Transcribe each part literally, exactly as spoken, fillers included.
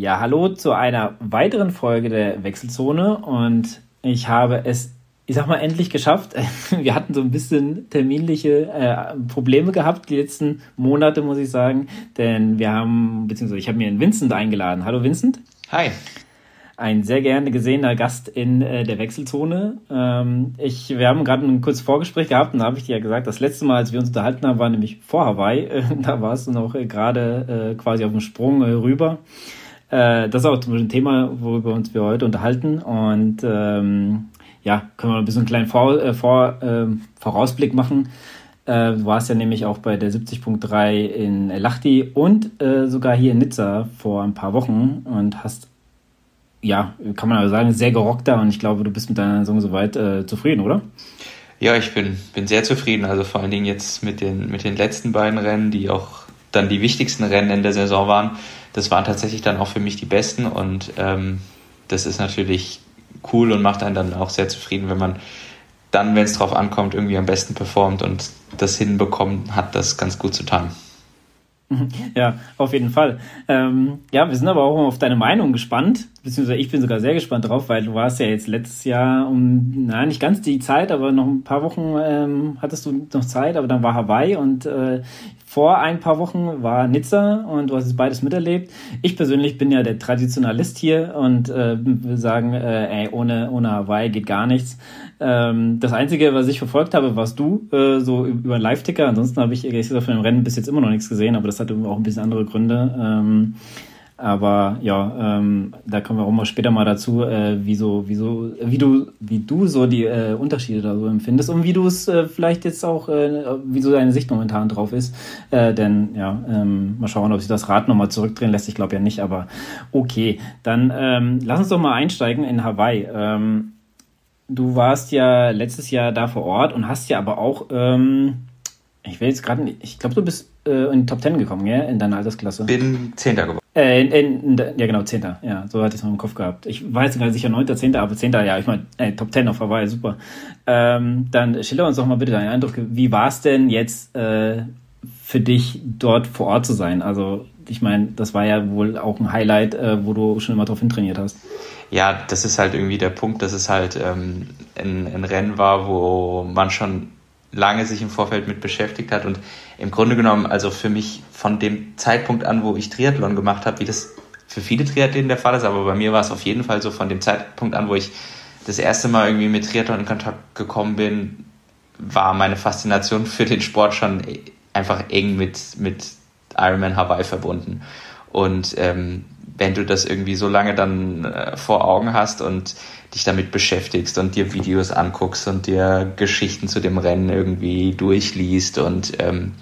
Ja, hallo zu einer weiteren Folge der Wechselzone und ich habe es, ich sag mal, endlich geschafft. Wir hatten so ein bisschen terminliche äh, Probleme gehabt die letzten Monate, muss ich sagen, denn wir haben, beziehungsweise ich habe mir einen Vincent eingeladen. Hallo Vincent. Hi. Ein sehr gerne gesehener Gast in äh, der Wechselzone. Ähm, ich, wir haben gerade ein kurzes Vorgespräch gehabt und da habe ich dir ja gesagt, das letzte Mal, als wir uns unterhalten haben, war nämlich vor Hawaii. Äh, da warst du noch äh, gerade äh, quasi auf dem Sprung äh, rüber. Äh, das ist auch zum Beispiel ein Thema, worüber uns wir heute unterhalten. Und ähm, ja, können wir ein bisschen einen kleinen vor, äh, vor, äh, Vorausblick machen. Äh, du warst ja nämlich auch bei der siebzig Punkt drei in Lahti und äh, sogar hier in Nizza vor ein paar Wochen und hast, ja, kann man aber sagen, sehr gerockt da und ich glaube, du bist mit deiner Saison soweit äh, zufrieden, oder? Ja, ich bin, bin sehr zufrieden. Also vor allen Dingen jetzt mit den, mit den letzten beiden Rennen, die auch dann die wichtigsten Rennen in der Saison waren. Das waren tatsächlich dann auch für mich die besten und ähm, das ist natürlich cool und macht einen dann auch sehr zufrieden, wenn man dann, wenn es drauf ankommt, irgendwie am besten performt und das hinbekommen hat, das ganz gut zu timen. Ja, auf jeden Fall. Ähm, ja, wir sind aber auch auf deine Meinung gespannt, beziehungsweise ich bin sogar sehr gespannt drauf, weil du warst ja jetzt letztes Jahr um, na, nicht ganz die Zeit, aber noch ein paar Wochen ähm, hattest du noch Zeit, aber dann war Hawaii und äh, vor ein paar Wochen war Nizza und du hast es beides miterlebt. Ich persönlich bin ja der Traditionalist hier und äh, will sagen, äh, ey, ohne, ohne Hawaii geht gar nichts. Ähm, das Einzige, was ich verfolgt habe, warst du, äh, so über einen Live-Ticker. Ansonsten habe ich, ehrlich gesagt, von dem Rennen bis jetzt immer noch nichts gesehen, aber das hatte auch ein bisschen andere Gründe. Ähm, aber ja, ähm, da kommen wir auch mal später mal dazu, äh, wie, so, wie, so, wie, du, wie du so die äh, Unterschiede da so empfindest und wie du es äh, vielleicht jetzt auch, äh, wie so deine Sicht momentan drauf ist. Äh, denn ja, ähm, mal schauen, ob sich das Rad nochmal zurückdrehen lässt. Ich glaube ja nicht, aber okay. Dann ähm, lass uns doch mal einsteigen in Hawaii. Ähm, du warst ja letztes Jahr da vor Ort und hast ja aber auch, ähm, ich will jetzt gerade, ich glaube, du bist äh, in die Top Ten gekommen, gell, in deiner Altersklasse. Bin Zehnter geworden. Äh, in, in, in, ja, genau, Zehnter. Ja, so hatte ich es noch im Kopf gehabt. Ich war jetzt gar nicht sicher Neunter, Zehnter, aber Zehnter, ja, ich meine, äh, Top Ten auf Hawaii, super. Ähm, dann schilder uns doch mal bitte deinen Eindruck. Wie war es denn jetzt äh, für dich, dort vor Ort zu sein? Also, ich meine, das war ja wohl auch ein Highlight, äh, wo du schon immer drauf hintrainiert hast. Ja, das ist halt irgendwie der Punkt, dass es halt ähm, ein, ein Rennen war, wo man schon lange sich im Vorfeld mit beschäftigt hat und im Grunde genommen, also für mich von dem Zeitpunkt an, wo ich Triathlon gemacht habe, wie das für viele Triathleten der Fall ist, aber bei mir war es auf jeden Fall so von dem Zeitpunkt an, wo ich das erste Mal irgendwie mit Triathlon in Kontakt gekommen bin, war meine Faszination für den Sport schon einfach eng mit, mit Ironman Hawaii verbunden. Und ähm, wenn du das irgendwie so lange dann äh, vor Augen hast und dich damit beschäftigst und dir Videos anguckst und dir Geschichten zu dem Rennen irgendwie durchliest und ähm,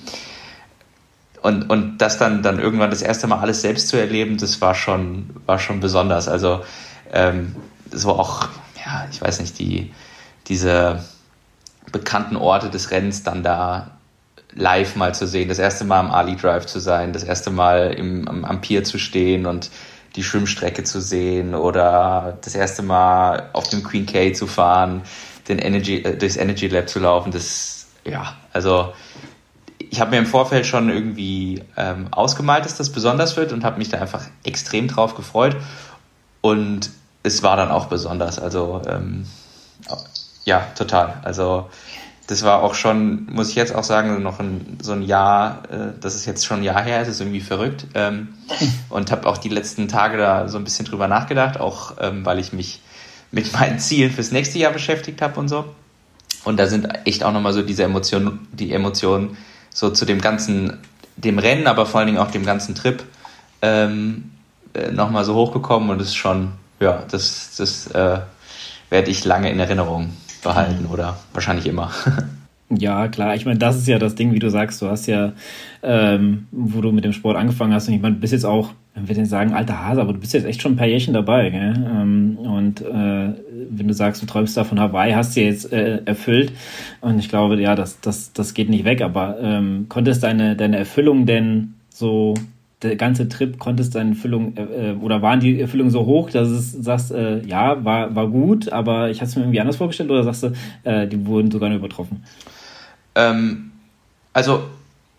und und das dann dann irgendwann das erste Mal alles selbst zu erleben, das war schon war schon besonders. Also ähm, so auch, ja, ich weiß nicht, die diese bekannten Orte des Rennens dann da live mal zu sehen, das erste Mal am Ali Drive zu sein, das erste Mal im, am, am Pier zu stehen und die Schwimmstrecke zu sehen oder das erste Mal auf dem Queen K zu fahren, den Energy, äh, durchs Energy Lab zu laufen, das, ja, also ich habe mir im Vorfeld schon irgendwie ähm, ausgemalt, dass das besonders wird und habe mich da einfach extrem drauf gefreut und es war dann auch besonders, also ähm, ja, total, also das war auch schon, muss ich jetzt auch sagen, noch ein, so ein Jahr, äh, das ist jetzt schon ein Jahr her, das ist irgendwie verrückt. Ähm, und habe auch die letzten Tage da so ein bisschen drüber nachgedacht, auch ähm, weil ich mich mit meinen Zielen fürs nächste Jahr beschäftigt habe und so. Und da sind echt auch nochmal so diese Emotionen, die Emotionen so zu dem ganzen, dem Rennen, aber vor allen Dingen auch dem ganzen Trip ähm, äh, nochmal so hochgekommen. Und das ist schon, ja, das, das äh, werde ich lange in Erinnerung behalten oder wahrscheinlich immer. Ja, klar. Ich meine, das ist ja das Ding, wie du sagst. Du hast ja, ähm, wo du mit dem Sport angefangen hast, und ich meine, du bist jetzt auch, wenn wir denn sagen, alter Hase, aber du bist jetzt echt schon ein paar Jährchen dabei, gell? Ähm, und äh, wenn du sagst, du träumst da von Hawaii, hast du jetzt äh, erfüllt. Und ich glaube, ja, das, das, das geht nicht weg. Aber ähm, konntest deine, deine Erfüllung denn so, der ganze Trip, konntest deine Erfüllung, äh, oder waren die Erfüllungen so hoch, dass du sagst, äh, ja, war, war gut, aber ich hatte es mir irgendwie anders vorgestellt, oder sagst du, äh, die wurden sogar noch übertroffen? Ähm, also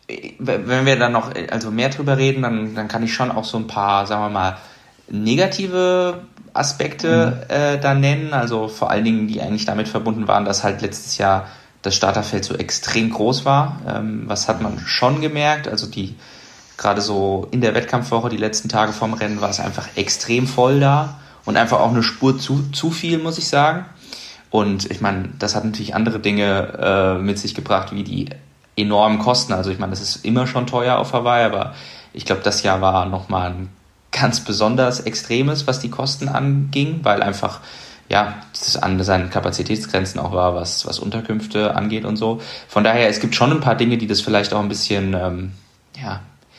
wenn wir dann noch also mehr drüber reden, dann, dann kann ich schon auch so ein paar, sagen wir mal, negative Aspekte mhm. äh, da nennen. Also vor allen Dingen, die eigentlich damit verbunden waren, dass halt letztes Jahr das Starterfeld so extrem groß war. Ähm, was hat man schon gemerkt? Also die gerade so in der Wettkampfwoche, die letzten Tage vorm Rennen, war es einfach extrem voll da und einfach auch eine Spur zu, zu viel, muss ich sagen. Und ich meine, das hat natürlich andere Dinge äh, mit sich gebracht, wie die enormen Kosten. Also ich meine, das ist immer schon teuer auf Hawaii, aber ich glaube, das Jahr war nochmal ein ganz besonders Extremes, was die Kosten anging, weil einfach ja, das an seinen Kapazitätsgrenzen auch war, was, was Unterkünfte angeht und so. Von daher, es gibt schon ein paar Dinge, die das vielleicht auch ein bisschen ähm, ja,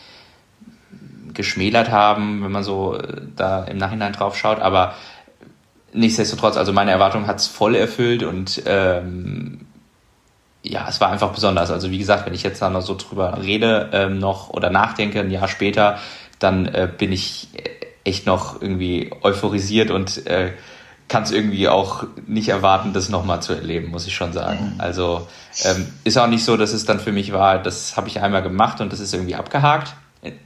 geschmälert haben, wenn man so äh, da im Nachhinein drauf schaut, aber nichtsdestotrotz, also meine Erwartung hat es voll erfüllt und ähm, ja, es war einfach besonders. Also wie gesagt, wenn ich jetzt da noch so drüber rede ähm, noch oder nachdenke, ein Jahr später, dann äh, bin ich echt noch irgendwie euphorisiert und äh, kann es irgendwie auch nicht erwarten, das nochmal zu erleben, muss ich schon sagen. Mhm. Also ähm, ist auch nicht so, dass es dann für mich war, das habe ich einmal gemacht und das ist irgendwie abgehakt.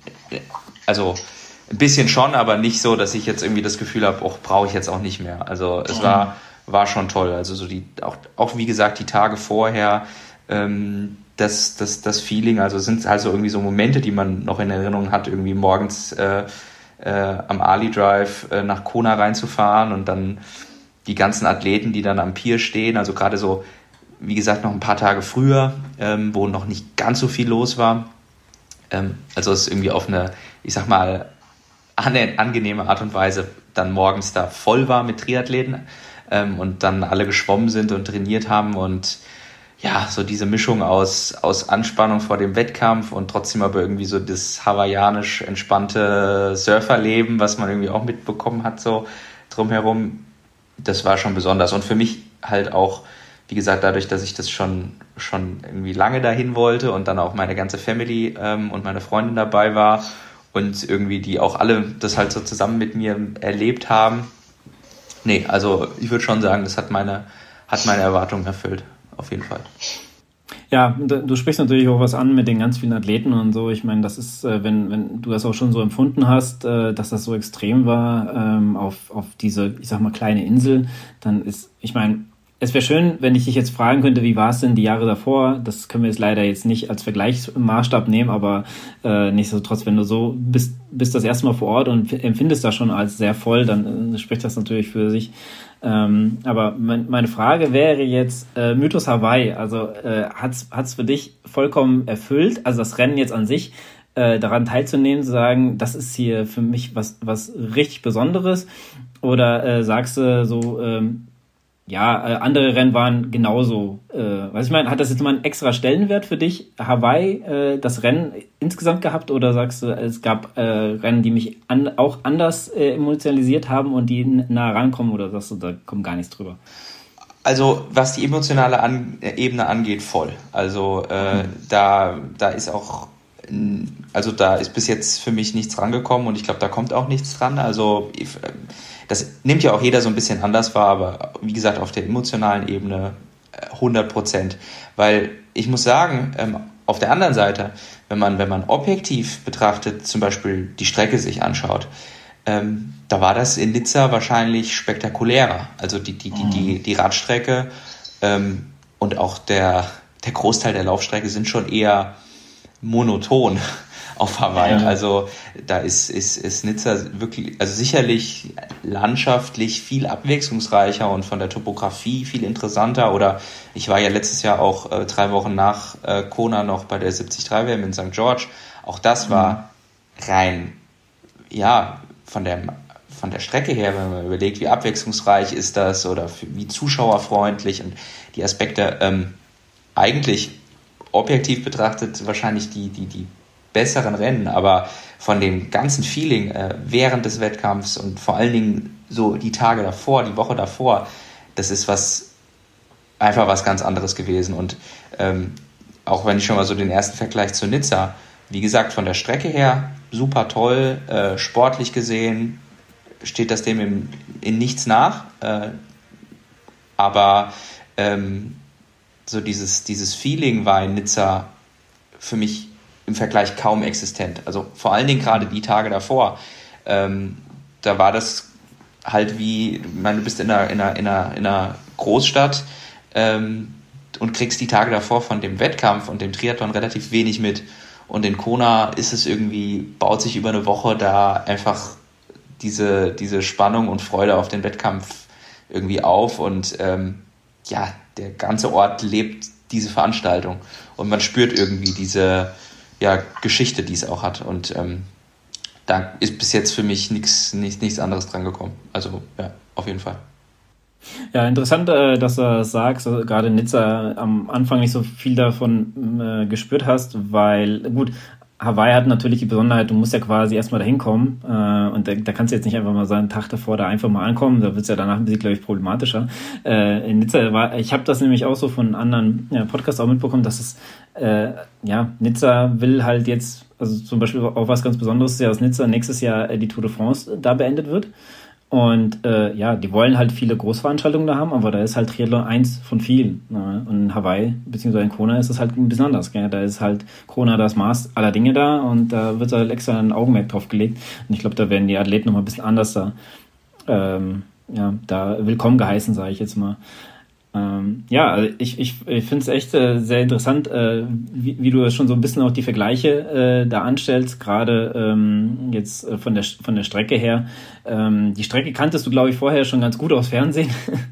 Also ein bisschen schon, aber nicht so, dass ich jetzt irgendwie das Gefühl habe, oh, brauche ich jetzt auch nicht mehr. Also es mhm. war war schon toll. Also so die auch auch wie gesagt die Tage vorher ähm, das das das Feeling. Also sind also irgendwie so Momente, die man noch in Erinnerung hat, irgendwie morgens äh, äh, am Ali Drive äh, nach Kona reinzufahren und dann die ganzen Athleten, die dann am Pier stehen. Also gerade so wie gesagt noch ein paar Tage früher, ähm, wo noch nicht ganz so viel los war. Ähm, also es irgendwie auf eine, ich sag mal eine angenehme Art und Weise dann morgens da voll war mit Triathleten ähm, und dann alle geschwommen sind und trainiert haben und ja, so diese Mischung aus, aus Anspannung vor dem Wettkampf und trotzdem aber irgendwie so das hawaiianisch entspannte Surferleben, was man irgendwie auch mitbekommen hat, so drumherum, das war schon besonders. Und für mich halt auch, wie gesagt, dadurch, dass ich das schon, schon irgendwie lange dahin wollte und dann auch meine ganze Family ähm, und meine Freundin dabei war, und irgendwie die auch alle das halt so zusammen mit mir erlebt haben. Nee, also ich würde schon sagen, das hat meine, hat meine Erwartungen erfüllt, auf jeden Fall. Ja, du sprichst natürlich auch was an mit den ganz vielen Athleten und so. Ich meine, das ist, wenn, wenn du das auch schon so empfunden hast, dass das so extrem war auf, auf diese, ich sag mal, kleine Insel, dann ist, ich meine, es wäre schön, wenn ich dich jetzt fragen könnte, wie war es denn die Jahre davor? Das können wir jetzt leider jetzt nicht als Vergleichsmaßstab nehmen, aber äh, nichtsdestotrotz, wenn du so bist, bist das erste Mal vor Ort und empfindest das schon als sehr voll, dann äh, spricht das natürlich für sich. Ähm, aber mein, meine Frage wäre jetzt, äh, Mythos Hawaii, also äh, hat's hat's für dich vollkommen erfüllt, also das Rennen jetzt an sich, äh, daran teilzunehmen, zu sagen, das ist hier für mich was was richtig Besonderes? Oder äh, sagst du so, ähm, ja, äh, andere Rennen waren genauso. Äh, was ich meine, hat das jetzt mal einen extra Stellenwert für dich, Hawaii, äh, das Rennen insgesamt gehabt? Oder sagst du, es gab äh, Rennen, die mich an, auch anders äh, emotionalisiert haben und die nah rankommen? Oder sagst du, da kommt gar nichts drüber? Also was die emotionale an, Ebene angeht, voll. Also äh, mhm. da, da ist auch, also da ist bis jetzt für mich nichts rangekommen und ich glaube, da kommt auch nichts dran. Also ich, das nimmt ja auch jeder so ein bisschen anders wahr, aber wie gesagt, auf der emotionalen Ebene hundert Prozent. Weil ich muss sagen, ähm, auf der anderen Seite, wenn man, wenn man objektiv betrachtet, zum Beispiel die Strecke sich anschaut, ähm, da war das in Nizza wahrscheinlich spektakulärer. Also die, die, die, die, die Radstrecke ähm, und auch der, der Großteil der Laufstrecke sind schon eher monoton auf Hawaii. Ja. Also da ist, ist, ist Nizza wirklich, also sicherlich landschaftlich viel abwechslungsreicher und von der Topografie viel interessanter. Oder ich war ja letztes Jahr auch äh, drei Wochen nach äh, Kona noch bei der siebzig drei W M in Sankt George. Auch das war rein, ja, von der, von der Strecke her, wenn man überlegt, wie abwechslungsreich ist das oder wie zuschauerfreundlich und die Aspekte ähm, eigentlich objektiv betrachtet wahrscheinlich die, die, die besseren Rennen, aber von dem ganzen Feeling äh, während des Wettkampfs und vor allen Dingen so die Tage davor, die Woche davor, das ist was, einfach was ganz anderes gewesen und ähm, auch wenn ich schon mal so den ersten Vergleich zu Nizza, wie gesagt, von der Strecke her super toll, äh, sportlich gesehen steht das dem im, in nichts nach, äh, aber ähm, so dieses, dieses Feeling war in Nizza für mich im Vergleich kaum existent. Also vor allen Dingen gerade die Tage davor, ähm, da war das halt wie, ich meine, du bist in einer, in einer, in einer, in einer Großstadt ähm, und kriegst die Tage davor von dem Wettkampf und dem Triathlon relativ wenig mit. Und in Kona ist es irgendwie, baut sich über eine Woche da einfach diese, diese Spannung und Freude auf den Wettkampf irgendwie auf und ähm, ja, der ganze Ort lebt diese Veranstaltung und man spürt irgendwie diese ja, Geschichte, die es auch hat und ähm, da ist bis jetzt für mich nichts, nichts, nichts anderes dran gekommen. Also ja, auf jeden Fall. Ja, interessant, äh, dass du das sagst, also gerade in Nizza am Anfang nicht so viel davon äh, gespürt hast, weil, gut, Hawaii hat natürlich die Besonderheit, du musst ja quasi erstmal dahin kommen äh, und da, da kannst du jetzt nicht einfach mal so einen Tag davor da einfach mal ankommen, da wird es ja danach ein bisschen, glaube ich, problematischer. Äh, in Nizza war, ich habe das nämlich auch so von anderen ja, Podcasts auch mitbekommen, dass es, äh, ja, Nizza will halt jetzt, also zum Beispiel auch was ganz Besonderes ist ja, dass Nizza nächstes Jahr die Tour de France da beendet wird. Und äh, ja, die wollen halt viele Großveranstaltungen da haben, aber da ist halt Triathlon eins von vielen. Ne? Und in Hawaii beziehungsweise in Kona ist es halt ein bisschen anders. Gell? Da ist halt Kona das Maß aller Dinge da und da wird halt extra ein Augenmerk drauf gelegt. Und ich glaube, da werden die Athleten nochmal ein bisschen anders da, ähm, ja, da willkommen geheißen, sage ich jetzt mal. Ähm, ja, also ich, ich, ich finde es echt äh, sehr interessant, äh, wie, wie du schon so ein bisschen auch die Vergleiche äh, da anstellst, gerade ähm, jetzt äh, von der von der Strecke her. Ähm, die Strecke kanntest du, glaube ich, vorher schon ganz gut aus Fernsehen.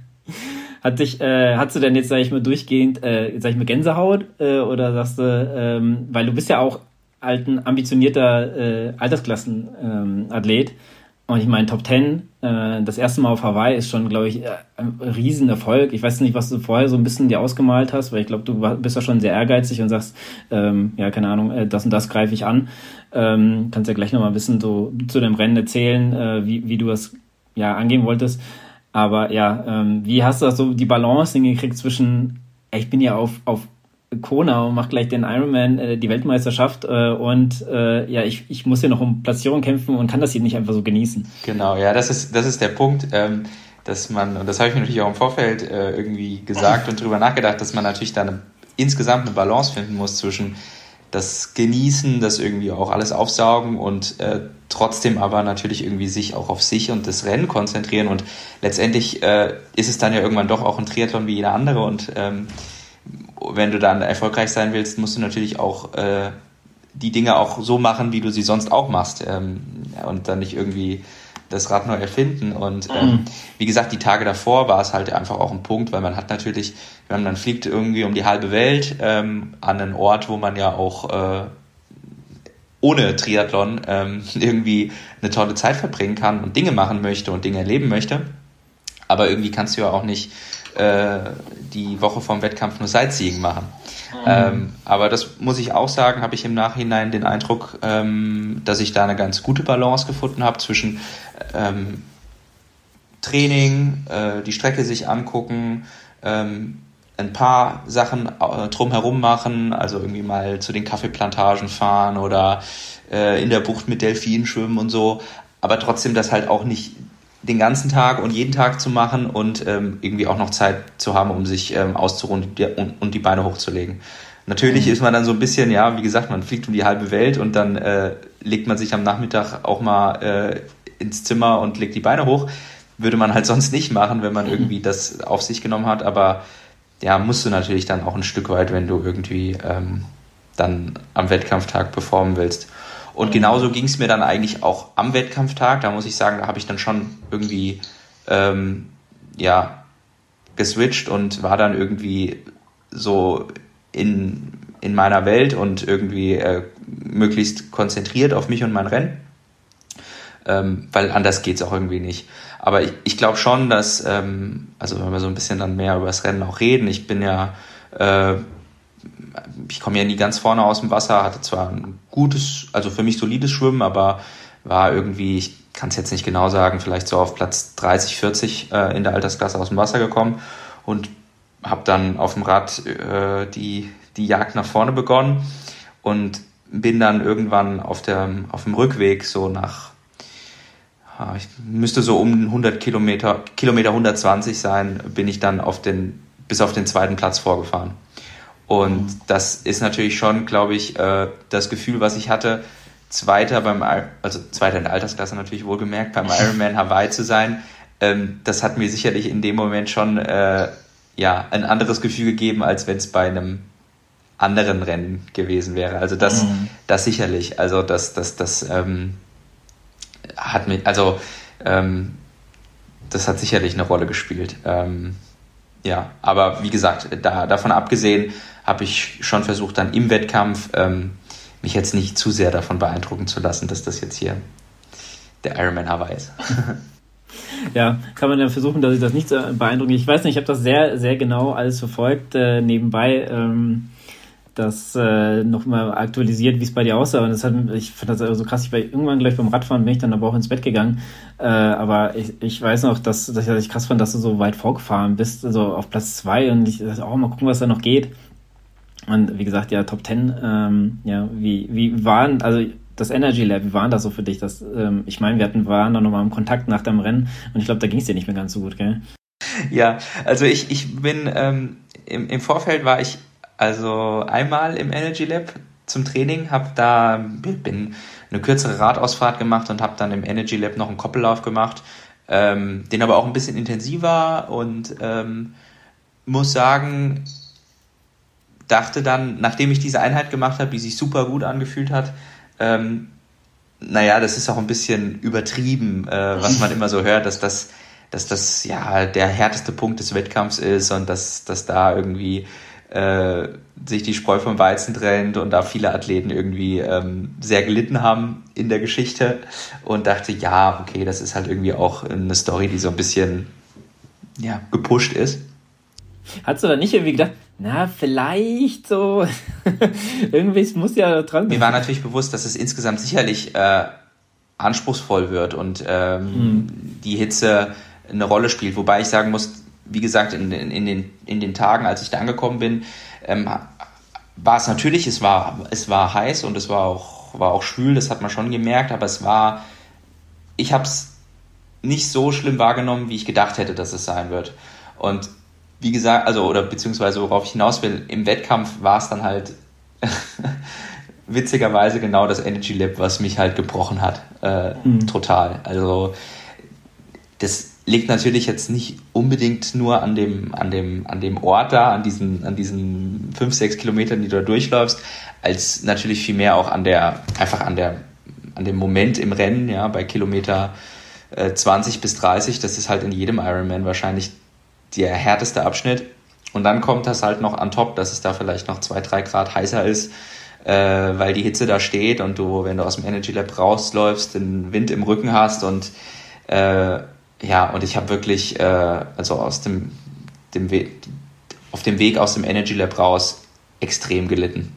Hat dich, äh, hast du denn jetzt, sag ich mal, durchgehend, äh, sag ich mal, Gänsehaut äh, oder sagst du, ähm, weil du bist ja auch alten, ambitionierter äh, Altersklassen-Athlet. Ähm, Und ich meine, Top Ten, äh, das erste Mal auf Hawaii ist schon, glaube ich, ein Riesenerfolg. Ich weiß nicht, was du vorher so ein bisschen dir ausgemalt hast, weil ich glaube, du bist ja schon sehr ehrgeizig und sagst, ähm, ja, keine Ahnung, äh, das und das greife ich an. Ähm, kannst ja gleich nochmal ein bisschen so zu dem Rennen erzählen, äh, wie, wie du das ja angehen wolltest. Aber ja, ähm, wie hast du das so die Balance hingekriegt zwischen, ey, ich bin ja auf, auf Kona und macht gleich den Ironman, äh, die Weltmeisterschaft äh, und äh, ja, ich, ich muss hier noch um Platzierung kämpfen und kann das hier nicht einfach so genießen. Genau, ja, das ist, das ist der Punkt, ähm, dass man, und das habe ich mir natürlich auch im Vorfeld äh, irgendwie gesagt und drüber nachgedacht, dass man natürlich da eine, insgesamt eine Balance finden muss zwischen das Genießen, das irgendwie auch alles aufsaugen und äh, trotzdem aber natürlich irgendwie sich auch auf sich und das Rennen konzentrieren und letztendlich äh, ist es dann ja irgendwann doch auch ein Triathlon wie jeder andere und ähm, wenn du dann erfolgreich sein willst, musst du natürlich auch äh, die Dinge auch so machen, wie du sie sonst auch machst ähm, und dann nicht irgendwie das Rad neu erfinden und ähm, mhm. wie gesagt, die Tage davor war es halt einfach auch ein Punkt, weil man hat natürlich, wenn man fliegt irgendwie um die halbe Welt ähm, an einen Ort, wo man ja auch äh, ohne Triathlon ähm, irgendwie eine tolle Zeit verbringen kann und Dinge machen möchte und Dinge erleben möchte, aber irgendwie kannst du ja auch nicht die Woche vom Wettkampf nur Sightseeing machen. Mhm. Ähm, aber das muss ich auch sagen, habe ich im Nachhinein den Eindruck, ähm, dass ich da eine ganz gute Balance gefunden habe zwischen ähm, Training, äh, die Strecke sich angucken, ähm, ein paar Sachen äh, drumherum machen, also irgendwie mal zu den Kaffeeplantagen fahren oder äh, in der Bucht mit Delfinen schwimmen und so, aber trotzdem das halt auch nicht den ganzen Tag und jeden Tag zu machen und ähm, irgendwie auch noch Zeit zu haben, um sich ähm, auszuruhen und die, und, und die Beine hochzulegen. Natürlich mhm. ist man dann so ein bisschen, ja, wie gesagt, man fliegt um die halbe Welt und dann äh, legt man sich am Nachmittag auch mal äh, ins Zimmer und legt die Beine hoch. Würde man halt sonst nicht machen, wenn man mhm. irgendwie das auf sich genommen hat, aber ja, musst du natürlich dann auch ein Stück weit, wenn du irgendwie ähm, dann am Wettkampftag performen willst. Und genauso ging es mir dann eigentlich auch am Wettkampftag. Da muss ich sagen, da habe ich dann schon irgendwie ähm, ja, geswitcht und war dann irgendwie so in, in meiner Welt und irgendwie äh, möglichst konzentriert auf mich und mein Rennen. Ähm, weil anders geht's auch irgendwie nicht. Aber ich, ich glaube schon, dass, ähm, also wenn wir so ein bisschen dann mehr über das Rennen auch reden, ich bin ja äh, ich komme ja nie ganz vorne aus dem Wasser, hatte zwar ein gutes, also für mich solides Schwimmen, aber war irgendwie, ich kann es jetzt nicht genau sagen, vielleicht so auf Platz dreißig, vierzig äh, in der Altersklasse aus dem Wasser gekommen und habe dann auf dem Rad äh, die, die Jagd nach vorne begonnen und bin dann irgendwann auf, der, auf dem Rückweg so nach, ich müsste so um hundert Kilometer, Kilometer hundertzwanzig sein, bin ich dann auf den, bis auf den zweiten Platz vorgefahren. Und mhm. das ist natürlich schon, glaube ich, äh, das Gefühl, was ich hatte, Zweiter beim, also Zweiter in der Altersklasse natürlich wohlgemerkt, beim Ironman Hawaii zu sein. Ähm, das hat mir sicherlich in dem Moment schon äh, ja, ein anderes Gefühl gegeben, als wenn es bei einem anderen Rennen gewesen wäre. Also das, mhm. das sicherlich. Also das, das, das ähm, hat mich, also ähm, das hat sicherlich eine Rolle gespielt. Ähm, ja, aber wie gesagt, da, davon abgesehen habe ich schon versucht, dann im Wettkampf ähm, mich jetzt nicht zu sehr davon beeindrucken zu lassen, dass das jetzt hier der Ironman Hawaii ist. Ja, kann man dann versuchen, dass ich das nicht so beeindrucke. Ich weiß nicht, ich habe das sehr, sehr genau alles verfolgt, äh, nebenbei ähm, das äh, nochmal aktualisiert, wie es bei dir aussah. Und das hat, ich fand das so krass, ich war irgendwann gleich beim Radfahren, bin ich dann aber auch ins Bett gegangen. Äh, aber ich, ich weiß noch, dass, dass ich krass fand, dass du so weit vorgefahren bist, also auf Platz zwei, und ich dachte, oh, mal gucken, was da noch geht. Und wie gesagt, ja, Top Ten, ähm, ja, wie, wie waren, also das Energy Lab, wie war das so für dich? Das, ähm, ich meine, wir hatten, waren da nochmal im Kontakt nach dem Rennen und ich glaube, da ging es dir nicht mehr ganz so gut, gell? Ja, also ich, ich bin, ähm, im, im Vorfeld war ich also einmal im Energy Lab zum Training, habe da, bin eine kürzere Radausfahrt gemacht und habe dann im Energy Lab noch einen Koppellauf gemacht, ähm, den aber auch ein bisschen intensiver und ähm, muss sagen, dachte dann, nachdem ich diese Einheit gemacht habe, die sich super gut angefühlt hat, ähm, naja, das ist auch ein bisschen übertrieben, äh, was man immer so hört, dass das, dass das ja der härteste Punkt des Wettkampfs ist und dass, dass da irgendwie äh, sich die Spreu vom Weizen trennt und da viele Athleten irgendwie ähm, sehr gelitten haben in der Geschichte, und dachte, ja, okay, das ist halt irgendwie auch eine Story, die so ein bisschen ja, gepusht ist. Hast du da nicht irgendwie gedacht, na, vielleicht so, irgendwie, es muss ja dran. Mir war natürlich bewusst, dass es insgesamt sicherlich äh, anspruchsvoll wird und ähm, mhm. die Hitze eine Rolle spielt. Wobei ich sagen muss, wie gesagt, in, in, in, den, in den Tagen, als ich da angekommen bin, ähm, war es natürlich, es war, es war heiß und es war auch, war auch schwül, das hat man schon gemerkt, aber es war, ich habe es nicht so schlimm wahrgenommen, wie ich gedacht hätte, dass es sein wird. Und wie gesagt, also, oder beziehungsweise worauf ich hinaus will, im Wettkampf war es dann halt witzigerweise genau das Energy Lab, was mich halt gebrochen hat. Äh, mhm. Total. Also, das liegt natürlich jetzt nicht unbedingt nur an dem, an dem, an dem Ort da, an diesen, an diesen fünf, sechs Kilometern, die du da durchläufst, als natürlich viel mehr auch an der, einfach an der, an dem Moment im Rennen, ja, bei Kilometer äh, zwanzig bis dreißig, das ist halt in jedem Ironman wahrscheinlich der härteste Abschnitt, und dann kommt das halt noch on top, dass es da vielleicht noch zwei, drei Grad heißer ist, äh, weil die Hitze da steht und du, wenn du aus dem Energy Lab rausläufst, den Wind im Rücken hast und äh, ja, und ich habe wirklich äh, also aus dem, dem We- auf dem Weg aus dem Energy Lab raus extrem gelitten.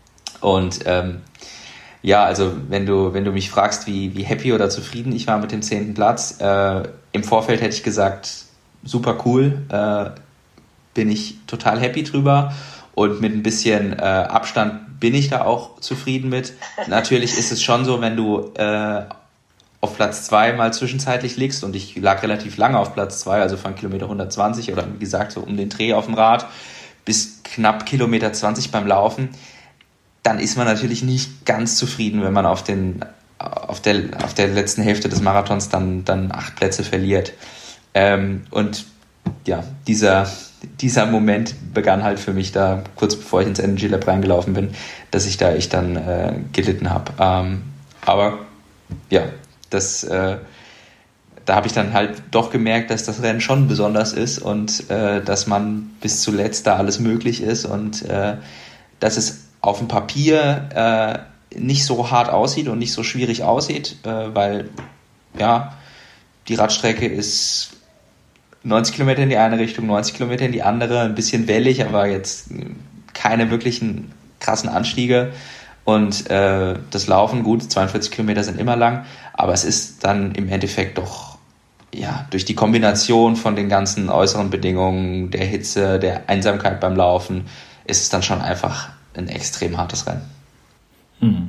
Und ähm, ja, also wenn du, wenn du mich fragst, wie, wie happy oder zufrieden ich war mit dem zehnten Platz, äh, im Vorfeld hätte ich gesagt, super cool, äh, bin ich total happy drüber, und mit ein bisschen äh, Abstand bin ich da auch zufrieden mit. Natürlich ist es schon so, wenn du äh, auf Platz zwei mal zwischenzeitlich liegst, und ich lag relativ lange auf Platz zwei, also von Kilometer hundertzwanzig oder wie gesagt so um den Dreh auf dem Rad bis knapp Kilometer zwanzig beim Laufen, dann ist man natürlich nicht ganz zufrieden, wenn man auf den auf der, auf der letzten Hälfte des Marathons dann, dann acht Plätze verliert. Ähm, und ja, dieser, dieser Moment begann halt für mich da, kurz bevor ich ins Energy Lab reingelaufen bin, dass ich da echt dann äh, gelitten habe. Ähm, aber ja, das, äh, da habe ich dann halt doch gemerkt, dass das Rennen schon besonders ist und äh, dass man bis zuletzt da alles möglich ist und äh, dass es auf dem Papier äh, nicht so hart aussieht und nicht so schwierig aussieht, äh, weil ja, die Radstrecke ist neunzig Kilometer in die eine Richtung, neunzig Kilometer in die andere, ein bisschen wellig, aber jetzt keine wirklichen krassen Anstiege. Und äh, das Laufen, gut, zweiundvierzig Kilometer sind immer lang, aber es ist dann im Endeffekt doch, ja, durch die Kombination von den ganzen äußeren Bedingungen, der Hitze, der Einsamkeit beim Laufen, ist es dann schon einfach ein extrem hartes Rennen. Hm.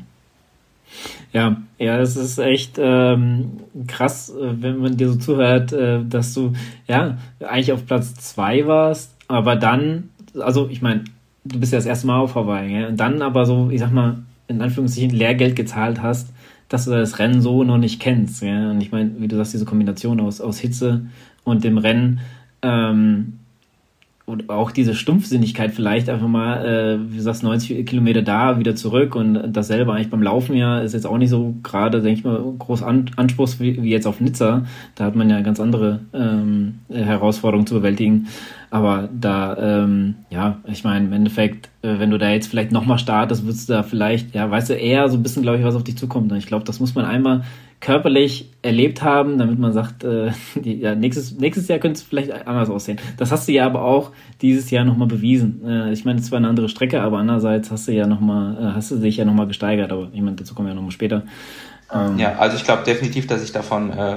Ja, ja, es ist echt ähm, krass, wenn man dir so zuhört, äh, dass du ja eigentlich auf Platz zwei warst, aber dann, also ich meine, du bist ja das erste Mal auf Hawaii, ja? Und dann aber so, ich sag mal, in Anführungszeichen Lehrgeld gezahlt hast, dass du das Rennen so noch nicht kennst. Ja? Und ich meine, wie du sagst, diese Kombination aus, aus Hitze und dem Rennen, ähm, und auch diese Stumpfsinnigkeit vielleicht einfach mal, äh, wie du sagst, neunzig Kilometer da, wieder zurück und dasselbe eigentlich beim Laufen ja ist jetzt auch nicht so gerade, denke ich mal, groß an, Anspruchs wie, wie jetzt auf Nizza. Da hat man ja ganz andere ähm, Herausforderungen zu bewältigen. Aber da, ähm, ja, ich meine, im Endeffekt, äh, wenn du da jetzt vielleicht nochmal startest, würdest du da vielleicht, ja, weißt du, eher so ein bisschen, glaube ich, was auf dich zukommt. Und ich glaube, das muss man einmal körperlich erlebt haben, damit man sagt, äh, die, ja, nächstes, nächstes Jahr könnte es vielleicht anders aussehen. Das hast du ja aber auch dieses Jahr nochmal bewiesen. Äh, ich meine, es war eine andere Strecke, aber andererseits hast du ja nochmal, äh, hast du dich ja nochmal gesteigert, aber ich meine, dazu kommen wir ja nochmal später. Ähm, ja, also ich glaube definitiv, dass ich davon äh,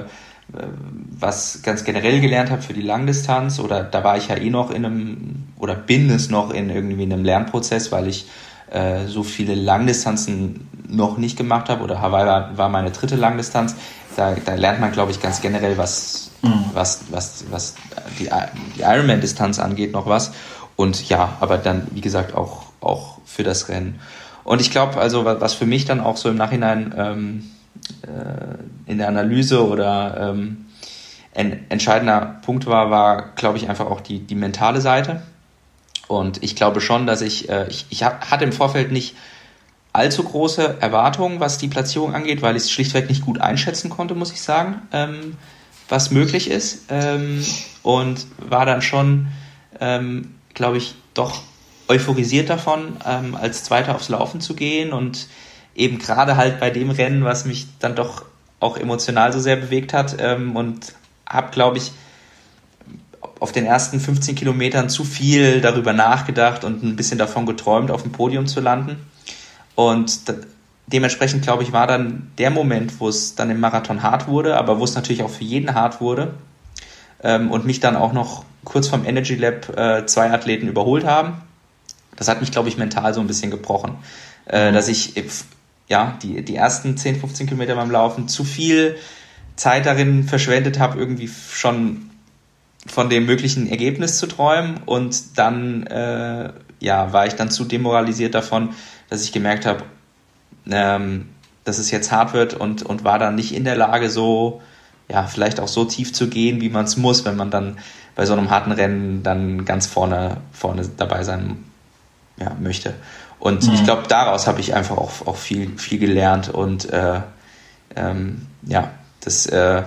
was ganz generell gelernt habe für die Langdistanz, oder da war ich ja eh noch in einem, oder bin es noch in irgendwie einem Lernprozess, weil ich äh, so viele Langdistanzen noch nicht gemacht habe, oder Hawaii war, war meine dritte Langdistanz. Da, da lernt man, glaube ich, ganz generell, was, mhm. was, was, was die, die Ironman-Distanz angeht, noch was. Und ja, aber dann, wie gesagt, auch, auch für das Rennen. Und ich glaube, also was für mich dann auch so im Nachhinein ähm, äh, in der Analyse oder ähm, ein entscheidender Punkt war, war, glaube ich, einfach auch die, die mentale Seite. Und ich glaube schon, dass ich, äh, ich, ich hatte im Vorfeld nicht allzu große Erwartungen, was die Platzierung angeht, weil ich es schlichtweg nicht gut einschätzen konnte, muss ich sagen, ähm, was möglich ist. Ähm, und war dann schon, ähm, glaube ich, doch euphorisiert davon, ähm, als Zweiter aufs Laufen zu gehen, und eben gerade halt bei dem Rennen, was mich dann doch auch emotional so sehr bewegt hat, ähm, und habe, glaube ich, auf den ersten fünfzehn Kilometern zu viel darüber nachgedacht und ein bisschen davon geträumt, auf dem Podium zu landen. Und de- dementsprechend, glaube ich, war dann der Moment, wo es dann im Marathon hart wurde, aber wo es natürlich auch für jeden hart wurde, ähm, und mich dann auch noch kurz vom Energy Lab äh, zwei Athleten überholt haben. Das hat mich, glaube ich, mental so ein bisschen gebrochen. Äh, mhm. Dass ich ja die, die ersten zehn, fünfzehn Kilometer beim Laufen zu viel Zeit darin verschwendet habe, irgendwie schon von dem möglichen Ergebnis zu träumen, und dann äh, ja, war ich dann zu demoralisiert davon, dass ich gemerkt habe, ähm, dass es jetzt hart wird, und, und war dann nicht in der Lage, so, ja, vielleicht auch so tief zu gehen, wie man es muss, wenn man dann bei so einem harten Rennen dann ganz vorne, vorne dabei sein ja, möchte. Und mhm. ich glaube, daraus habe ich einfach auch, auch viel, viel gelernt, und äh, ähm, ja, das äh,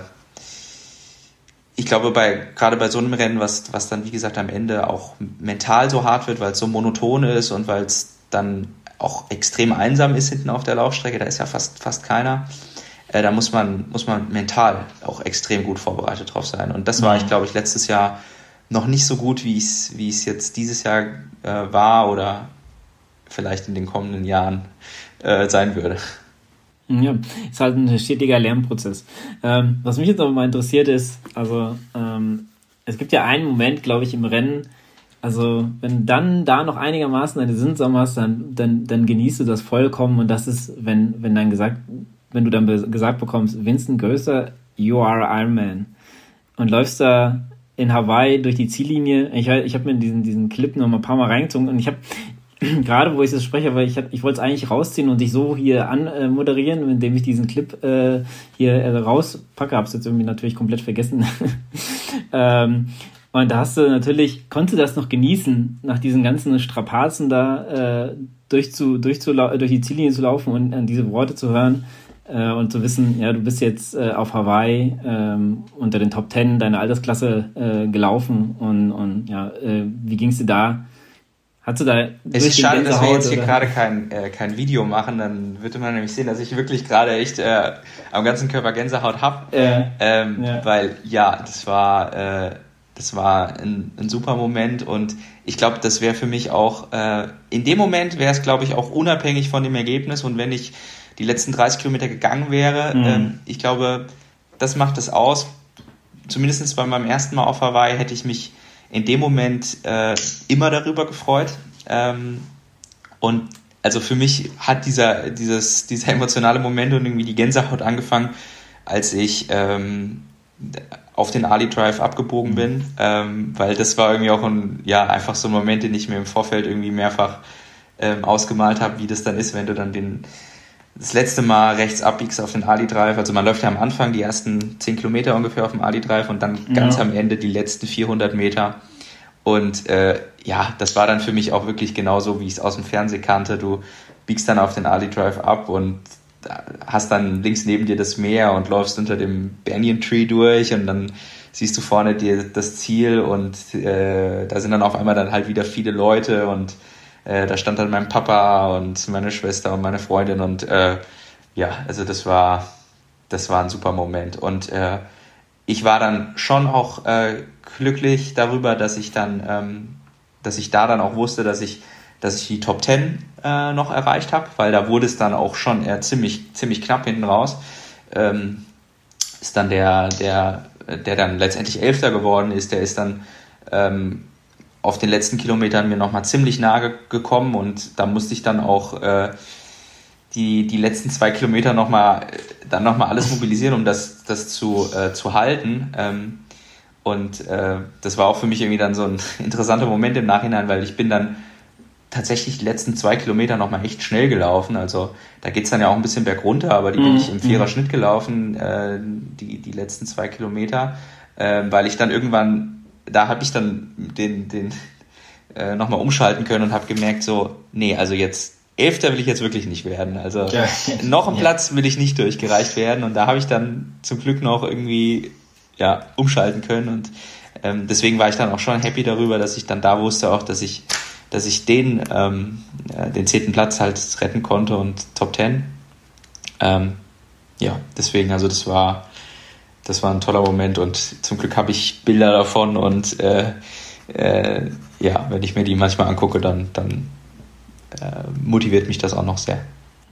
ich glaube, bei, gerade bei so einem Rennen, was, was dann, wie gesagt, am Ende auch mental so hart wird, weil es so monoton ist und weil es dann auch extrem einsam ist hinten auf der Laufstrecke, da ist ja fast, fast keiner, äh, da muss man, muss man mental auch extrem gut vorbereitet drauf sein. Und das war ich, glaube ich, letztes Jahr noch nicht so gut, wie es wie es jetzt dieses Jahr äh, war oder vielleicht in den kommenden Jahren äh, sein würde. Ja, ist halt ein stetiger Lernprozess. Ähm, was mich jetzt aber mal interessiert ist, also ähm, es gibt ja einen Moment, glaube ich, im Rennen, also wenn du dann da noch einigermaßen eine Sinnsam hast, dann, dann, dann genießt du das vollkommen, und das ist, wenn, wenn dann gesagt, wenn du dann be- gesagt bekommst, Vincent Größer, you are Iron Man, und läufst da in Hawaii durch die Ziellinie. Ich, ich habe mir diesen, diesen Clip noch mal ein paar Mal reingezogen, und ich habe gerade wo ich das spreche, weil ich hab, ich wollte es eigentlich rausziehen und dich so hier anmoderieren, äh, indem ich diesen Clip äh, hier äh, rauspacke, hab's jetzt irgendwie natürlich komplett vergessen. ähm, und da hast du natürlich, konnte das noch genießen, nach diesen ganzen Strapazen da äh, durch, zu, durch, zu, durch die Ziellinie zu laufen und äh, diese Worte zu hören äh, und zu wissen, ja, du bist jetzt äh, auf Hawaii ähm, unter den Top Ten deiner Altersklasse äh, gelaufen, und, und ja, äh, wie ging's dir da? Hast du da es ist schade, dass wir jetzt hier oder? gerade kein, äh, kein Video machen, dann würde man nämlich sehen, dass ich wirklich gerade echt äh, am ganzen Körper Gänsehaut habe. Äh, ähm, ja. Weil ja, das war, äh, das war ein, ein super Moment, und ich glaube, das wäre für mich auch, äh, in dem Moment wäre es, glaube ich, auch unabhängig von dem Ergebnis, und wenn ich die letzten dreißig Kilometer gegangen wäre, mhm. ähm, ich glaube, das macht es aus. Zumindest bei meinem ersten Mal auf Hawaii hätte ich mich in dem Moment äh, immer darüber gefreut. Ähm, und also für mich hat dieser, dieses, dieser emotionale Moment und irgendwie die Gänsehaut angefangen, als ich ähm, auf den Ali Drive abgebogen bin, ähm, weil das war irgendwie auch ein, ja, einfach so ein Moment, den ich mir im Vorfeld irgendwie mehrfach ähm, ausgemalt habe, wie das dann ist, wenn du dann den das letzte Mal rechts abbiegst auf den Ali Drive. Also man läuft ja am Anfang die ersten zehn Kilometer ungefähr auf dem Ali Drive und dann ja. ganz am Ende die letzten vierhundert Meter. Und äh, ja, das war dann für mich auch wirklich genauso, wie ich es aus dem Fernsehen kannte. Du biegst dann auf den Ali Drive ab und hast dann links neben dir das Meer und läufst unter dem Banyan Tree durch und dann siehst du vorne dir das Ziel und äh, da sind dann auf einmal dann halt wieder viele Leute und äh, da stand dann mein Papa und meine Schwester und meine Freundin und äh, ja, also das war das war ein super Moment und äh, ich war dann schon auch äh, glücklich darüber, dass ich dann ähm, dass ich da dann auch wusste, dass ich dass ich die Top Ten äh, noch erreicht habe, weil da wurde es dann auch schon eher ziemlich, ziemlich knapp hinten raus. Ähm, ist dann der, der, der dann letztendlich Elfter geworden ist, der ist dann ähm, auf den letzten Kilometern mir nochmal ziemlich nahe gekommen und da musste ich dann auch äh, die, die letzten zwei Kilometer nochmal dann nochmal alles mobilisieren, um das, das zu, äh, zu halten. Ähm, und äh, das war auch für mich irgendwie dann so ein interessanter Moment im Nachhinein, weil ich bin dann tatsächlich die letzten zwei Kilometer nochmal echt schnell gelaufen. Also da geht es dann ja auch ein bisschen bergunter, aber die bin ich im Vierer-Schnitt gelaufen, äh, die, die letzten zwei Kilometer, äh, weil ich dann irgendwann, da habe ich dann den, den äh, nochmal umschalten können und habe gemerkt so, nee, also jetzt Elfter will ich jetzt wirklich nicht werden. Also ja. noch einen Platz will ich nicht durchgereicht werden und da habe ich dann zum Glück noch irgendwie ja, umschalten können und ähm, deswegen war ich dann auch schon happy darüber, dass ich dann da wusste auch, dass ich dass ich den, ähm, den zehnten Platz halt retten konnte und Top Ten. Ähm, ja, deswegen, also das war, das war ein toller Moment und zum Glück habe ich Bilder davon und äh, äh, ja, wenn ich mir die manchmal angucke, dann, dann äh, motiviert mich das auch noch sehr.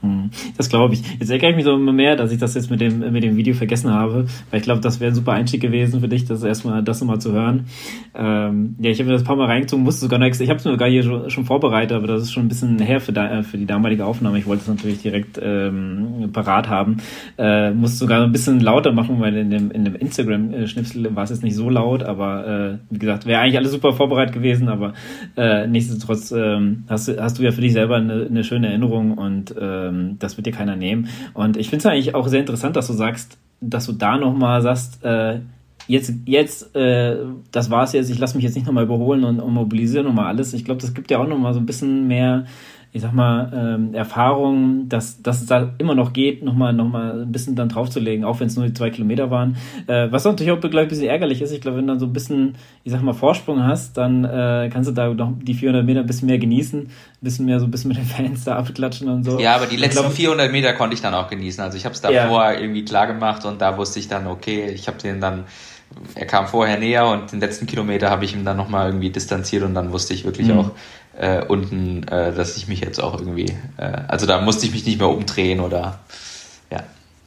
Das glaube ich. Jetzt ärgere ich mich so immer mehr, dass ich das jetzt mit dem mit dem Video vergessen habe, weil ich glaube, das wäre ein super Einstieg gewesen für dich, das erstmal das nochmal zu hören. Ähm, ja, ich habe mir das ein paar Mal reingezogen, musste sogar noch, ich habe es mir sogar hier schon, schon vorbereitet, aber das ist schon ein bisschen her für, da, für die damalige Aufnahme. Ich wollte es natürlich direkt ähm, parat haben. Äh, musste sogar ein bisschen lauter machen, weil in dem in dem Instagram-Schnipsel war es jetzt nicht so laut, aber äh, wie gesagt, wäre eigentlich alles super vorbereitet gewesen, aber äh, nichtsdestotrotz ähm, hast du hast du ja für dich selber eine, eine schöne Erinnerung und äh, das wird dir keiner nehmen. Und ich finde es eigentlich auch sehr interessant, dass du sagst, dass du da nochmal sagst, äh, jetzt, jetzt, äh, das war's jetzt, ich lasse mich jetzt nicht nochmal überholen und, und mobilisieren nochmal alles. Ich glaube, das gibt ja auch nochmal so ein bisschen mehr, ich sag mal, ähm, Erfahrung, dass, dass es da immer noch geht, nochmal noch mal ein bisschen dann draufzulegen, auch wenn es nur die zwei Kilometer waren. Äh, was natürlich auch gleich ein bisschen ärgerlich ist, ich glaube, wenn du dann so ein bisschen, ich sag mal, Vorsprung hast, dann äh, kannst du da noch die vierhundert Meter ein bisschen mehr genießen, ein bisschen mehr so ein bisschen mit den Fans da abklatschen und so. Ja, aber die letzten glaub, vierhundert Meter konnte ich dann auch genießen. Also ich habe es davor ja. irgendwie klar gemacht und da wusste ich dann, okay, ich habe den dann, er kam vorher näher und den letzten Kilometer habe ich ihm dann nochmal irgendwie distanziert und dann wusste ich wirklich mhm. auch, Äh, unten, äh, dass ich mich jetzt auch irgendwie, äh, also da musste ich mich nicht mehr umdrehen oder, ja.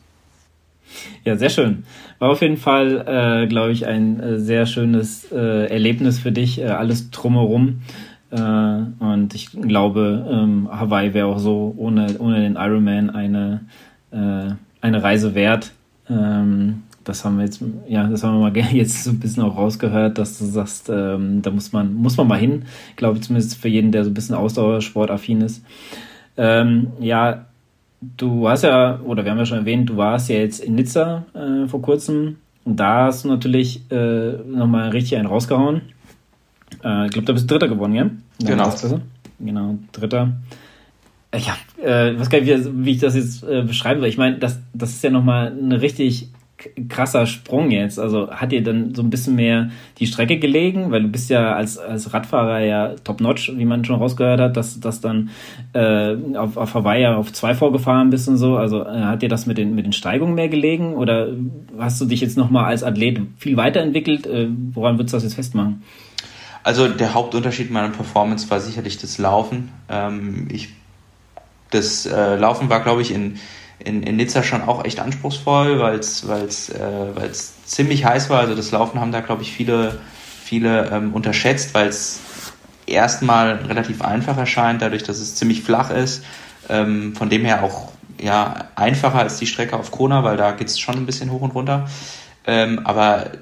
Ja, sehr schön. War auf jeden Fall, äh, glaube ich, ein äh, sehr schönes äh, Erlebnis für dich, äh, alles drumherum. Äh, und ich glaube, ähm, Hawaii wäre auch so ohne, ohne den Ironman eine, äh, eine Reise wert. Ähm, Das haben wir jetzt, ja, das haben wir mal jetzt so ein bisschen auch rausgehört, dass du sagst, ähm, da muss man, muss man mal hin, glaube ich, zumindest für jeden, der so ein bisschen Ausdauersportaffin ist. Ähm, ja, du hast ja, oder wir haben ja schon erwähnt, du warst ja jetzt in Nizza äh, vor kurzem und da hast du natürlich äh, nochmal richtig einen rausgehauen. Äh, ich glaube, da bist du Dritter geworden, ja? Genau. Genau, Dritter. Ich hab, äh, weiß gar nicht, wie, wie ich das jetzt äh, beschreiben soll. Ich meine, das, das ist ja nochmal eine richtig krasser Sprung jetzt. Also hat dir dann so ein bisschen mehr die Strecke gelegen, weil du bist ja als als Radfahrer ja top-notch, wie man schon rausgehört hat, dass das dann äh, auf, auf Hawaii ja auf zwei vorgefahren bist und so. Also äh, hat dir das mit den mit den Steigungen mehr gelegen oder hast du dich jetzt nochmal als Athlet viel weiterentwicklt? Äh, woran würdest du das jetzt festmachen? Also der Hauptunterschied meiner Performance war sicherlich das Laufen. Ähm, ich das äh, Laufen war, glaube ich, in In, in Nizza schon auch echt anspruchsvoll, weil es weil's, äh, weil's ziemlich heiß war. Also das Laufen haben da, glaube ich, viele, viele ähm, unterschätzt, weil es erstmal relativ einfach erscheint, dadurch, dass es ziemlich flach ist. Ähm, von dem her auch ja, einfacher als die Strecke auf Kona, weil da geht es schon ein bisschen hoch und runter. Ähm, aber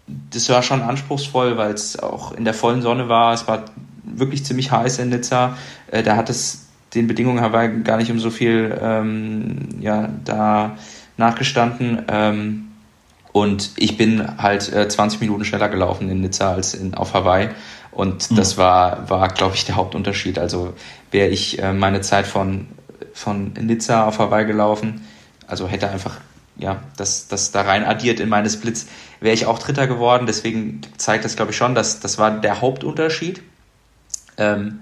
das war schon anspruchsvoll, weil es auch in der vollen Sonne war. Es war wirklich ziemlich heiß in Nizza. Äh, da hat es den Bedingungen Hawaii gar nicht um so viel ähm, ja, da nachgestanden. Ähm, und ich bin halt äh, zwanzig Minuten schneller gelaufen in Nizza als in, auf Hawaii. Und mhm. das war, war glaube ich, der Hauptunterschied. Also wäre ich äh, meine Zeit von, von Nizza auf Hawaii gelaufen, also hätte einfach ja, das, das da rein addiert in meine Splits, wäre ich auch Dritter geworden. Deswegen zeigt das, glaube ich, schon, dass das war der Hauptunterschied. Ähm,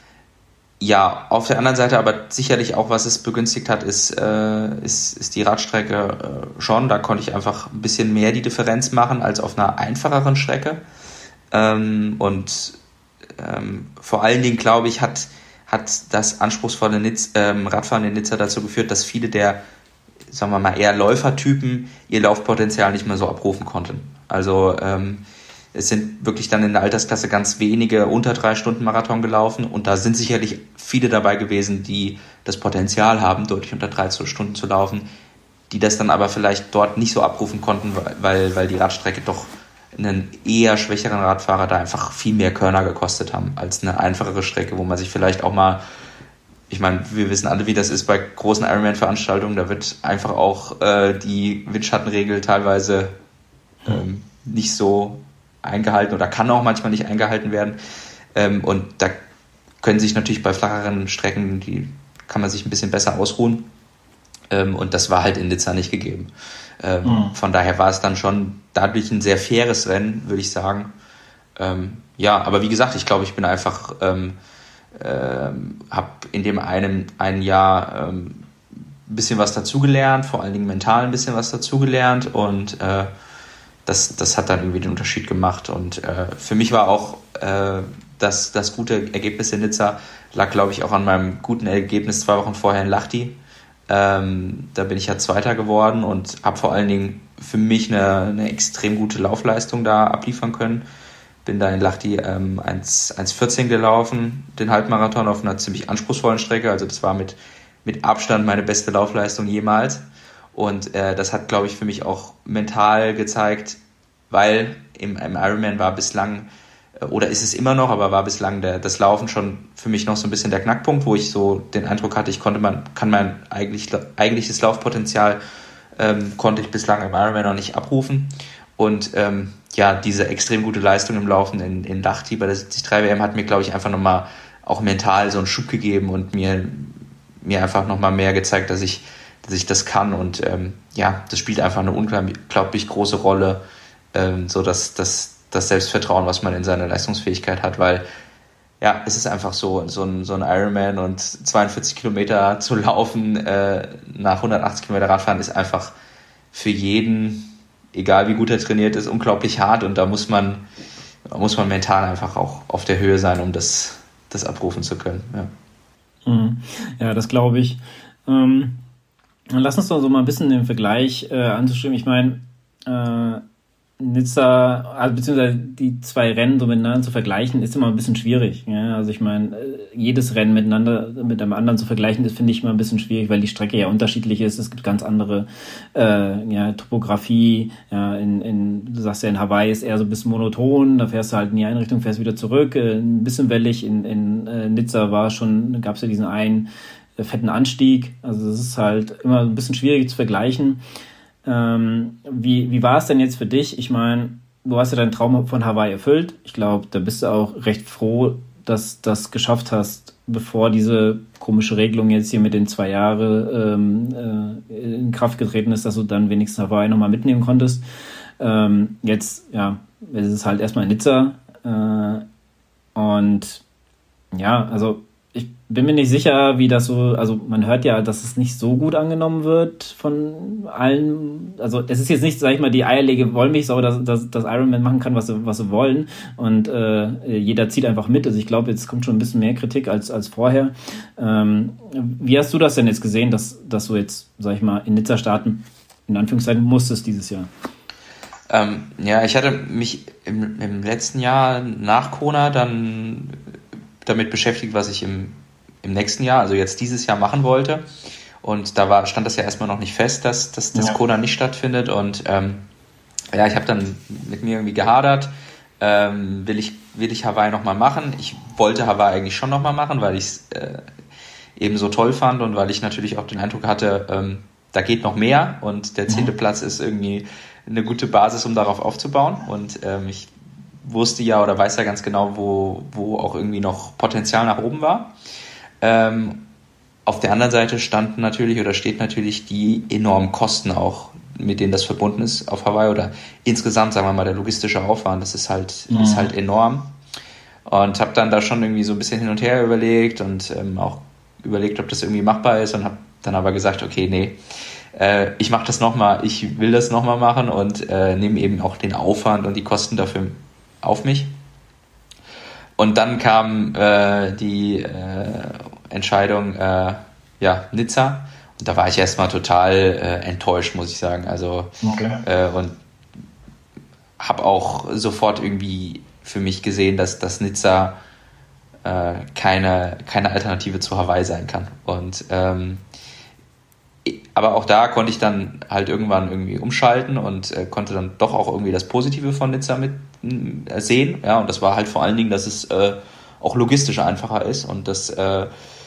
ja, auf der anderen Seite aber sicherlich auch, was es begünstigt hat, ist, äh, ist, ist die Radstrecke äh, schon. Da konnte ich einfach ein bisschen mehr die Differenz machen als auf einer einfacheren Strecke. Ähm, und ähm, vor allen Dingen, glaube ich, hat, hat das anspruchsvolle Nitz, ähm, Radfahren in Nizza dazu geführt, dass viele der, sagen wir mal, eher Läufertypen ihr Laufpotenzial nicht mehr so abrufen konnten. Also ähm, es sind wirklich dann in der Altersklasse ganz wenige unter drei Stunden Marathon gelaufen und da sind sicherlich viele dabei gewesen, die das Potenzial haben, deutlich unter drei Stunden zu laufen, die das dann aber vielleicht dort nicht so abrufen konnten, weil, weil die Radstrecke doch einen eher schwächeren Radfahrer da einfach viel mehr Körner gekostet haben als eine einfachere Strecke, wo man sich vielleicht auch mal, ich meine, wir wissen alle, wie das ist bei großen Ironman-Veranstaltungen, da wird einfach auch äh, die Windschattenregel teilweise ähm, nicht so eingehalten oder kann auch manchmal nicht eingehalten werden. Ähm, und da können sich natürlich bei flacheren Strecken, die kann man sich ein bisschen besser ausruhen. Ähm, und das war halt in Nizza nicht gegeben. Ähm, mhm. Von daher war es dann schon dadurch ein sehr faires Rennen, würde ich sagen. Ähm, ja, aber wie gesagt, ich glaube, ich bin einfach, ähm, ähm, habe in dem einen, einen Jahr ähm, ein bisschen was dazugelernt, vor allen Dingen mental ein bisschen was dazugelernt und äh, das, das hat dann irgendwie den Unterschied gemacht. Und äh, für mich war auch äh, das, das gute Ergebnis in Nizza, lag, glaube ich, auch an meinem guten Ergebnis zwei Wochen vorher in Lahti. Ähm, da bin ich ja Zweiter geworden und habe vor allen Dingen für mich eine, eine extrem gute Laufleistung da abliefern können. Bin da in Lahti ähm, eins vierzehn gelaufen, den Halbmarathon auf einer ziemlich anspruchsvollen Strecke. Also das war mit, mit Abstand meine beste Laufleistung jemals. Und äh, das hat, glaube ich, für mich auch mental gezeigt, weil im, im Ironman war bislang, äh, oder ist es immer noch, aber war bislang der, das Laufen schon für mich noch so ein bisschen der Knackpunkt, wo ich so den Eindruck hatte, ich konnte man, kann mein eigentlich, eigentliches Laufpotenzial ähm, konnte ich bislang im Ironman noch nicht abrufen. Und ähm, ja, diese extrem gute Leistung im Laufen in, in Lahti bei der siebzig drei W M hat mir, glaube ich, einfach nochmal auch mental so einen Schub gegeben und mir, mir einfach nochmal mehr gezeigt, dass ich dass ich das kann und ähm, ja, das spielt einfach eine unglaublich große Rolle, ähm, so dass das, das Selbstvertrauen, was man in seiner Leistungsfähigkeit hat, weil ja, es ist einfach so, so ein, so ein Ironman und zweiundvierzig Kilometer zu laufen äh, nach hundertachtzig Kilometer Radfahren ist einfach für jeden, egal wie gut er trainiert ist, unglaublich hart und da muss man, da muss man mental einfach auch auf der Höhe sein, um das, das abrufen zu können. Ja, mhm. Ja, das glaube ich. Ähm Lass uns doch so mal ein bisschen den Vergleich äh, anzustimmen. Ich meine, äh, Nizza, also beziehungsweise die zwei Rennen so miteinander zu vergleichen, ist immer ein bisschen schwierig. Ja? Also ich meine, äh, jedes Rennen miteinander mit einem anderen zu vergleichen, das finde ich immer ein bisschen schwierig, weil die Strecke ja unterschiedlich ist. Es gibt ganz andere äh, ja, Topografie. Ja, in, in, du sagst ja, in Hawaii ist eher so ein bisschen monoton, da fährst du halt in die eine Richtung, fährst wieder zurück, äh, ein bisschen wellig. In, in äh, Nizza war schon, gab es ja diesen einen fetten Anstieg, also das ist halt immer ein bisschen schwierig zu vergleichen. Ähm, wie, wie war es denn jetzt für dich? Ich meine, du hast ja deinen Traum von Hawaii erfüllt. Ich glaube, da bist du auch recht froh, dass du das geschafft hast, bevor diese komische Regelung jetzt hier mit den zwei Jahren ähm, äh, in Kraft getreten ist, dass du dann wenigstens Hawaii nochmal mitnehmen konntest. Ähm, jetzt, ja, es ist halt erstmal in Nizza äh, und ja, also ich bin mir nicht sicher, wie das so, also man hört ja, dass es nicht so gut angenommen wird von allen, also es ist jetzt nicht, sag ich mal, die eierlegende Wollmilchsau, dass, dass, dass Ironman machen kann, was sie, was sie wollen und äh, jeder zieht einfach mit, also ich glaube, jetzt kommt schon ein bisschen mehr Kritik als, als vorher. Ähm, wie hast du das denn jetzt gesehen, dass, dass du jetzt, sag ich mal, in Nizza starten, in Anführungszeichen, musstest dieses Jahr? Ähm, ja, ich hatte mich im, im letzten Jahr nach Kona dann damit beschäftigt, was ich im, im nächsten Jahr, also jetzt dieses Jahr machen wollte. Und da war, stand das ja erstmal noch nicht fest, dass, dass, dass ja. Kona nicht stattfindet. Und ähm, ja, ich habe dann mit mir irgendwie gehadert, ähm, will ich will ich Hawaii nochmal machen. Ich wollte Hawaii eigentlich schon nochmal machen, weil ich es äh, eben so toll fand und weil ich natürlich auch den Eindruck hatte, ähm, da geht noch mehr und der zehnte mhm. Platz ist irgendwie eine gute Basis, um darauf aufzubauen. Und ähm, ich wusste ja oder weiß ja ganz genau, wo, wo auch irgendwie noch Potenzial nach oben war. Ähm, auf der anderen Seite standen natürlich oder steht natürlich die enormen Kosten auch, mit denen das verbunden ist auf Hawaii oder insgesamt, sagen wir mal, der logistische Aufwand, das ist halt, mhm. ist halt enorm. Und habe dann da schon irgendwie so ein bisschen hin und her überlegt und ähm, auch überlegt, ob das irgendwie machbar ist und habe dann aber gesagt, okay, nee, äh, ich mache das nochmal, ich will das nochmal machen und äh, nehme eben auch den Aufwand und die Kosten dafür auf mich. Und dann kam äh, die äh, Entscheidung, äh, ja, Nizza. Und da war ich erstmal total äh, enttäuscht, muss ich sagen. Also okay. äh, und habe auch sofort irgendwie für mich gesehen, dass, dass Nizza äh, keine, keine Alternative zu Hawaii sein kann. Und ähm, aber auch da konnte ich dann halt irgendwann irgendwie umschalten und äh, konnte dann doch auch irgendwie das Positive von Nizza mit äh, sehen. Ja, und das war halt vor allen Dingen, dass es äh, auch logistisch einfacher ist. Und das äh,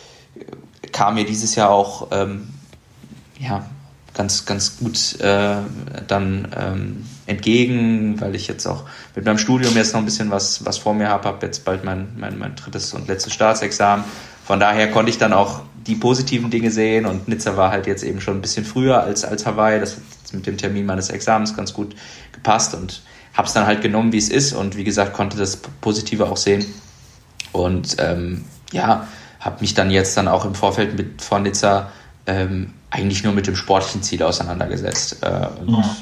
kam mir dieses Jahr auch ähm, ja, ganz, ganz gut äh, dann ähm, entgegen, weil ich jetzt auch mit meinem Studium jetzt noch ein bisschen was, was vor mir habe, habe jetzt bald mein, mein, mein drittes und letztes Staatsexamen. Von daher konnte ich dann auch die positiven Dinge sehen und Nizza war halt jetzt eben schon ein bisschen früher als, als Hawaii. Das hat mit dem Termin meines Examens ganz gut gepasst und habe es dann halt genommen, wie es ist und wie gesagt, konnte das Positive auch sehen und ähm, ja, habe mich dann jetzt dann auch im Vorfeld mit von Nizza ähm, eigentlich nur mit dem sportlichen Ziel auseinandergesetzt. Äh, und ja.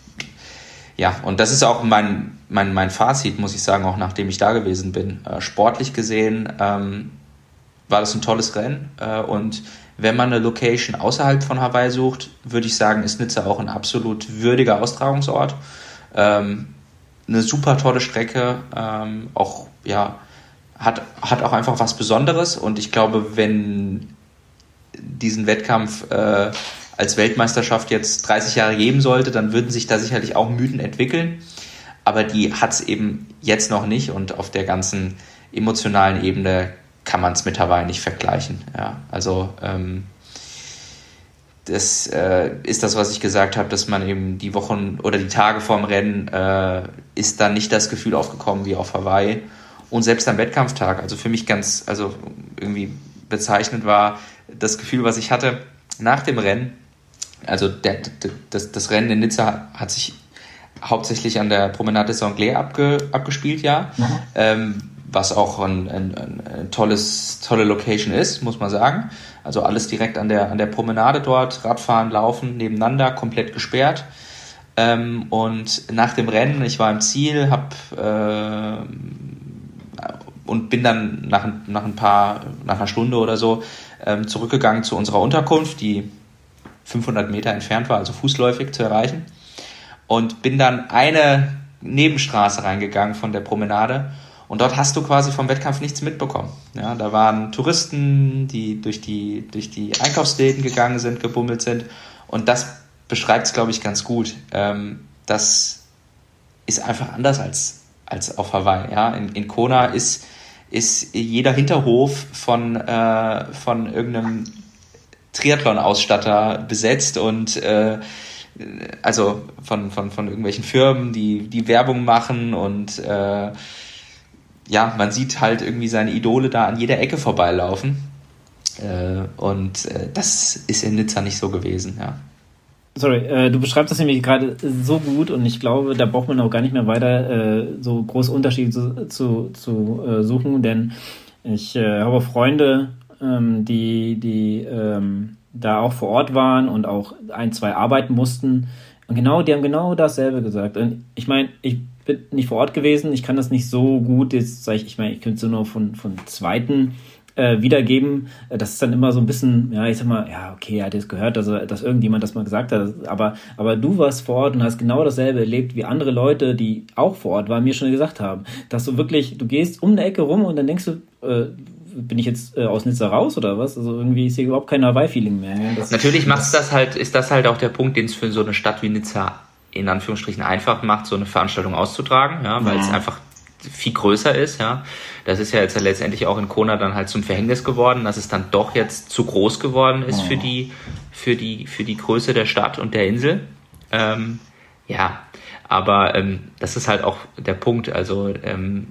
ja, und das ist auch mein, mein, mein Fazit, muss ich sagen, auch nachdem ich da gewesen bin. Äh, sportlich gesehen ähm, war das ein tolles Rennen äh, und wenn man eine Location außerhalb von Hawaii sucht, würde ich sagen, ist Nizza auch ein absolut würdiger Austragungsort. Ähm, eine super tolle Strecke, ähm, auch ja, hat, hat auch einfach was Besonderes und ich glaube, wenn diesen Wettkampf äh, als Weltmeisterschaft jetzt dreißig Jahre geben sollte, dann würden sich da sicherlich auch Mythen entwickeln, aber die hat es eben jetzt noch nicht und auf der ganzen emotionalen Ebene kann man es mit Hawaii nicht vergleichen. Ja, also ähm, das äh, ist das, was ich gesagt habe, dass man eben die Wochen oder die Tage vorm Rennen äh, ist dann nicht das Gefühl aufgekommen wie auf Hawaii und selbst am Wettkampftag, also für mich ganz, also irgendwie bezeichnend war das Gefühl, was ich hatte nach dem Rennen, also der, der, das, das Rennen in Nizza hat sich hauptsächlich an der Promenade des Anglais abge, abgespielt, ja, mhm. ähm, was auch ein, ein, ein tolles, tolle Location ist, muss man sagen. Also alles direkt an der, an der Promenade dort, Radfahren, Laufen, nebeneinander, komplett gesperrt. Ähm, und nach dem Rennen, ich war im Ziel, hab äh, und bin dann nach, nach ein paar, nach einer Stunde oder so ähm, zurückgegangen zu unserer Unterkunft, die fünfhundert Meter entfernt war, also fußläufig zu erreichen. Und bin dann eine Nebenstraße reingegangen von der Promenade. Und dort hast du quasi vom Wettkampf nichts mitbekommen. Ja, da waren Touristen, die durch die, durch die Einkaufsläden gegangen sind, gebummelt sind. Und das beschreibt es, glaube ich, ganz gut. Ähm, das ist einfach anders als, als auf Hawaii. Ja? In, in Kona ist, ist jeder Hinterhof von, äh, von irgendeinem Triathlon-Ausstatter besetzt und äh, also von, von, von irgendwelchen Firmen, die, die Werbung machen und äh, ja, man sieht halt irgendwie seine Idole da an jeder Ecke vorbeilaufen. Äh, und äh, das ist in Nizza nicht so gewesen, ja. Sorry, äh, du beschreibst das nämlich gerade so gut und ich glaube, da braucht man auch gar nicht mehr weiter äh, so große Unterschiede zu, zu, zu äh, suchen, denn ich äh, habe Freunde, ähm, die, die ähm, da auch vor Ort waren und auch ein, zwei arbeiten mussten und genau, die haben genau dasselbe gesagt. Und ich meine, ich bin nicht vor Ort gewesen, ich kann das nicht so gut, jetzt sage ich, ich meine, ich könnte es nur von, von zweiten äh, wiedergeben. Das ist dann immer so ein bisschen, ja, ich sag mal, ja, okay, er hat jetzt gehört, dass, dass irgendjemand das mal gesagt hat, aber, aber du warst vor Ort und hast genau dasselbe erlebt, wie andere Leute, die auch vor Ort waren, mir schon gesagt haben, dass du wirklich, du gehst um eine Ecke rum und dann denkst du, äh, bin ich jetzt äh, aus Nizza raus oder was? Also irgendwie ist hier überhaupt kein Hawaii-Feeling mehr. Ja? Natürlich macht's das halt, ist das halt auch der Punkt, den es für so eine Stadt wie Nizza in Anführungsstrichen einfach macht, so eine Veranstaltung auszutragen, ja, weil ja. es einfach viel größer ist, ja. Das ist ja jetzt letztendlich auch in Kona dann halt zum Verhängnis geworden, dass es dann doch jetzt zu groß geworden ist ja. für die, für die, für die Größe der Stadt und der Insel. Ähm, ja, aber ähm, das ist halt auch der Punkt, also ähm,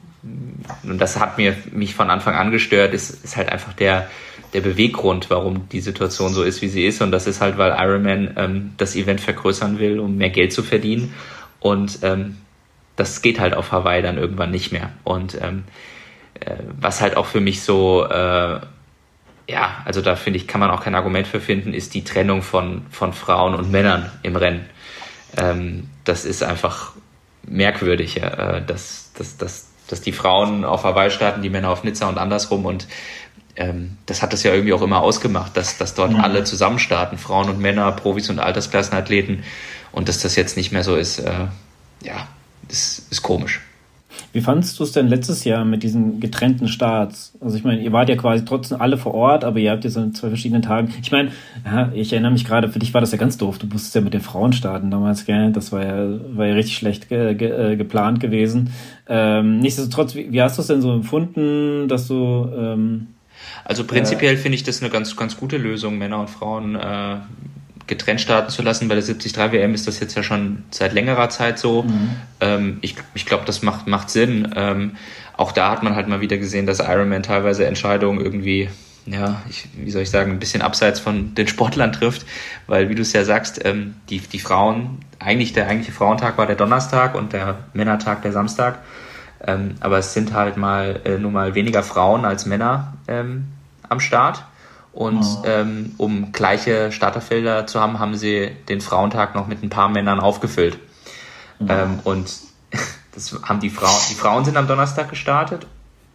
und das hat mir mich von Anfang an gestört, ist, ist halt einfach der, der Beweggrund, warum die Situation so ist, wie sie ist. Und das ist halt, weil Ironman ähm, das Event vergrößern will, um mehr Geld zu verdienen. Und ähm, das geht halt auf Hawaii dann irgendwann nicht mehr. Und ähm, äh, was halt auch für mich so, äh, ja, also da finde ich, kann man auch kein Argument für finden, ist die Trennung von, von Frauen und Männern im Rennen. Ähm, das ist einfach merkwürdig, ja, äh, dass, dass, dass dass die Frauen auf Hawaii starten, die Männer auf Nizza und andersrum. Und ähm, das hat es ja irgendwie auch immer ausgemacht, dass, dass dort mhm. alle zusammen starten, Frauen und Männer, Profis und Altersklassenathleten. Und dass das jetzt nicht mehr so ist, äh, ja, ist, ist komisch. Wie fandest du es denn letztes Jahr mit diesen getrennten Starts? Also ich meine, ihr wart ja quasi trotzdem alle vor Ort, aber ihr habt jetzt an zwei verschiedenen Tagen. Ich meine, ja, ich erinnere mich gerade, für dich war das ja ganz doof. Du musstest ja mit den Frauen starten damals, gell? Das war ja, war ja richtig schlecht ge, ge, geplant gewesen. Ähm, nichtsdestotrotz, wie, wie hast du es denn so empfunden, dass du... Ähm, also prinzipiell äh, finde ich das eine ganz, ganz gute Lösung, Männer und Frauen äh, getrennt starten zu lassen. Bei der siebzig drei W M ist das jetzt ja schon seit längerer Zeit so. Mhm. Ähm, ich ich glaube, das macht, macht Sinn. Ähm, auch da hat man halt mal wieder gesehen, dass Ironman teilweise Entscheidungen irgendwie, ja, ich, wie soll ich sagen, ein bisschen abseits von den Sportlern trifft, weil, wie du es ja sagst, ähm, die, die Frauen, eigentlich der eigentliche Frauentag war der Donnerstag und der Männertag der Samstag. Ähm, aber es sind halt mal äh, nur mal weniger Frauen als Männer ähm, am Start. Und oh. ähm, um gleiche Starterfelder zu haben, haben sie den Frauentag noch mit ein paar Männern aufgefüllt. Mhm. Ähm, und das haben die Frauen, die Frauen sind am Donnerstag gestartet.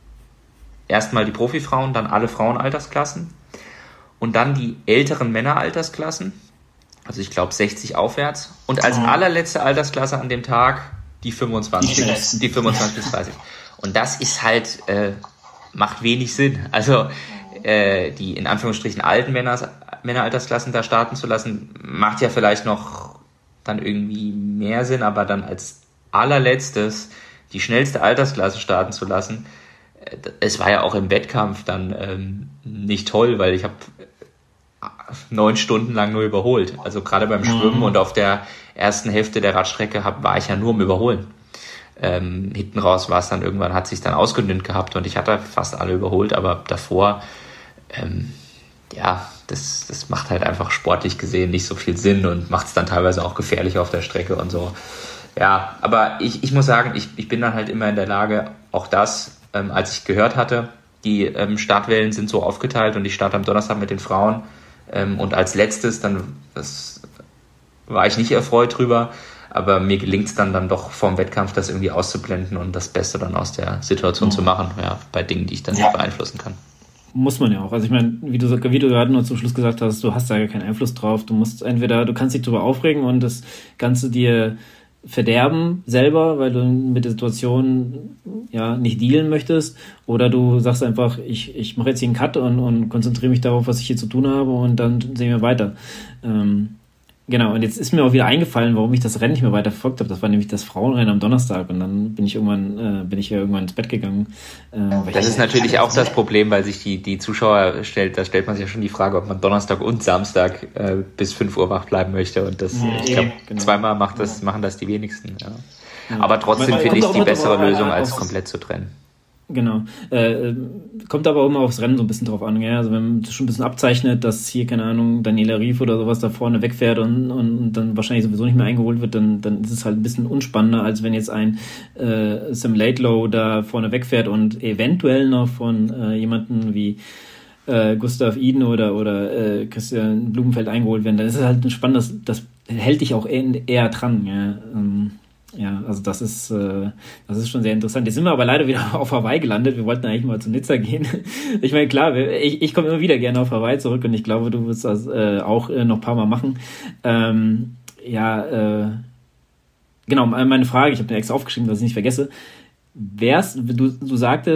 Erstmal die Profifrauen, dann alle Frauenaltersklassen. Und dann die älteren Männeraltersklassen. Also ich glaube sechzig aufwärts. Und als oh. allerletzte Altersklasse an dem Tag die fünfundzwanzig, die, die fünfundzwanzig bis dreißig. Und das ist halt, äh, macht wenig Sinn. Also die in Anführungsstrichen alten Männer, Männeraltersklassen da starten zu lassen, macht ja vielleicht noch dann irgendwie mehr Sinn, aber dann als allerletztes die schnellste Altersklasse starten zu lassen, es war ja auch im Wettkampf dann ähm, nicht toll, weil ich habe neun Stunden lang nur überholt. Also gerade beim Schwimmen mhm. und auf der ersten Hälfte der Radstrecke hab, war ich ja nur am Überholen. Ähm, hinten raus war es dann irgendwann, hat sich dann ausgedünnt gehabt und ich hatte fast alle überholt, aber davor Ähm, ja, das, das macht halt einfach sportlich gesehen nicht so viel Sinn und macht es dann teilweise auch gefährlich auf der Strecke und so. Ja, aber ich, ich muss sagen, ich, ich bin dann halt immer in der Lage, auch das, ähm, als ich gehört hatte, die ähm, Startwellen sind so aufgeteilt und ich starte am Donnerstag mit den Frauen ähm, und als letztes, dann das war ich nicht erfreut drüber, aber mir gelingt es dann, dann doch vorm Wettkampf das irgendwie auszublenden und das Beste dann aus der Situation mhm. zu machen, ja, bei Dingen, die ich dann ja. nicht beeinflussen kann. Muss man ja auch. Also ich meine, wie du, wie du gerade noch zum Schluss gesagt hast, du hast da ja keinen Einfluss drauf. Du musst entweder, du kannst dich drüber aufregen und das Ganze dir verderben selber, weil du mit der Situation ja nicht dealen möchtest, oder du sagst einfach, ich, ich mache jetzt hier einen Cut und, und konzentriere mich darauf, was ich hier zu tun habe, und dann sehen wir weiter. Ähm, Genau, und jetzt ist mir auch wieder eingefallen, warum ich das Rennen nicht mehr weiter verfolgt habe. Das war nämlich das Frauenrennen am Donnerstag, und dann bin ich irgendwann, äh, bin ich ja irgendwann ins Bett gegangen. Äh, das ist natürlich auch das Problem, weil sich die, die Zuschauer stellt, da stellt man sich ja schon die Frage, ob man Donnerstag und Samstag äh, bis fünf Uhr wach bleiben möchte, und das, ja, ich glaube, genau. zweimal macht das, machen das die wenigsten. Ja. Ja. Aber trotzdem finde ich es die bessere Lösung, als komplett zu trennen. Genau. Äh, kommt aber auch immer aufs Rennen so ein bisschen drauf an. Gell? Also wenn man schon ein bisschen abzeichnet, dass hier, keine Ahnung, Daniela Rief oder sowas da vorne wegfährt und, und dann wahrscheinlich sowieso nicht mehr eingeholt wird, dann, dann ist es halt ein bisschen unspannender, als wenn jetzt ein äh, Sam Laidlow da vorne wegfährt und eventuell noch von äh, jemanden wie äh, Gustav Iden oder, oder äh, Christian Blumenfeld eingeholt werden. Dann ist es halt ein spannendes, das hält dich auch eher, eher dran. Ja? Ähm, Ja, also das ist äh, das ist schon sehr interessant. Jetzt sind wir aber leider wieder auf Hawaii gelandet. Wir wollten eigentlich mal zu Nizza gehen. Ich meine, klar, ich, ich komme immer wieder gerne auf Hawaii zurück, und ich glaube, du wirst das äh, auch äh, noch ein paar Mal machen. Ähm, ja, äh, genau, meine Frage, ich habe mir extra aufgeschrieben, dass ich nicht vergesse. Wär's, du, du sagtest,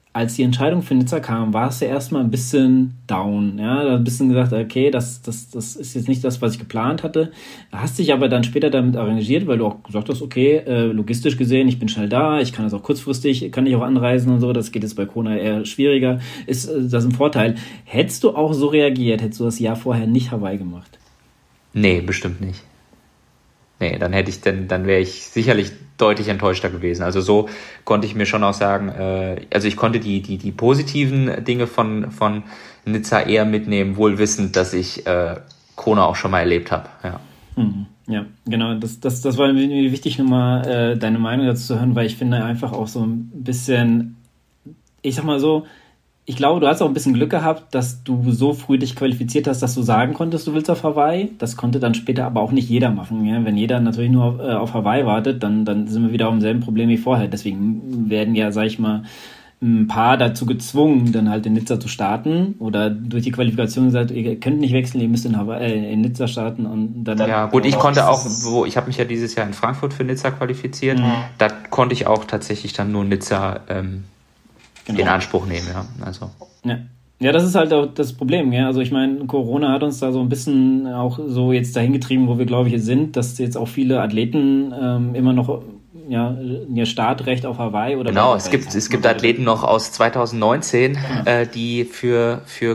als die Entscheidung für Nizza kam, war es ja erstmal ein bisschen down. Ja, da ein bisschen gesagt, okay, das, das, das ist jetzt nicht das, was ich geplant hatte. Hast dich aber dann später damit arrangiert, weil du auch gesagt hast, okay, äh, logistisch gesehen, ich bin schnell da, ich kann das auch kurzfristig, kann ich auch anreisen und so, das geht jetzt bei Kona eher schwieriger. Ist äh, das ein Vorteil? Hättest du auch so reagiert, hättest du das Jahr vorher nicht Hawaii gemacht? Nee, bestimmt nicht. Nee, dann hätte ich, dann, dann wäre ich sicherlich deutlich enttäuschter gewesen. Also so konnte ich mir schon auch sagen, äh, also ich konnte die, die, die positiven Dinge von, von Nizza eher mitnehmen, wohl wissend, dass ich äh, Kona auch schon mal erlebt habe. Ja. Mhm. Ja, genau. Das, das, das war mir wichtig, nochmal äh, deine Meinung dazu zu hören, weil ich finde einfach auch so ein bisschen, ich sag mal so, ich glaube, du hast auch ein bisschen Glück gehabt, dass du so früh dich qualifiziert hast, dass du sagen konntest, du willst auf Hawaii. Das konnte dann später aber auch nicht jeder machen. Ja? Wenn jeder natürlich nur auf, äh, auf Hawaii wartet, dann, dann sind wir wieder auf demselben Problem wie vorher. Deswegen werden ja, sag ich mal, ein paar dazu gezwungen, dann halt in Nizza zu starten oder durch die Qualifikation gesagt, ihr könnt nicht wechseln, ihr müsst in, Hawaii, äh, in Nizza starten und dann... Ja gut, ich konnte auch, wo ich habe mich ja dieses Jahr in Frankfurt für Nizza qualifiziert, mhm. da konnte ich auch tatsächlich dann nur Nizza ähm, genau. in Anspruch nehmen, ja. Also. Ja. Ja, das ist halt auch das Problem, ja. Also ich meine, Corona hat uns da so ein bisschen auch so jetzt dahin getrieben, wo wir, glaube ich, jetzt sind, dass jetzt auch viele Athleten ähm, immer noch ja, ihr Startrecht auf Hawaii oder genau, es gibt es gibt Athleten noch aus zwanzig neunzehn, ja. äh, die für für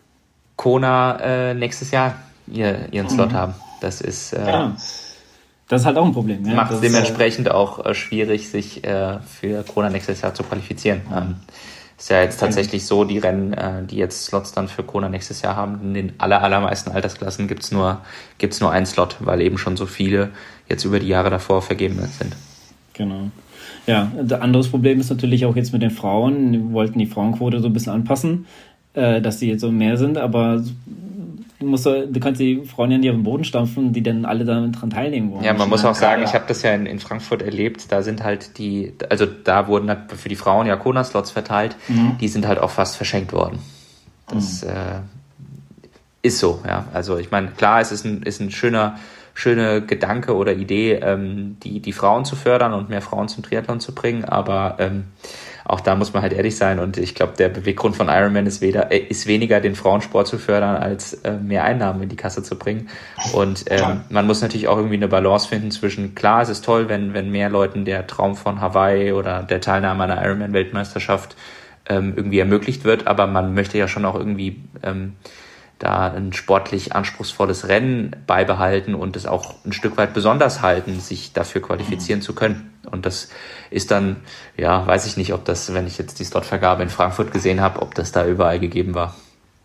Kona äh, nächstes Jahr ihr, ihren Slot mhm. haben. Das ist äh, ja. Das ist halt auch ein Problem. Ja? Macht es das dementsprechend ist, äh, auch äh, schwierig, sich äh, für Kona nächstes Jahr zu qualifizieren. Mhm. Ähm, ist ja jetzt tatsächlich so, die Rennen, äh, die jetzt Slots dann für Kona nächstes Jahr haben, in den aller, allermeisten Altersklassen gibt's nur gibt's nur einen Slot, weil eben schon so viele jetzt über die Jahre davor vergeben sind. Genau. Ja, ein anderes Problem ist natürlich auch jetzt mit den Frauen. Wir wollten die Frauenquote so ein bisschen anpassen, äh, dass die jetzt so mehr sind, aber du musst, du kannst die Frauen ja nicht auf den Boden stampfen, die dann alle daran teilnehmen wollen. Ja, man muss auch sagen, ich habe das ja in, in Frankfurt erlebt, da sind halt die, also da wurden halt für die Frauen ja Kona-Slots verteilt, mhm. die sind halt auch fast verschenkt worden. Das mhm. äh, ist so, ja. Also ich meine, klar, es ist ein, ist ein schöner schöne Gedanke oder Idee, ähm, die, die Frauen zu fördern und mehr Frauen zum Triathlon zu bringen, aber ähm, auch da muss man halt ehrlich sein und ich glaube, der Beweggrund von Ironman ist, weder, äh, ist weniger, den Frauensport zu fördern, als äh, mehr Einnahmen in die Kasse zu bringen. Und ähm, man muss natürlich auch irgendwie eine Balance finden zwischen, klar, es ist toll, wenn, wenn mehr Leuten der Traum von Hawaii oder der Teilnahme an einer Ironman-Weltmeisterschaft ähm, irgendwie ermöglicht wird, aber man möchte ja schon auch irgendwie ähm, da ein sportlich anspruchsvolles Rennen beibehalten und es auch ein Stück weit besonders halten, sich dafür qualifizieren zu können. Und das ist dann, ja, weiß ich nicht, ob das, wenn ich jetzt die Slotvergabe in Frankfurt gesehen habe, ob das da überall gegeben war.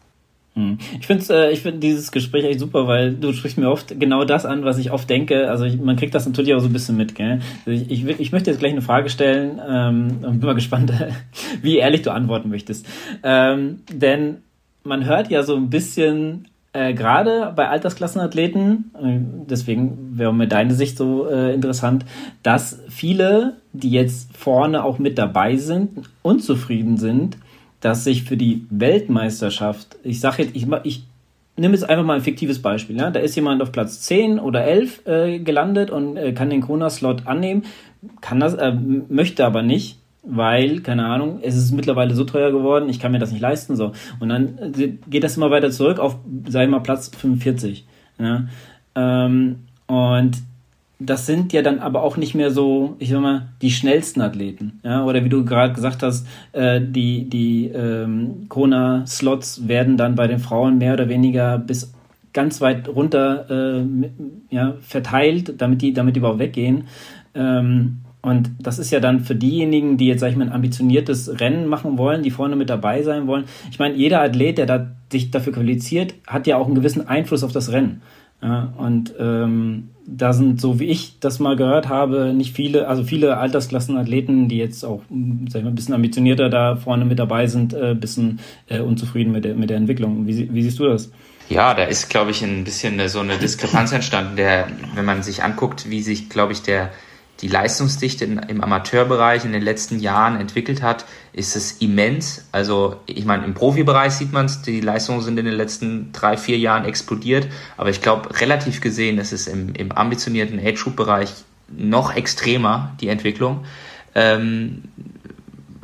Ich finde äh, ich finde dieses Gespräch echt super, weil du sprichst mir oft genau das an, was ich oft denke. Also ich, man kriegt das natürlich auch so ein bisschen mit, gell? Also ich, ich, ich möchte jetzt gleich eine Frage stellen ähm, und bin mal gespannt, wie ehrlich du antworten möchtest. Ähm, denn man hört ja so ein bisschen, äh, gerade bei Altersklassenathleten, äh, deswegen wäre mir deine Sicht so äh, interessant, dass viele, die jetzt vorne auch mit dabei sind, unzufrieden sind, dass sich für die Weltmeisterschaft, ich sage jetzt, ich, ich nehme jetzt einfach mal ein fiktives Beispiel, ja? Da ist jemand auf Platz zehn oder elf äh, gelandet und äh, kann den Kona-Slot annehmen, kann das, äh, möchte aber nicht, weil, keine Ahnung, es ist mittlerweile so teuer geworden, ich kann mir das nicht leisten, so. Und dann geht das immer weiter zurück auf, sag ich mal, Platz fünfundvierzig. Ja? Ähm, und das sind ja dann aber auch nicht mehr so, ich sag mal, die schnellsten Athleten. Ja? Oder wie du gerade gesagt hast, äh, die, die ähm, Kona-Slots werden dann bei den Frauen mehr oder weniger bis ganz weit runter äh, ja, verteilt, damit die, damit die überhaupt weggehen. Ähm, Und das ist ja dann für diejenigen, die jetzt, sag ich mal, ein ambitioniertes Rennen machen wollen, die vorne mit dabei sein wollen. Ich meine, jeder Athlet, der da sich dafür qualifiziert, hat ja auch einen gewissen Einfluss auf das Rennen. Ja, und ähm, da sind, so wie ich das mal gehört habe, nicht viele, also viele Altersklassenathleten, die jetzt auch, sag ich mal, ein bisschen ambitionierter da vorne mit dabei sind, ein äh, bisschen äh, unzufrieden mit der, mit der Entwicklung. Wie, wie siehst du das? Ja, da ist, glaube ich, ein bisschen so eine Diskrepanz entstanden, der, wenn man sich anguckt, wie sich, glaube ich, der die Leistungsdichte in, im Amateurbereich in den letzten Jahren entwickelt hat, ist es immens. Also ich meine, im Profibereich sieht man es, die Leistungen sind in den letzten drei, vier Jahren explodiert, aber ich glaube, relativ gesehen ist es im, im ambitionierten Age-Group-Bereich noch extremer, die Entwicklung. Ähm,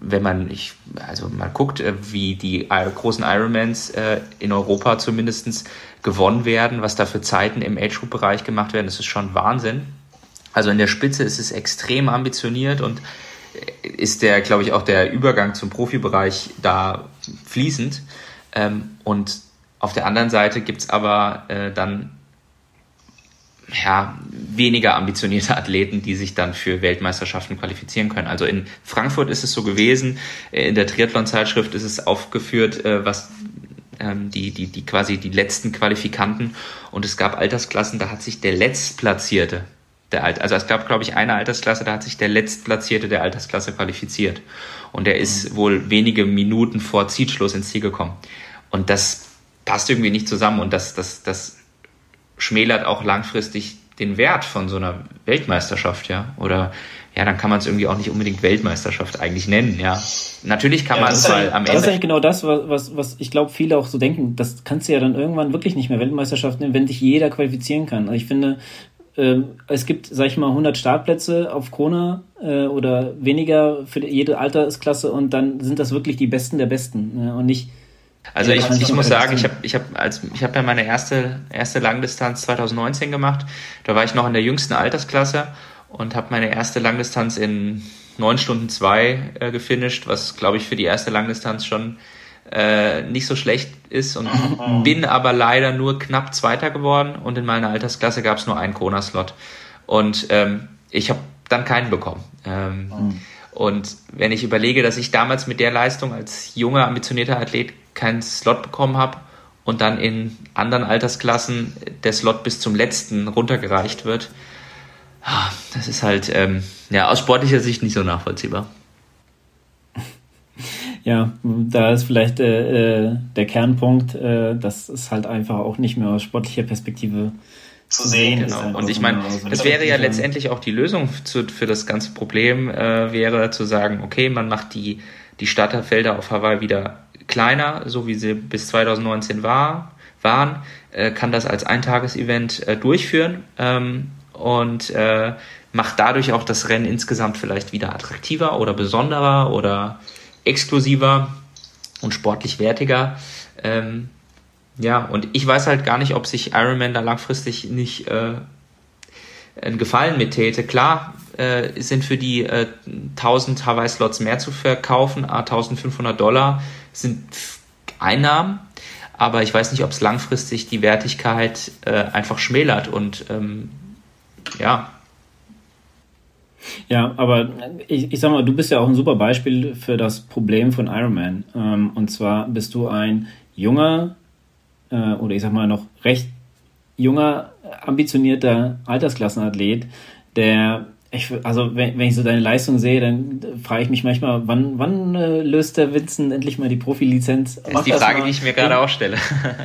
wenn man, ich, also man guckt, wie die großen Ironmans äh, in Europa zumindest gewonnen werden, was da für Zeiten im Age-Group-Bereich gemacht werden, das ist schon Wahnsinn. Also in der Spitze ist es extrem ambitioniert und ist der, glaube ich, auch der Übergang zum Profibereich da fließend. Ähm, und auf der anderen Seite gibt's aber äh, dann ja, weniger ambitionierte Athleten, die sich dann für Weltmeisterschaften qualifizieren können. Also in Frankfurt ist es so gewesen, in der Triathlon-Zeitschrift ist es aufgeführt, was ähm, die, die, die quasi die letzten Qualifikanten, und es gab Altersklassen, da hat sich der Letztplatzierte, der Alt, also es gab, glaube ich, eine Altersklasse, da hat sich der Letztplatzierte der Altersklasse qualifiziert. Und der ist mhm. wohl wenige Minuten vor Zielschluss ins Ziel gekommen. Und das passt irgendwie nicht zusammen und das, das, das schmälert auch langfristig den Wert von so einer Weltmeisterschaft, ja, oder ja, dann kann man es irgendwie auch nicht unbedingt Weltmeisterschaft eigentlich nennen, ja. Natürlich kann ja, man es mal am Ende... Das ist eigentlich genau das, was, was ich glaube, viele auch so denken, das kannst du ja dann irgendwann wirklich nicht mehr Weltmeisterschaft nennen, wenn sich jeder qualifizieren kann. Also ich finde, äh, es gibt, sag ich mal, hundert Startplätze auf Kona äh, oder weniger für jede Altersklasse und dann sind das wirklich die Besten der Besten, ja, und nicht... Also ich, ich muss sagen, ich habe ich hab als ich habe ja meine erste erste Langdistanz zwanzig neunzehn gemacht. Da war ich noch in der jüngsten Altersklasse und habe meine erste Langdistanz in neun Stunden zwei äh, gefinisht, was, glaube ich, für die erste Langdistanz schon äh, nicht so schlecht ist, und mhm. bin aber leider nur knapp Zweiter geworden, und in meiner Altersklasse gab es nur einen Kona-Slot und ähm, ich habe dann keinen bekommen. Ähm, mhm. Und wenn ich überlege, dass ich damals mit der Leistung als junger, ambitionierter Athlet keinen Slot bekommen habe und dann in anderen Altersklassen der Slot bis zum letzten runtergereicht wird, das ist halt ähm, ja aus sportlicher Sicht nicht so nachvollziehbar. Ja, da ist vielleicht äh, äh, der Kernpunkt, äh, dass es halt einfach auch nicht mehr aus sportlicher Perspektive zu sehen. Genau. Und ich meine, das wäre ja letztendlich auch die Lösung zu, für das ganze Problem, äh, wäre zu sagen, okay, man macht die, die Starterfelder auf Hawaii wieder kleiner, so wie sie bis zwanzig neunzehn war, waren, äh, kann das als Eintagesevent äh, durchführen ähm, und äh, macht dadurch auch das Rennen insgesamt vielleicht wieder attraktiver oder besonderer oder exklusiver und sportlich wertiger. Ähm, ja, und ich weiß halt gar nicht, ob sich Ironman da langfristig nicht äh, einen Gefallen mit täte. Klar, äh, sind für die äh, tausend Hawaii-Slots mehr zu verkaufen, eintausendfünfhundert Dollar sind Einnahmen, aber ich weiß nicht, ob es langfristig die Wertigkeit äh, einfach schmälert und ähm, ja. Ja, aber ich, ich sag mal, du bist ja auch ein super Beispiel für das Problem von Ironman. Ähm, und zwar bist du ein junger äh, oder ich sag mal noch recht junger, ambitionierter Altersklassenathlet, der Ich, also wenn, wenn ich so deine Leistung sehe, dann frage ich mich manchmal, wann, wann äh, löst der Vincent endlich mal die Profilizenz? Das ist die Frage, die ich mir gerade auch stelle.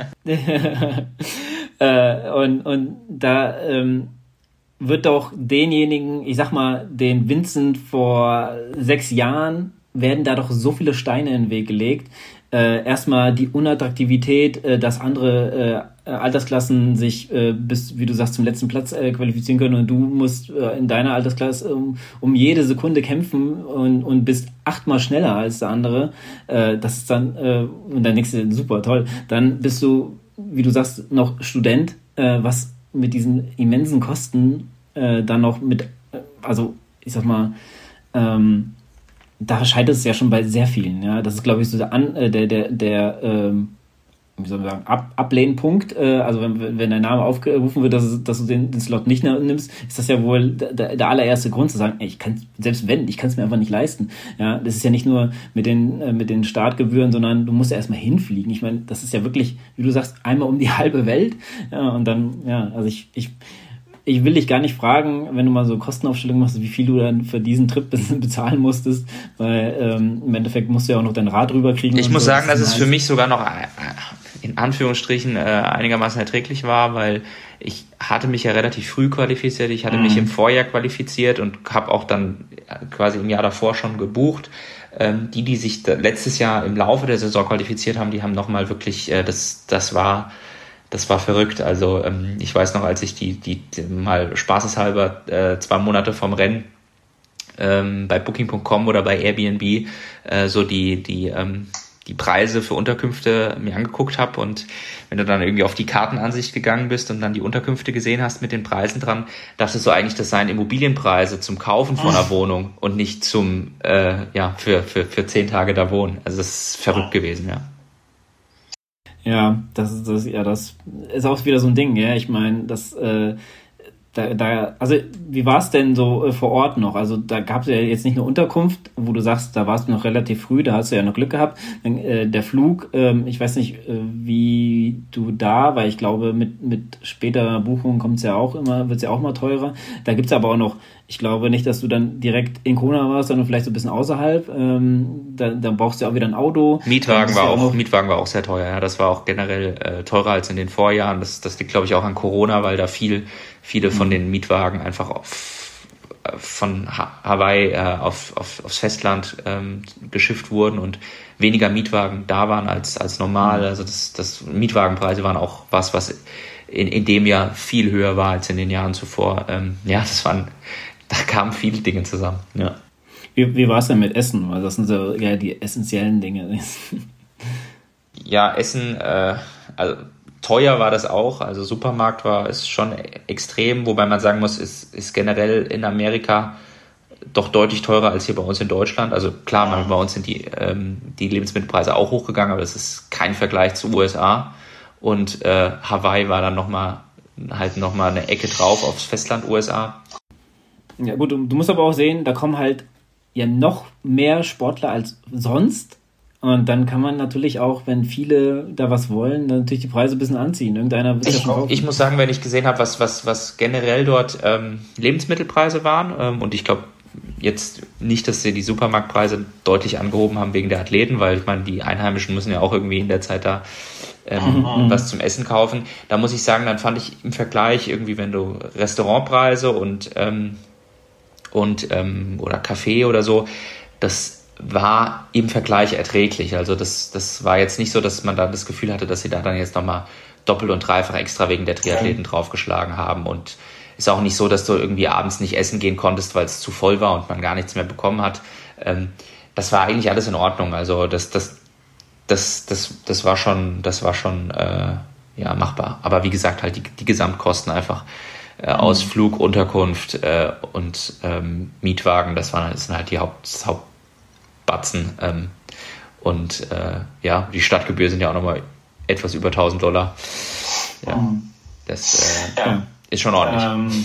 äh, und, und da ähm, wird doch denjenigen, ich sag mal, den Vincent vor sechs Jahren, werden da doch so viele Steine in den Weg gelegt. Äh, erstmal die Unattraktivität, äh, dass andere äh, Altersklassen sich äh, bis, wie du sagst, zum letzten Platz äh, qualifizieren können und du musst äh, in deiner Altersklasse um, um jede Sekunde kämpfen und, und bist achtmal schneller als der andere. Äh, das ist dann, äh, und dann denkst du, super, toll. Dann bist du, wie du sagst, noch Student, äh, was mit diesen immensen Kosten äh, dann noch mit, äh, also ich sag mal, ähm, da scheitert es ja schon bei sehr vielen. Ja, das ist, glaube ich, so der, An, äh, der, der, der ähm, wie soll man sagen, Ab, Ablehnpunkt. Äh, also wenn, wenn dein Name aufgerufen wird, dass, es, dass du den, den Slot nicht nimmst, ist das ja wohl der, der allererste Grund zu sagen, ey, ich kann, selbst wenn, ich kann es mir einfach nicht leisten. Ja, das ist ja nicht nur mit den, äh, mit den Startgebühren, sondern du musst ja erstmal hinfliegen. Ich meine, das ist ja wirklich, wie du sagst, einmal um die halbe Welt. Ja, und dann, ja, also ich, ich Ich will dich gar nicht fragen, wenn du mal so Kostenaufstellung machst, wie viel du dann für diesen Trip bezahlen musstest, weil ähm, im Endeffekt musst du ja auch noch dein Rad rüberkriegen. Ich muss so. sagen, dass es für mich sogar noch in Anführungsstrichen äh, einigermaßen erträglich war, weil ich hatte mich ja relativ früh qualifiziert. Ich hatte mhm. mich im Vorjahr qualifiziert und habe auch dann quasi im Jahr davor schon gebucht. Ähm, die, die sich letztes Jahr im Laufe der Saison qualifiziert haben, die haben nochmal wirklich, äh, das, das war... Das war verrückt. Also ähm, ich weiß noch, als ich die, die, die mal spaßeshalber äh, zwei Monate vom Rennen ähm, bei Booking Punkt com oder bei Airbnb äh, so die die ähm, die Preise für Unterkünfte mir angeguckt habe, und wenn du dann irgendwie auf die Kartenansicht gegangen bist und dann die Unterkünfte gesehen hast mit den Preisen dran, dachtest du eigentlich, das seien Immobilienpreise zum Kaufen von einer Wohnung und nicht zum äh, ja für für für zehn Tage da wohnen. Also das ist verrückt gewesen, ja. Ja, das ist das, ja, das ist auch wieder so ein Ding, ja. Ich meine, das, äh, da, da, also wie war es denn so äh, vor Ort noch? Also da gab es ja jetzt nicht eine Unterkunft, wo du sagst, da warst du noch relativ früh, da hast du ja noch Glück gehabt. Dann, äh, der Flug, ähm, ich weiß nicht, äh, wie du da, weil ich glaube, mit mit späterer Buchung kommt es ja auch immer, wird es ja auch mal teurer. Da gibt's aber auch noch, ich glaube nicht, dass du dann direkt in Kona warst, sondern vielleicht so ein bisschen außerhalb. Ähm, da, dann brauchst du ja auch wieder ein Auto. Mietwagen war auch, auch Mietwagen war auch sehr teuer. Ja, das war auch generell äh, teurer als in den Vorjahren. Das, das liegt, glaube ich, auch an Corona, weil da viel, viele von den Mietwagen einfach auf, von ha- Hawaii äh, auf, auf, aufs Festland ähm, geschifft wurden und weniger Mietwagen da waren als, als normal. Also das, das Mietwagenpreise waren auch was, was in, in dem Jahr viel höher war als in den Jahren zuvor. Ähm, ja, das waren, da kamen viele Dinge zusammen. Ja. Wie, wie war es denn mit Essen? Weil das sind so ja die essentiellen Dinge. Ja, Essen, äh, also teuer war das auch. Also Supermarkt war ist schon extrem, wobei man sagen muss, ist, ist generell in Amerika doch deutlich teurer als hier bei uns in Deutschland. Also klar, man, bei uns sind die, ähm, die Lebensmittelpreise auch hochgegangen, aber das ist kein Vergleich zu U S A. Und äh, Hawaii war dann nochmal halt nochmal eine Ecke drauf aufs Festland U S A. Ja gut, du, du musst aber auch sehen, da kommen halt ja noch mehr Sportler als sonst. Und dann kann man natürlich auch, wenn viele da was wollen, dann natürlich die Preise ein bisschen anziehen. Irgendeiner wird ich, ja schon kaufen. Ich muss sagen, wenn ich gesehen habe, was, was, was generell dort ähm, Lebensmittelpreise waren, ähm, und ich glaube jetzt nicht, dass sie die Supermarktpreise deutlich angehoben haben wegen der Athleten, weil ich meine, die Einheimischen müssen ja auch irgendwie in der Zeit da ähm, mhm. was zum Essen kaufen. Da muss ich sagen, dann fand ich im Vergleich irgendwie, wenn du Restaurantpreise und, ähm, und ähm, oder Kaffee oder so, das war im Vergleich erträglich. Also das, das war jetzt nicht so, dass man da das Gefühl hatte, dass sie da dann jetzt nochmal doppelt und dreifach extra wegen der Triathleten draufgeschlagen haben. Und ist auch nicht so, dass du irgendwie abends nicht essen gehen konntest, weil es zu voll war und man gar nichts mehr bekommen hat. Ähm, das war eigentlich alles in Ordnung. Also das, das, das, das, das war schon, das war schon äh, ja, machbar. Aber wie gesagt, halt die, die Gesamtkosten einfach äh, Ausflug, Unterkunft äh, und ähm, Mietwagen, das waren das sind halt die Haupt, das Haupt Batzen. Ähm, und äh, ja, die Stadtgebühr sind ja auch nochmal etwas über tausend Dollar. Ja, das äh, ja. ist schon ordentlich. Ähm,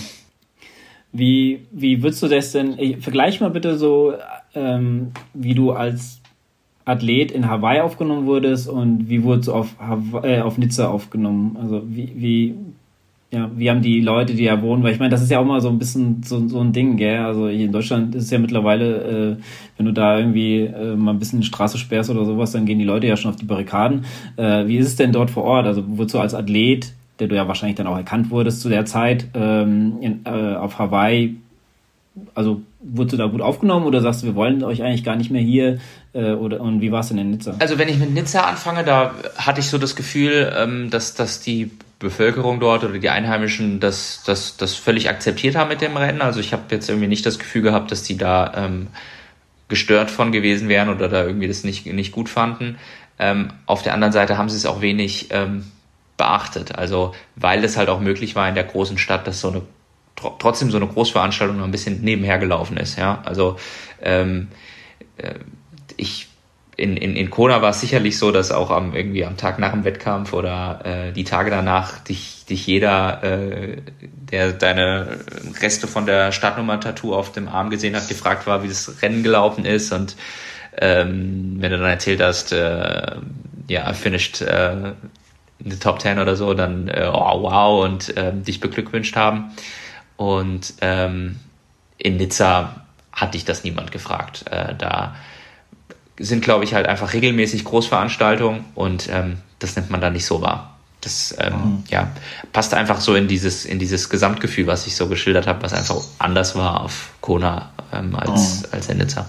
wie, wie würdest du das denn, ich, vergleich mal bitte so, ähm, wie du als Athlet in Hawaii aufgenommen wurdest und wie wurdest du auf, Hawaii, äh, auf Nizza aufgenommen? Also wie, wie Ja, wie haben die Leute, die da wohnen, weil ich meine, das ist ja auch mal so ein bisschen so, so ein Ding, gell? Also hier in Deutschland ist es ja mittlerweile, äh, wenn du da irgendwie äh, mal ein bisschen die Straße sperrst oder sowas, dann gehen die Leute ja schon auf die Barrikaden. Äh, wie ist es denn dort vor Ort? Also wurdest du als Athlet, der du ja wahrscheinlich dann auch erkannt wurdest zu der Zeit, ähm, in, äh, auf Hawaii, also wurdest du da gut aufgenommen oder sagst du, wir wollen euch eigentlich gar nicht mehr hier? Äh, oder, und wie war es denn in Nizza? Also wenn ich mit Nizza anfange, da hatte ich so das Gefühl, ähm, dass, dass die Bevölkerung dort oder die Einheimischen das, das, das völlig akzeptiert haben mit dem Rennen. Also ich habe jetzt irgendwie nicht das Gefühl gehabt, dass die da ähm, gestört von gewesen wären oder da irgendwie das nicht, nicht gut fanden. Ähm, auf der anderen Seite haben sie es auch wenig ähm, beachtet. Also weil es halt auch möglich war in der großen Stadt, dass so eine tr- trotzdem so eine Großveranstaltung noch ein bisschen nebenher gelaufen ist. Ja, also ähm, äh, ich In, in, in Kona war es sicherlich so, dass auch am irgendwie am Tag nach dem Wettkampf oder äh, die Tage danach dich, dich jeder, äh, der deine Reste von der Startnummer-Tattoo auf dem Arm gesehen hat, gefragt war, wie das Rennen gelaufen ist. Und ähm, wenn du dann erzählt hast, äh, ja, finished äh, in the Top Ten oder so, dann äh, oh, wow und äh, dich beglückwünscht haben. Und ähm, in Nizza hat dich das niemand gefragt. Äh, da sind, glaube ich, halt einfach regelmäßig Großveranstaltungen und ähm, das nimmt man dann nicht so wahr. Das ähm, mhm. ja, passt einfach so in dieses in dieses Gesamtgefühl, was ich so geschildert habe, was einfach anders war auf Kona ähm, als, mhm. als in Nizza.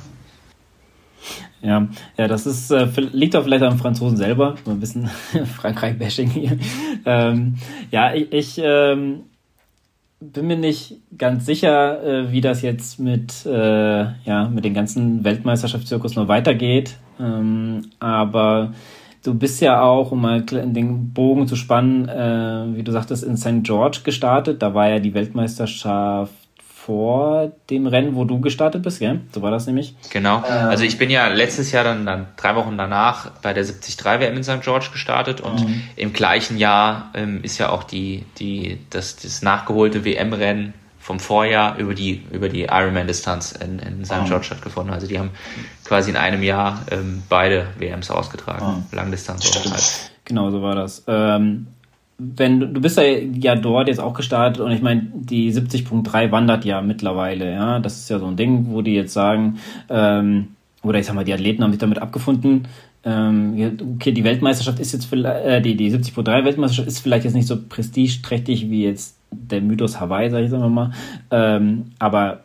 Ja, ja, das ist äh, liegt auch vielleicht am Franzosen selber, so ein bisschen Frankreich-Bashing hier. ähm, ja, ich, ich ähm, bin mir nicht ganz sicher, äh, wie das jetzt mit, äh, ja, mit den ganzen Weltmeisterschaftszirkus noch weitergeht. Ähm, aber du bist ja auch, um mal den Bogen zu spannen, äh, wie du sagtest, in Sankt George gestartet. Da war ja die Weltmeisterschaft vor dem Rennen, wo du gestartet bist, gell? So war das nämlich. Genau. Also ich bin ja letztes Jahr dann, dann drei Wochen danach bei der siebzig drei W M in Sankt George gestartet und mhm. im gleichen Jahr ähm, ist ja auch die, die, das, das nachgeholte W M-Rennen vom Vorjahr über die, über die Ironman-Distanz in, in Sankt Mhm. George stattgefunden. Also die haben quasi in einem Jahr ähm, beide W Ms ausgetragen. Mhm. Langdistanz oder halt. Genau, so war das. Ähm, wenn du, du bist ja, ja dort jetzt auch gestartet und ich meine, die siebzig Punkt drei wandert ja mittlerweile, ja. Das ist ja so ein Ding, wo die jetzt sagen, ähm, oder ich sag mal, die Athleten haben sich damit abgefunden, ähm, okay, die Weltmeisterschaft ist jetzt vielleicht, äh, die, die siebzig Punkt drei Weltmeisterschaft ist vielleicht jetzt nicht so prestigeträchtig wie jetzt der Mythos Hawaii, sag ich jetzt mal, ähm, aber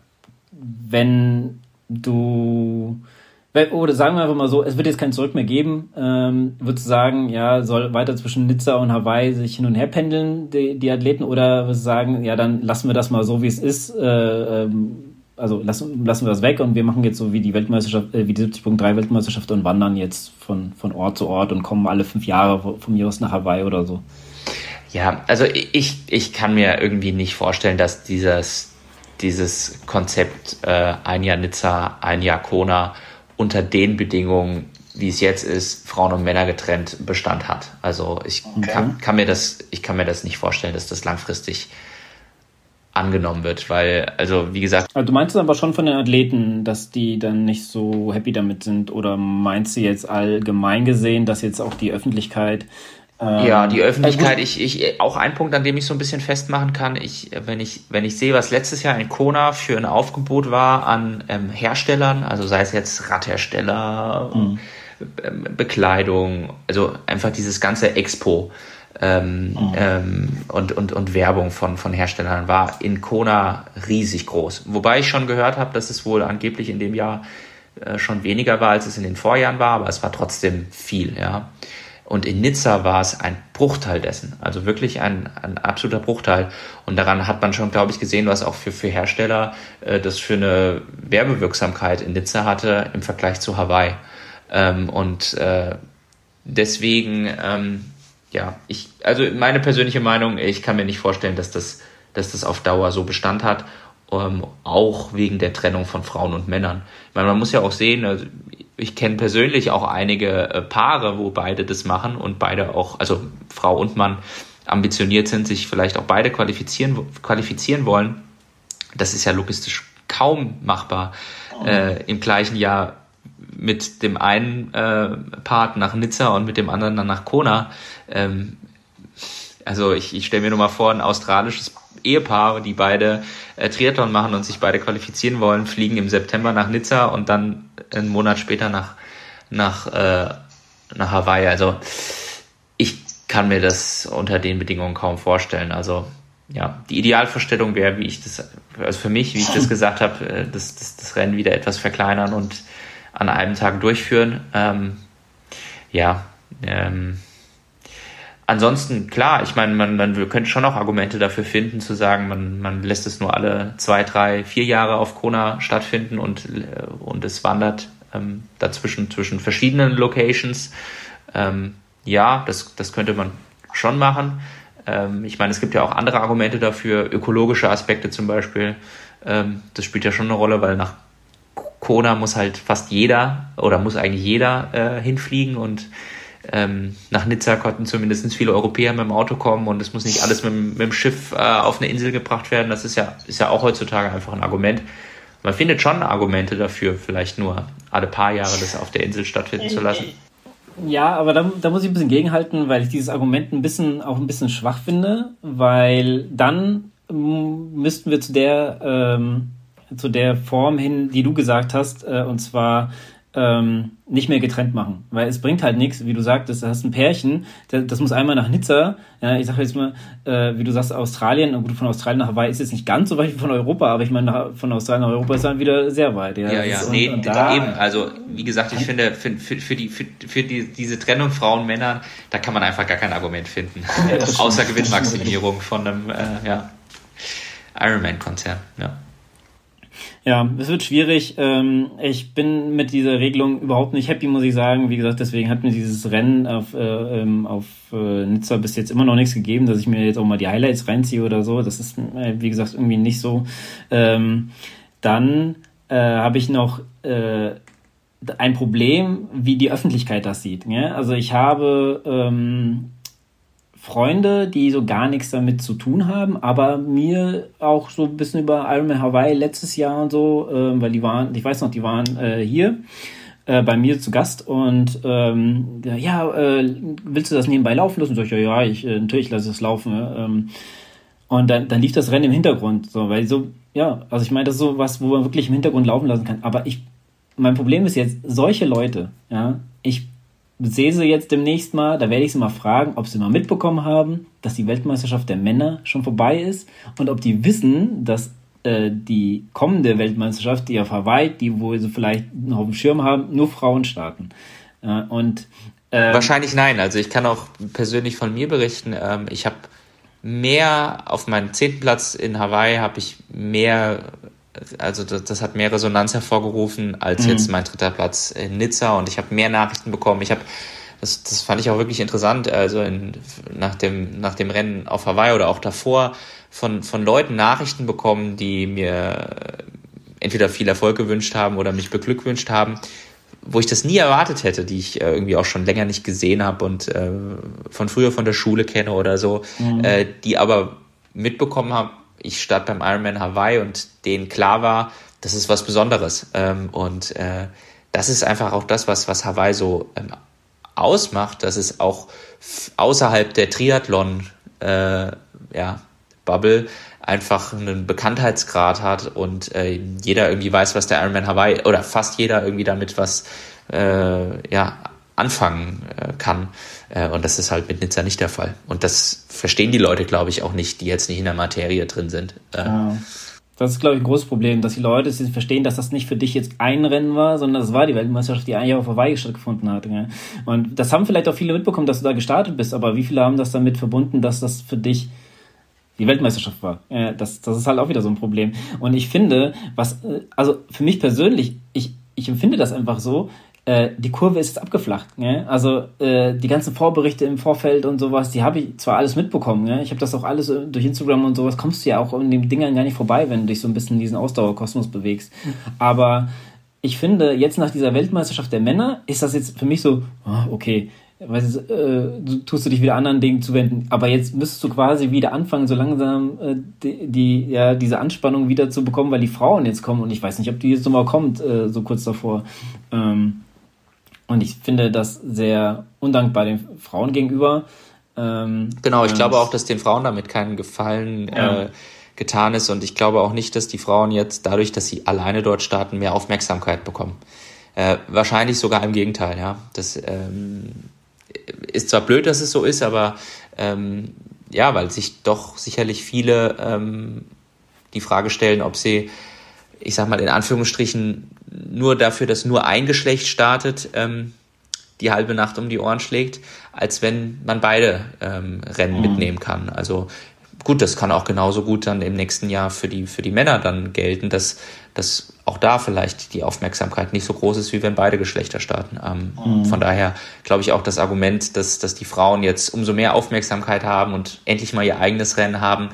wenn du, oder sagen wir einfach mal so, es wird jetzt kein Zurück mehr geben, ähm, würdest du sagen, ja, soll weiter zwischen Nizza und Hawaii sich hin und her pendeln, die, die Athleten, oder würdest du sagen, ja, dann lassen wir das mal so, wie es ist, äh, ähm, also lassen, lassen wir das weg und wir machen jetzt so wie die Weltmeisterschaft, äh, wie die siebzig Punkt drei Weltmeisterschaft und wandern jetzt von, von Ort zu Ort und kommen alle fünf Jahre von mir aus nach Hawaii oder so. Ja, also ich, ich kann mir irgendwie nicht vorstellen, dass dieses, dieses Konzept äh, ein Jahr Nizza, ein Jahr Kona unter den Bedingungen, wie es jetzt ist, Frauen und Männer getrennt Bestand hat. Also ich okay. kann, kann mir das, ich kann mir das nicht vorstellen, dass das langfristig angenommen wird, weil, also wie gesagt... Also du meinst aber schon von den Athleten, dass die dann nicht so happy damit sind, oder meinst du jetzt allgemein gesehen, dass jetzt auch die Öffentlichkeit... Ähm, ja, die Öffentlichkeit, äh, ich, ich, auch ein Punkt, an dem ich so ein bisschen festmachen kann, ich, wenn ich, wenn ich sehe, was letztes Jahr in Kona für ein Aufgebot war an ähm, Herstellern, also sei es jetzt Radhersteller, mhm. ähm, Bekleidung, also einfach dieses ganze Expo, Ähm, mhm. ähm, und, und, und Werbung von, von Herstellern war in Kona riesig groß. Wobei ich schon gehört habe, dass es wohl angeblich in dem Jahr äh, schon weniger war, als es in den Vorjahren war, aber es war trotzdem viel, ja. Und in Nizza war es ein Bruchteil dessen, also wirklich ein, ein absoluter Bruchteil. Und daran hat man schon, glaube ich, gesehen, was auch für, für Hersteller äh, das für eine Werbewirksamkeit in Nizza hatte im Vergleich zu Hawaii. Ähm, und äh, deswegen... Ähm, Ja, ich, also meine persönliche Meinung, ich kann mir nicht vorstellen, dass das, dass das auf Dauer so Bestand hat, ähm, auch wegen der Trennung von Frauen und Männern. Ich meine, man muss ja auch sehen, also ich kenne persönlich auch einige äh, Paare, wo beide das machen und beide auch, also Frau und Mann, ambitioniert sind, sich vielleicht auch beide qualifizieren, qualifizieren wollen. Das ist ja logistisch kaum machbar, oh. äh, im gleichen Jahr mit dem einen äh, Part nach Nizza und mit dem anderen dann nach Kona. Ähm, also ich, ich stelle mir nur mal vor, ein australisches Ehepaar, die beide äh, Triathlon machen und sich beide qualifizieren wollen, fliegen im September nach Nizza und dann einen Monat später nach, nach, äh, nach Hawaii. Also ich kann mir das unter den Bedingungen kaum vorstellen. Also ja, die Idealvorstellung wäre, wie ich das, also für mich, wie ich das gesagt habe, das, das, das Rennen wieder etwas verkleinern und an einem Tag durchführen. Ähm, ja, ähm, ansonsten, klar, ich meine, man, man könnte schon auch Argumente dafür finden, zu sagen, man, man lässt es nur alle zwei, drei, vier Jahre auf Kona stattfinden und, und es wandert ähm, dazwischen zwischen verschiedenen Locations. Ähm, ja, das, das könnte man schon machen. Ähm, ich meine, es gibt ja auch andere Argumente dafür, ökologische Aspekte zum Beispiel. Ähm, das spielt ja schon eine Rolle, weil nach Kona muss halt fast jeder oder muss eigentlich jeder äh, hinfliegen und ähm, nach Nizza konnten zumindest viele Europäer mit dem Auto kommen und es muss nicht alles mit, mit dem Schiff äh, auf eine Insel gebracht werden. Das ist ja, ist ja auch heutzutage einfach ein Argument. Man findet schon Argumente dafür, vielleicht nur alle paar Jahre das auf der Insel stattfinden zu lassen. Ja, aber da, da muss ich ein bisschen gegenhalten, weil ich dieses Argument ein bisschen auch ein bisschen schwach finde, weil dann m- müssten wir zu der ähm, zu der Form hin, die du gesagt hast, äh, und zwar ähm, nicht mehr getrennt machen. Weil es bringt halt nichts, wie du sagtest, du hast ein Pärchen, das, das muss einmal nach Nizza, ja, ich sage jetzt mal, äh, wie du sagst, Australien, gut, von Australien nach Hawaii ist jetzt nicht ganz so weit wie von Europa, aber ich meine, von Australien nach Europa ist dann wieder sehr weit. Ja, ja, ja. Ist, nee, und, und da, eben, also wie gesagt, ich finde, für, für, für, die, für, für die, diese Trennung Frauen, Männern, da kann man einfach gar kein Argument finden. Ja, außer Gewinnmaximierung von einem, äh, ja. Ironman-Konzern, ja. Ja, es wird schwierig. Ich bin mit dieser Regelung überhaupt nicht happy, muss ich sagen. Wie gesagt, deswegen hat mir dieses Rennen auf, äh, auf äh, Nizza bis jetzt immer noch nichts gegeben, dass ich mir jetzt auch mal die Highlights reinziehe oder so. Das ist, äh, wie gesagt, irgendwie nicht so. Ähm, dann äh, habe ich noch äh, ein Problem, wie die Öffentlichkeit das sieht. Ja? Also ich habe ähm, Freunde, die so gar nichts damit zu tun haben, aber mir auch so ein bisschen über Ironman Hawaii letztes Jahr und so, äh, weil die waren, ich weiß noch, die waren äh, hier äh, bei mir zu Gast und ähm, ja, äh, willst du das nebenbei laufen lassen? Und so, ich, ja, ja, ich, äh, natürlich lasse ich es laufen. Ja, ähm, und dann, dann lief das Rennen im Hintergrund, so, weil so, ja, also ich meine, das ist so was, wo man wirklich im Hintergrund laufen lassen kann, aber ich, mein Problem ist jetzt, solche Leute, ja, ich sehe sie jetzt demnächst mal, da werde ich sie mal fragen, ob sie mal mitbekommen haben, dass die Weltmeisterschaft der Männer schon vorbei ist und ob die wissen, dass äh, die kommende Weltmeisterschaft, die auf Hawaii, die wo sie vielleicht noch auf dem Schirm haben, nur Frauen starten. Äh, und äh, Wahrscheinlich nein. Also ich kann auch persönlich von mir berichten, ähm, ich habe mehr auf meinem zehnten Platz in Hawaii habe ich mehr, also das, das hat mehr Resonanz hervorgerufen als mhm. jetzt mein dritter Platz in Nizza und ich habe mehr Nachrichten bekommen. Ich habe, das, das fand ich auch wirklich interessant, also in, nach dem nach dem Rennen auf Hawaii oder auch davor von von Leuten Nachrichten bekommen, die mir entweder viel Erfolg gewünscht haben oder mich beglückwünscht haben, wo ich das nie erwartet hätte, die ich äh, irgendwie auch schon länger nicht gesehen habe und äh, von früher von der Schule kenne oder so, mhm. äh, die aber mitbekommen haben, ich starte beim Ironman Hawaii und denen klar war, das ist was Besonderes. Ähm, und äh, das ist einfach auch das, was, was Hawaii so ähm, ausmacht, dass es auch f- außerhalb der Triathlon äh, ja, Bubble einfach einen Bekanntheitsgrad hat und äh, jeder irgendwie weiß, was der Ironman Hawaii oder fast jeder irgendwie damit was äh, ja, anfangen äh, kann. Äh, und das ist halt mit Nizza nicht der Fall. Und das verstehen die Leute, glaube ich, auch nicht, die jetzt nicht in der Materie drin sind. Äh, ja. Das ist, glaube ich, ein großes Problem, dass die Leute verstehen, dass das nicht für dich jetzt ein Rennen war, sondern das war die Weltmeisterschaft, die eigentlich auf Hawaii stattgefunden hat. Ja. Und das haben vielleicht auch viele mitbekommen, dass du da gestartet bist, aber wie viele haben das damit verbunden, dass das für dich die Weltmeisterschaft war? Ja, das, das ist halt auch wieder so ein Problem. Und ich finde, was, also für mich persönlich, ich, ich empfinde das einfach so, äh, die Kurve ist jetzt abgeflacht. Ja? Also äh, die ganzen Vorberichte im Vorfeld und sowas, die habe ich zwar alles mitbekommen, ja? Ich habe das auch alles äh, durch Instagram und sowas, kommst du ja auch in den Dingern gar nicht vorbei, wenn du dich so ein bisschen in diesen Ausdauerkosmos bewegst. Aber ich finde, jetzt nach dieser Weltmeisterschaft der Männer ist das jetzt für mich so, oh, okay, weißt, äh, du tust du dich wieder anderen Dingen zuwenden, aber jetzt müsstest du quasi wieder anfangen, so langsam äh, die, die ja diese Anspannung wieder zu bekommen, weil die Frauen jetzt kommen und ich weiß nicht, ob die jetzt nochmal kommt, äh, so kurz davor. Ähm, und ich finde das sehr undankbar den Frauen gegenüber. Ähm, genau, ich glaube auch, dass den Frauen damit keinen Gefallen ja. äh, getan ist und ich glaube auch nicht, dass die Frauen jetzt dadurch, dass sie alleine dort starten, mehr Aufmerksamkeit bekommen. Äh, wahrscheinlich sogar im Gegenteil, ja. Das ähm, ist zwar blöd, dass es so ist, aber ähm, ja, weil sich doch sicherlich viele ähm, die Frage stellen, ob sie, ich sag mal in Anführungsstrichen, nur dafür, dass nur ein Geschlecht startet, ähm, die halbe Nacht um die Ohren schlägt, als wenn man beide ähm, Rennen mhm. mitnehmen kann. Also gut, das kann auch genauso gut dann im nächsten Jahr für die für die Männer dann gelten, dass, dass auch da vielleicht die Aufmerksamkeit nicht so groß ist, wie wenn beide Geschlechter starten. Ähm, mhm. Von daher glaube ich auch das Argument, dass, dass die Frauen jetzt umso mehr Aufmerksamkeit haben und endlich mal ihr eigenes Rennen haben,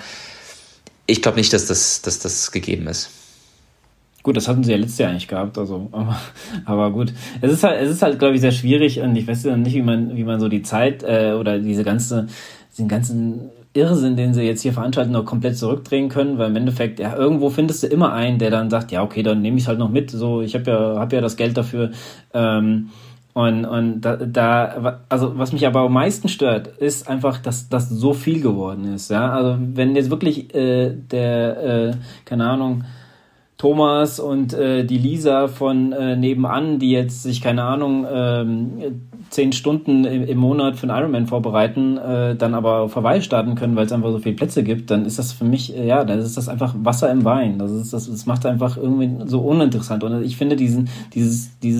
ich glaube nicht, dass das, dass das gegeben ist. Gut, das hatten sie ja letztes Jahr eigentlich gehabt, also, aber, aber gut. Es ist halt, es ist halt, glaube ich, sehr schwierig und ich weiß ja nicht, wie man, wie man so die Zeit äh, oder diese ganze, den ganzen Irrsinn, den sie jetzt hier veranstalten, noch komplett zurückdrehen können, weil im Endeffekt, ja, irgendwo findest du immer einen, der dann sagt, ja, okay, dann nehme ich es halt noch mit, so, ich habe ja, hab ja das Geld dafür, ähm, und, und da, da, also was mich aber am meisten stört, ist einfach, dass das so viel geworden ist, ja, also wenn jetzt wirklich äh, der, äh, keine Ahnung, Thomas und äh, die Lisa von äh, nebenan, die jetzt sich, keine Ahnung, ähm, zehn Stunden im, im Monat für einen Ironman vorbereiten, äh, dann aber auf Hawaii starten können, weil es einfach so viele Plätze gibt, dann ist das für mich, äh, ja, dann ist das einfach Wasser im Wein. Das ist das, das macht einfach irgendwie so uninteressant. Und ich finde diesen, dieses, dieses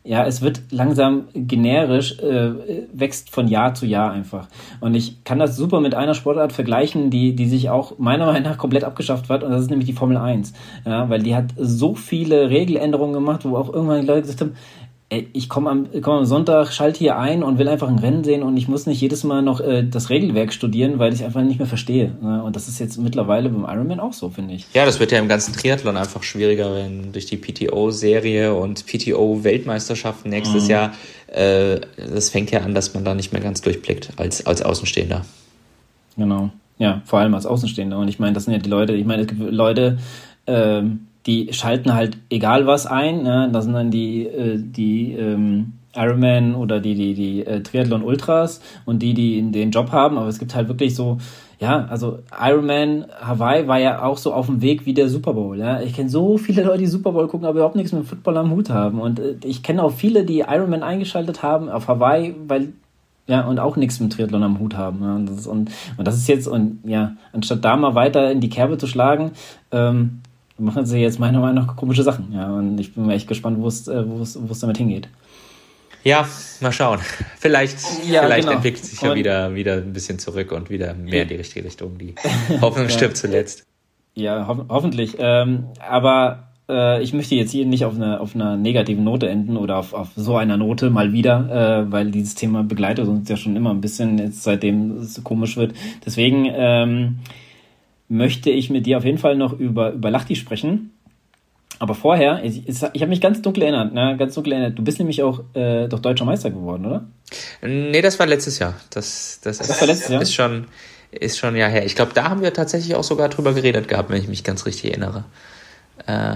ja, es wird langsam generisch, äh, wächst von Jahr zu Jahr einfach. Und ich kann das super mit einer Sportart vergleichen, die, die sich auch meiner Meinung nach komplett abgeschafft hat, und das ist nämlich die Formel eins. Ja, weil die hat so viele Regeländerungen gemacht, wo auch irgendwann die Leute gesagt haben, ey, ich komme am, komm am Sonntag, schalte hier ein und will einfach ein Rennen sehen, und ich muss nicht jedes Mal noch äh, das Regelwerk studieren, weil ich es einfach nicht mehr verstehe. Ne? Und das ist jetzt mittlerweile beim Ironman auch so, finde ich. Ja, das wird ja im ganzen Triathlon einfach schwieriger, wenn durch die P T O-Serie und P T O-Weltmeisterschaften nächstes mhm. Jahr, äh, das fängt ja an, dass man da nicht mehr ganz durchblickt als, als Außenstehender. Genau, ja, vor allem als Außenstehender. Und ich meine, das sind ja die Leute, ich meine, es gibt Leute, ähm, die schalten halt egal was ein, ne? Das sind dann die, äh, die ähm, Ironman oder die, die, die äh, Triathlon Ultras und die, die den Job haben, aber es gibt halt wirklich so, ja, also Ironman Hawaii war ja auch so auf dem Weg wie der Super Bowl, ja. Ich kenne so viele Leute, die Super Bowl gucken, aber überhaupt nichts mit Football am Hut haben, und äh, ich kenne auch viele, die Ironman eingeschaltet haben auf Hawaii, weil ja, und auch nichts mit Triathlon am Hut haben. Ja. Und, das ist, und, und das ist jetzt, und ja, anstatt da mal weiter in die Kerbe zu schlagen, ähm, machen sie jetzt meiner Meinung nach komische Sachen. Ja, und ich bin echt gespannt, wo es, äh, wo es, wo es damit hingeht. Ja, mal schauen. Vielleicht, ja, vielleicht genau. entwickelt sich ja wieder, wieder ein bisschen zurück und wieder mehr in die richtige Richtung. Die Hoffnung ja. stirbt zuletzt. Ja, ho- hoffentlich. Ähm, aber äh, ich möchte jetzt hier nicht auf einer auf einer negativen Note enden oder auf, auf so einer Note mal wieder, äh, weil dieses Thema begleitet uns ja schon immer ein bisschen, jetzt seitdem es so komisch wird. Deswegen ähm, möchte ich mit dir auf jeden Fall noch über, über Lahti sprechen. Aber vorher, ich, ich habe mich ganz dunkel erinnert, ne? ganz dunkel erinnert. Du bist nämlich auch äh, doch Deutscher Meister geworden, oder? Nee, das war letztes Jahr. Das, das, das ist, war letztes Jahr? Ist schon, ist schon ein Jahr her. Ich glaube, da haben wir tatsächlich auch sogar drüber geredet gehabt, wenn ich mich ganz richtig erinnere. Äh,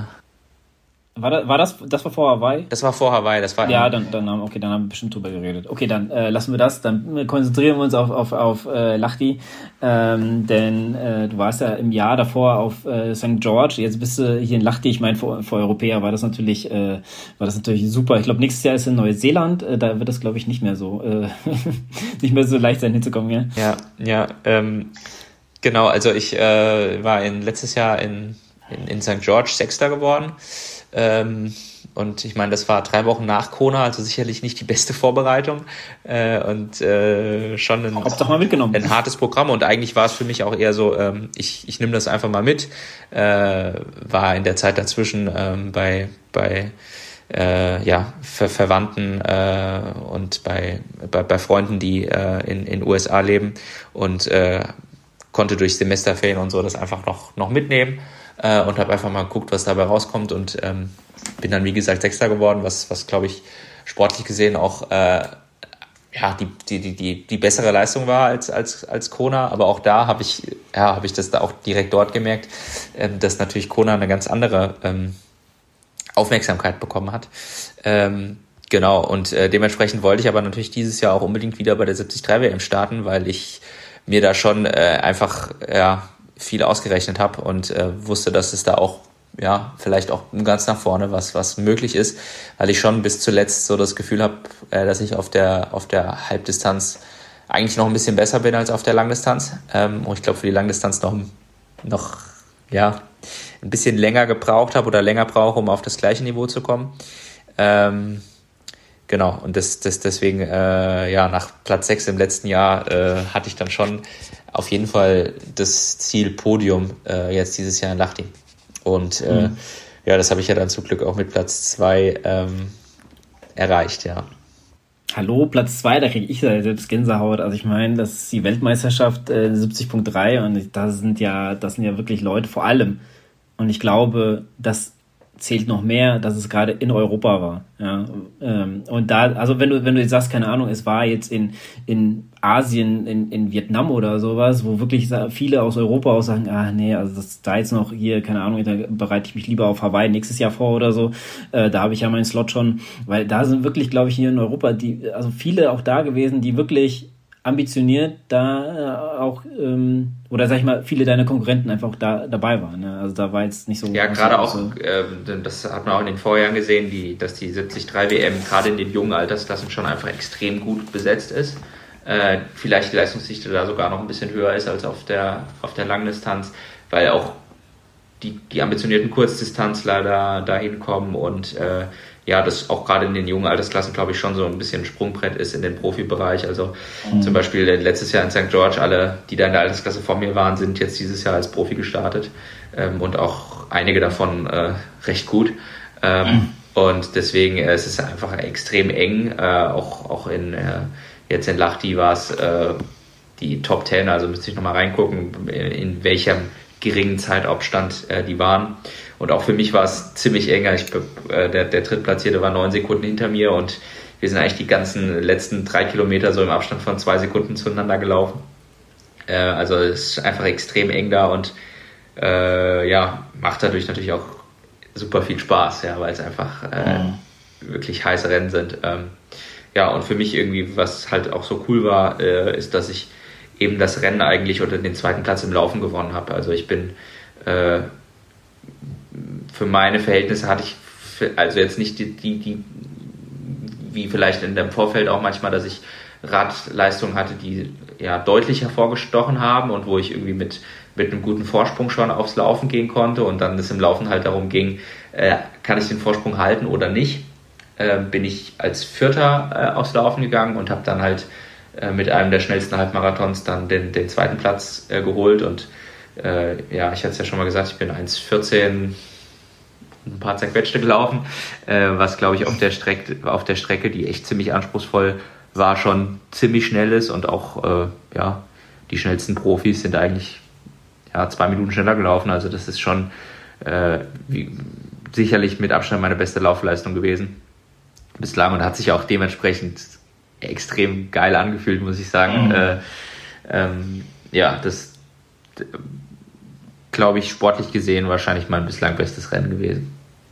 War das, war das, das war vor Hawaii? Das war vor Hawaii, das war... Ja, dann, dann haben, okay, dann haben wir bestimmt drüber geredet. Okay, dann äh, lassen wir das, dann konzentrieren wir uns auf, auf, auf äh, Lahti, ähm, denn äh, du warst ja im Jahr davor auf äh, Sankt George, jetzt bist du hier in Lahti. Ich meine, für, für Europäer war das natürlich, äh, war das natürlich super. Ich glaube, nächstes Jahr ist in Neuseeland, äh, da wird das, glaube ich, nicht mehr so, äh, nicht mehr so leicht sein, hinzukommen, ja? Ja, ja, ähm, genau, also ich äh, war in, letztes Jahr in, in, in Sankt George Sechster geworden. Ähm, und ich meine, das war drei Wochen nach Kona, also sicherlich nicht die beste Vorbereitung äh, und äh, schon ein, mal mitgenommen. ein hartes Programm, und eigentlich war es für mich auch eher so, ähm, ich, ich nehme das einfach mal mit, äh, war in der Zeit dazwischen ähm, bei, bei äh, ja, Ver- Verwandten äh, und bei, bei, bei Freunden, die äh, in in U S A leben, und äh, konnte durch Semesterferien und so das einfach noch, noch mitnehmen. Äh, und habe einfach mal geguckt, was dabei rauskommt, und ähm, bin dann, wie gesagt, Sechster geworden, was, was glaube ich, sportlich gesehen auch äh, ja, die, die, die, die, die bessere Leistung war als, als, als Kona. Aber auch da habe ich, ja, habe ich das da auch direkt dort gemerkt, äh, dass natürlich Kona eine ganz andere ähm, Aufmerksamkeit bekommen hat. Ähm, genau, und äh, dementsprechend wollte ich aber natürlich dieses Jahr auch unbedingt wieder bei der siebzig drei W M starten, weil ich mir da schon äh, einfach, ja, viel ausgerechnet habe und äh, wusste, dass es da auch, ja, vielleicht auch ganz nach vorne was was möglich ist, weil ich schon bis zuletzt so das Gefühl habe, äh, dass ich auf der auf der Halbdistanz eigentlich noch ein bisschen besser bin als auf der Langdistanz. Ähm, und ich glaube, für die Langdistanz noch noch ja ein bisschen länger gebraucht habe oder länger brauche, um auf das gleiche Niveau zu kommen. Ähm, genau, und das, das deswegen, äh, ja, nach Platz sechs im letzten Jahr äh, hatte ich dann schon auf jeden Fall das Ziel Podium äh, jetzt dieses Jahr in Lahti. Und äh, mhm. ja, das habe ich ja dann zum Glück auch mit Platz zwei ähm, erreicht, ja. Hallo, Platz zwei, da kriege ich ja selbst Gänsehaut. Also ich meine, das ist die Weltmeisterschaft äh, siebzig Punkt drei, und da sind ja, das sind ja wirklich Leute, vor allem. Und ich glaube, das zählt noch mehr, dass es gerade in Europa war. Ja, ähm, und da, also wenn du, wenn du jetzt sagst, keine Ahnung, es war jetzt in, in Asien, in, in Vietnam oder sowas, wo wirklich viele aus Europa auch sagen, ah nee, also das da jetzt noch hier, keine Ahnung, da bereite ich mich lieber auf Hawaii nächstes Jahr vor oder so, äh, da habe ich ja meinen Slot schon, weil da sind wirklich, glaube ich, hier in Europa, die, also viele auch da gewesen, die wirklich ambitioniert da äh, auch, ähm, oder sag ich mal, viele deiner Konkurrenten einfach auch da dabei waren. Ne? Also da war jetzt nicht so... Ja, gerade auch, so. ähm, das hat man auch in den Vorjahren gesehen, die, dass die siebzig drei W M gerade in den jungen Altersklassen schon einfach extrem gut besetzt ist. Äh, vielleicht die Leistungsdichte da sogar noch ein bisschen höher ist als auf der, auf der Langdistanz, weil auch die, die ambitionierten Kurzdistanzler da, da hinkommen und äh, ja, das auch gerade in den jungen Altersklassen, glaube ich, schon so ein bisschen ein Sprungbrett ist in den Profibereich. Also mhm. zum Beispiel letztes Jahr in Sankt George, alle, die da in der Altersklasse vor mir waren, sind jetzt dieses Jahr als Profi gestartet ähm, und auch einige davon äh, recht gut. Ähm, mhm. Und deswegen äh, es ist es einfach extrem eng. Äh, auch auch in äh, jetzt in Lahti war es äh, die Top Ten, also müsste ich nochmal reingucken, in welchem geringen Zeitabstand äh, die waren. Und auch für mich war es ziemlich enger. Ich, äh, der, der Drittplatzierte war neun Sekunden hinter mir und wir sind eigentlich die ganzen letzten drei Kilometer so im Abstand von zwei Sekunden zueinander gelaufen. Äh, also es ist einfach extrem eng da und äh, ja, macht dadurch natürlich auch super viel Spaß, ja, weil es einfach äh, mhm. wirklich heiße Rennen sind. Ähm, ja, und für mich irgendwie, was halt auch so cool war, äh, ist, dass ich eben das Rennen eigentlich unter den zweiten Platz im Laufen gewonnen habe. Also ich bin äh, für meine Verhältnisse hatte ich für, also jetzt nicht die, die, die, wie vielleicht in dem Vorfeld auch manchmal, dass ich Radleistungen hatte, die ja deutlich hervorgestochen haben und wo ich irgendwie mit, mit einem guten Vorsprung schon aufs Laufen gehen konnte und dann es im Laufen halt darum ging, äh, kann ich den Vorsprung halten oder nicht, äh, bin ich als Vierter äh, aufs Laufen gegangen und habe dann halt äh, mit einem der schnellsten Halbmarathons dann den, den zweiten Platz äh, geholt und äh, ja, ich hatte es ja schon mal gesagt, ich bin eins vierzehn ein paar zerquetschte gelaufen, äh, was glaube ich auf der Strecke, auf der Strecke, die echt ziemlich anspruchsvoll war, schon ziemlich schnell ist und auch äh, ja, die schnellsten Profis sind eigentlich ja, zwei Minuten schneller gelaufen, also das ist schon äh, wie, sicherlich mit Abstand meine beste Laufleistung gewesen bislang und hat sich auch dementsprechend extrem geil angefühlt, muss ich sagen. Mhm. Äh, ähm, ja, das glaube ich, sportlich gesehen wahrscheinlich mein bislang bestes Rennen gewesen.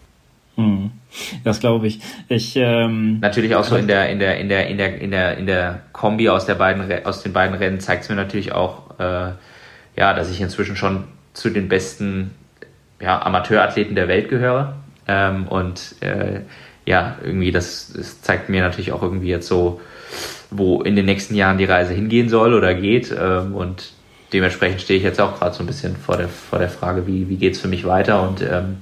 Hm, das glaube ich. Ich ähm, natürlich auch so in der in der in der in der in der in der Kombi aus der beiden aus den beiden Rennen zeigt es mir natürlich auch, äh, ja, dass ich inzwischen schon zu den besten ja, Amateurathleten der Welt gehöre ähm, und äh, ja irgendwie das, das zeigt mir natürlich auch irgendwie jetzt so, wo in den nächsten Jahren die Reise hingehen soll oder geht ähm, und dementsprechend stehe ich jetzt auch gerade so ein bisschen vor der vor der Frage, wie wie geht's für mich weiter und ähm,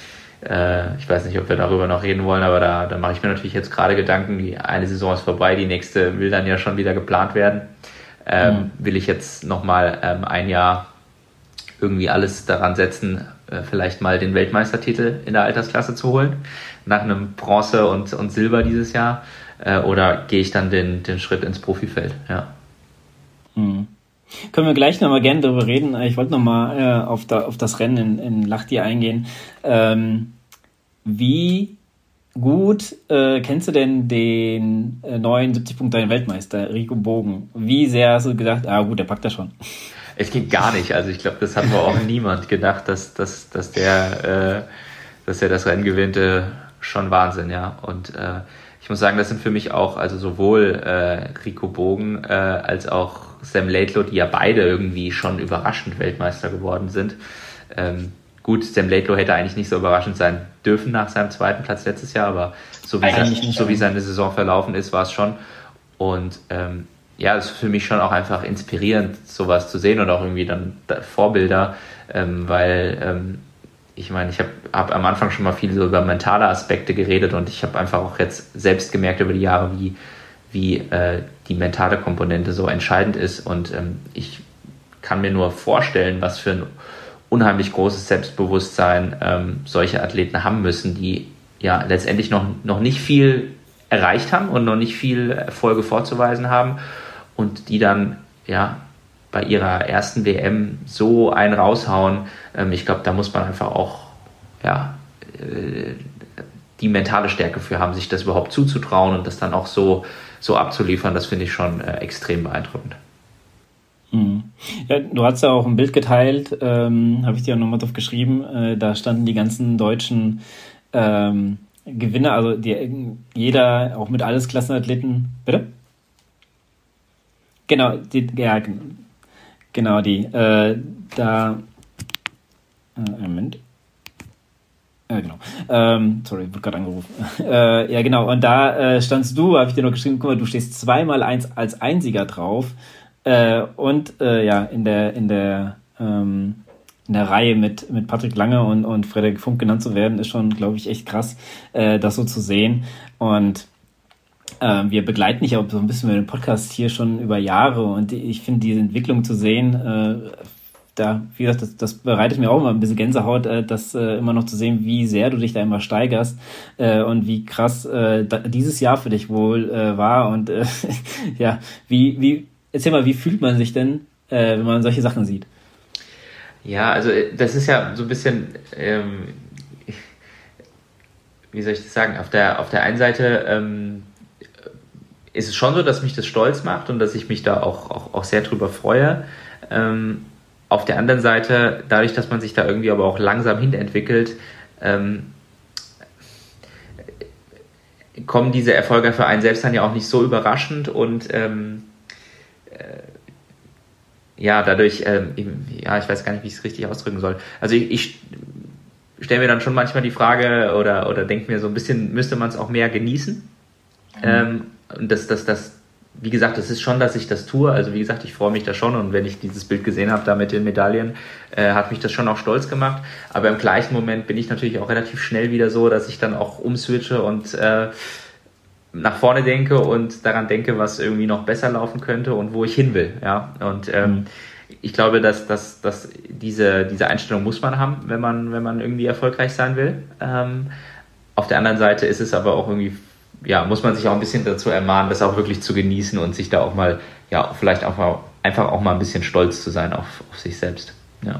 äh, ich weiß nicht, ob wir darüber noch reden wollen, aber da, da mache ich mir natürlich jetzt gerade Gedanken, die eine Saison ist vorbei, die nächste will dann ja schon wieder geplant werden. Ähm, mhm. Will ich jetzt nochmal ähm, ein Jahr irgendwie alles daran setzen, äh, vielleicht mal den Weltmeistertitel in der Altersklasse zu holen, nach einem Bronze und, und Silber dieses Jahr, äh, oder gehe ich dann den, den Schritt ins Profifeld, ja. Mhm. Können wir gleich nochmal gerne darüber reden. Ich wollte nochmal äh, auf, da, auf das Rennen in, in Lahti eingehen. Ähm, wie gut äh, kennst du denn den äh, neuen siebzig Punkt drei Weltmeister, Rico Bogen? Wie sehr hast du gedacht, ah gut, der packt das schon? Es geht gar nicht. Also ich glaube, das hat wohl auch niemand gedacht, dass, dass, dass, der, äh, dass er das Rennen gewinnt. Äh, schon Wahnsinn, ja. Und äh, ich muss sagen, das sind für mich auch, also sowohl äh, Rico Bogen äh, als auch Sam Laidlaw, die ja beide irgendwie schon überraschend Weltmeister geworden sind. Ähm, gut, Sam Laidlaw hätte eigentlich nicht so überraschend sein dürfen nach seinem zweiten Platz letztes Jahr, aber so wie, sein, so wie seine Saison verlaufen ist, war es schon. Und ähm, ja, es ist für mich schon auch einfach inspirierend, sowas zu sehen und auch irgendwie dann Vorbilder, ähm, weil ähm, ich meine, ich habe hab am Anfang schon mal viel so über mentale Aspekte geredet und ich habe einfach auch jetzt selbst gemerkt über die Jahre, wie wie äh, die mentale Komponente so entscheidend ist und ähm, ich kann mir nur vorstellen, was für ein unheimlich großes Selbstbewusstsein ähm, solche Athleten haben müssen, die ja letztendlich noch, noch nicht viel erreicht haben und noch nicht viel Erfolge vorzuweisen haben und die dann ja bei ihrer ersten W M so einen raushauen. Ähm, ich glaube, da muss man einfach auch ja äh, die mentale Stärke für haben, sich das überhaupt zuzutrauen und das dann auch so so abzuliefern, das finde ich schon äh, extrem beeindruckend. Mhm. Ja, du hast ja auch ein Bild geteilt, ähm, habe ich dir auch nochmal drauf geschrieben, äh, da standen die ganzen deutschen ähm, Gewinner, also die, jeder, auch mit alles Klassenathleten, bitte? Genau, die, ja, genau die, äh, da, äh, Moment, Ja, genau. Ähm, sorry, ich wurde gerade angerufen. äh, ja, genau. Und da äh, standst du, habe ich dir noch geschrieben, guck mal, du stehst zweimal eins als Einziger drauf. Äh, und äh, ja, in der in der ähm, in der Reihe mit, mit Patrick Lange und, und Frederik Funk genannt zu werden, ist schon, glaube ich, echt krass, äh, das so zu sehen. Und äh, wir begleiten dich auch so ein bisschen mit dem Podcast hier schon über Jahre und ich finde diese Entwicklung zu sehen, äh, da, wie gesagt, das, das bereitet mir auch immer ein bisschen Gänsehaut, äh, das äh, immer noch zu sehen, wie sehr du dich da immer steigerst äh, und wie krass äh, da, dieses Jahr für dich wohl äh, war und äh, ja, wie, wie, erzähl mal, wie fühlt man sich denn, äh, wenn man solche Sachen sieht? Ja, also das ist ja so ein bisschen, ähm, wie soll ich das sagen, auf der, auf der einen Seite ähm, ist es schon so, dass mich das stolz macht und dass ich mich da auch, auch, auch sehr drüber freue. Ähm, Auf der anderen Seite, dadurch, dass man sich da irgendwie aber auch langsam hinentwickelt, ähm, kommen diese Erfolge für einen selbst dann ja auch nicht so überraschend und ähm, äh, ja, dadurch, ähm, ja, ich weiß gar nicht, wie ich es richtig ausdrücken soll. Also ich, ich stelle mir dann schon manchmal die Frage oder, oder denke mir so ein bisschen, müsste man es auch mehr genießen? Mhm. Ähm, und das, das, das Wie gesagt, es ist schon, dass ich das tue. Also wie gesagt, ich freue mich da schon und wenn ich dieses Bild gesehen habe, da mit den Medaillen, äh, hat mich das schon auch stolz gemacht. Aber im gleichen Moment bin ich natürlich auch relativ schnell wieder so, dass ich dann auch umswitche und äh, nach vorne denke und daran denke, was irgendwie noch besser laufen könnte und wo ich hin will. Ja? Und ähm, mhm. ich glaube, dass, dass, dass diese, diese Einstellung muss man haben, wenn man, wenn man irgendwie erfolgreich sein will. Ähm, auf der anderen Seite ist es aber auch irgendwie, ja, muss man sich auch ein bisschen dazu ermahnen, das auch wirklich zu genießen und sich da auch mal, ja, vielleicht auch mal, einfach auch mal ein bisschen stolz zu sein auf, auf sich selbst. Ja.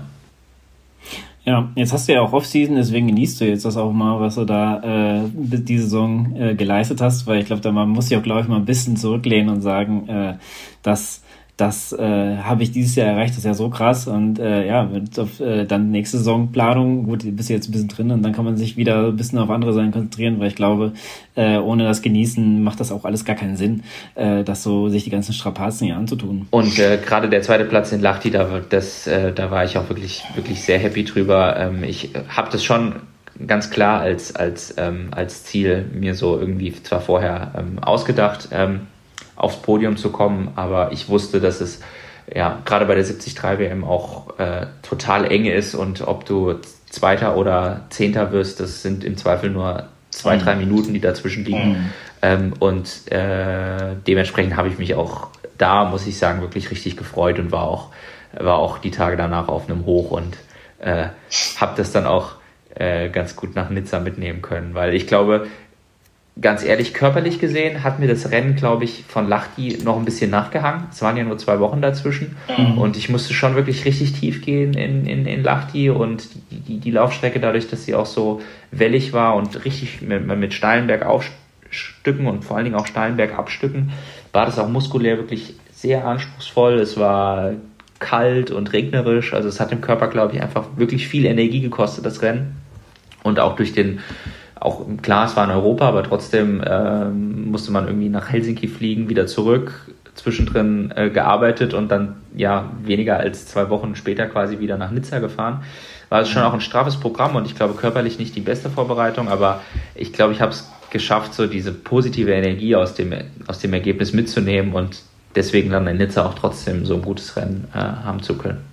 Ja, jetzt hast du ja auch Off-Season, deswegen genießt du jetzt das auch mal, was du da äh, die Saison äh, geleistet hast, weil ich glaube, da man muss sich auch, glaube ich, mal ein bisschen zurücklehnen und sagen, äh, dass das äh, habe ich dieses Jahr erreicht, das ist ja so krass und äh, ja, auf, äh, dann nächste Saisonplanung, gut, bist du jetzt ein bisschen drin und dann kann man sich wieder ein bisschen auf andere Sachen konzentrieren, weil ich glaube, äh, ohne das Genießen macht das auch alles gar keinen Sinn, äh, das so sich die ganzen Strapazen hier anzutun. Und äh, gerade der zweite Platz in Lahti, da, das, äh, da war ich auch wirklich, wirklich sehr happy drüber. Ähm, ich habe das schon ganz klar als, als, ähm, als Ziel mir so irgendwie zwar vorher ähm, ausgedacht, ähm, aufs Podium zu kommen, aber ich wusste, dass es ja gerade bei der siebzig drei W M auch äh, total eng ist und ob du Zweiter oder Zehnter wirst, das sind im Zweifel nur zwei, drei Minuten, die dazwischen liegen. Mhm. Ähm, und äh, dementsprechend habe ich mich auch da, muss ich sagen, wirklich richtig gefreut und war auch, war auch die Tage danach auf einem Hoch und äh, habe das dann auch äh, ganz gut nach Nizza mitnehmen können, weil ich glaube, ganz ehrlich, körperlich gesehen hat mir das Rennen, glaube ich, von Lahti noch ein bisschen nachgehangen. Es waren ja nur zwei Wochen dazwischen. Mhm. Und ich musste schon wirklich richtig tief gehen in, in, in Lahti. Und die, die, die Laufstrecke, dadurch, dass sie auch so wellig war und richtig mit, mit steilen Bergaufstücken und vor allen Dingen auch steilen Bergabstücken, war das auch muskulär wirklich sehr anspruchsvoll. Es war kalt und regnerisch. Also es hat dem Körper, glaube ich, einfach wirklich viel Energie gekostet, das Rennen. Und auch durch den Auch klar, es war in Europa, aber trotzdem ähm, musste man irgendwie nach Helsinki fliegen, wieder zurück, zwischendrin äh, gearbeitet und dann ja weniger als zwei Wochen später quasi wieder nach Nizza gefahren. War es schon auch ein straffes Programm und ich glaube körperlich nicht die beste Vorbereitung, aber ich glaube, ich habe es geschafft, so diese positive Energie aus dem, aus dem Ergebnis mitzunehmen und deswegen dann in Nizza auch trotzdem so ein gutes Rennen äh, haben zu können.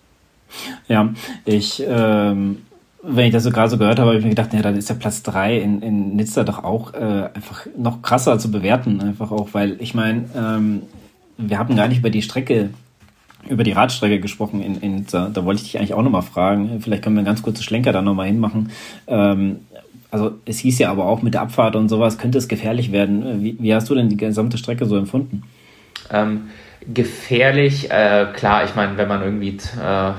Ja, ich... Ähm Wenn ich das so gerade so gehört habe, habe ich mir gedacht, ja, dann ist der Platz drei in, in Nizza doch auch äh, einfach noch krasser zu bewerten, einfach auch, weil ich meine, ähm, wir haben gar nicht über die Strecke, über die Radstrecke gesprochen in, in Nizza. Da wollte ich dich eigentlich auch nochmal fragen. Vielleicht können wir einen ganz kurzen Schlenker da nochmal hinmachen. Ähm, also es hieß ja aber auch mit der Abfahrt und sowas, könnte es gefährlich werden. Wie, wie hast du denn die gesamte Strecke so empfunden? Ähm, gefährlich, äh, klar, ich meine, wenn man irgendwie äh,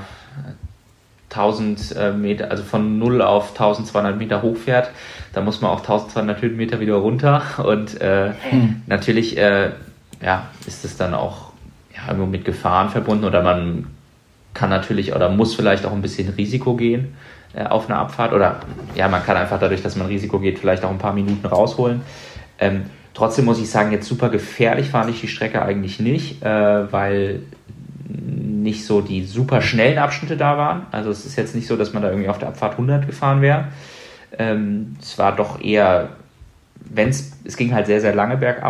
tausend Meter, also von null auf tausendzweihundert Meter hochfährt, da muss man auch tausendzweihundert Höhenmeter wieder runter und äh, hm. natürlich äh, ja, ist es dann auch ja, irgendwo mit Gefahren verbunden oder man kann natürlich oder muss vielleicht auch ein bisschen Risiko gehen äh, auf einer Abfahrt oder ja, man kann einfach dadurch, dass man Risiko geht, vielleicht auch ein paar Minuten rausholen. Ähm, trotzdem muss ich sagen, jetzt super gefährlich fand ich die Strecke eigentlich nicht, äh, weil nicht so die super schnellen Abschnitte da waren. Also es ist jetzt nicht so, dass man da irgendwie auf der Abfahrt hundert gefahren wäre. Ähm, es war doch eher, wenn's, es ging halt sehr, sehr lange bergab,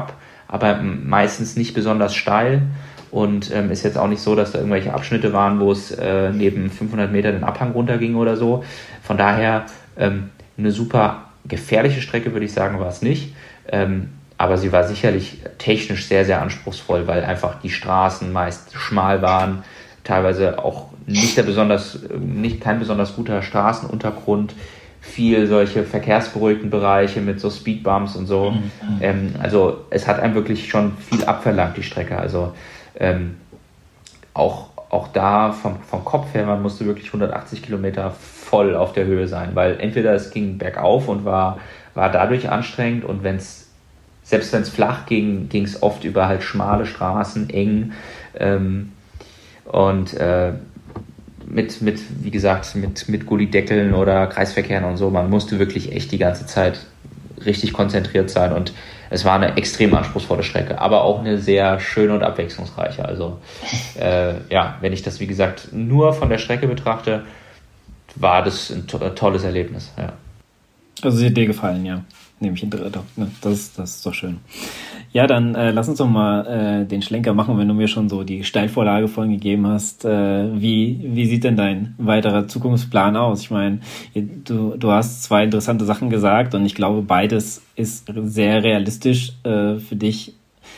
aber meistens nicht besonders steil und ähm, ist jetzt auch nicht so, dass da irgendwelche Abschnitte waren, wo es äh, neben fünfhundert Meter den Abhang runterging oder so. Von daher ähm, eine super gefährliche Strecke, würde ich sagen, war es nicht. Ähm, aber sie war sicherlich technisch sehr, sehr anspruchsvoll, weil einfach die Straßen meist schmal waren, teilweise auch nicht der besonders, nicht kein besonders guter Straßenuntergrund, viel solche verkehrsberuhigten Bereiche mit so Speedbumps und so. Mhm. Ähm, also es hat einem wirklich schon viel abverlangt, die Strecke. Also ähm, auch, auch da vom, vom Kopf her, man musste wirklich hundertachtzig Kilometer voll auf der Höhe sein, weil entweder es ging bergauf und war, war dadurch anstrengend und wenn es selbst wenn es flach ging, ging es oft über halt schmale Straßen, eng ähm, und äh, mit, mit, wie gesagt, mit, mit Gullideckeln oder Kreisverkehren und so. Man musste wirklich echt die ganze Zeit richtig konzentriert sein und es war eine extrem anspruchsvolle Strecke, aber auch eine sehr schöne und abwechslungsreiche. Also äh, ja, wenn ich das, wie gesagt, nur von der Strecke betrachte, war das ein to- tolles Erlebnis. Ja. Also sie hat dir gefallen, ja. Nehme ich in Dritter. Das, das ist doch schön. Ja, dann äh, lass uns doch mal äh, den Schlenker machen, wenn du mir schon so die Steilvorlage vorhin gegeben hast. Äh, wie, wie sieht denn dein weiterer Zukunftsplan aus? Ich meine, du, du hast zwei interessante Sachen gesagt und ich glaube, beides ist sehr realistisch äh, für dich.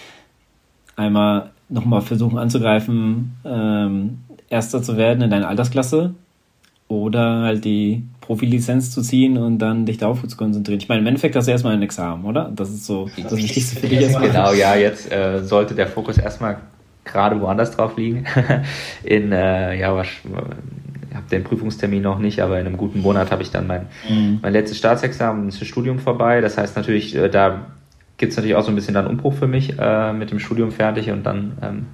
Einmal nochmal versuchen anzugreifen, ähm, Erster zu werden in deiner Altersklasse oder halt die Profilizenz zu ziehen und dann dich darauf zu konzentrieren. Ich meine, im Endeffekt hast du erstmal ein Examen, oder? Das ist so das Wichtigste für dich erstmal. Genau, ja, jetzt äh, sollte der Fokus erstmal gerade woanders drauf liegen. In, äh, ja, ich habe den Prüfungstermin noch nicht, aber in einem guten Monat habe ich dann mein, mhm. mein letztes Staatsexamen, ist das Studium vorbei. Das heißt natürlich, äh, da gibt es natürlich auch so ein bisschen dann Umbruch für mich, äh, mit dem Studium fertig und dann ähm,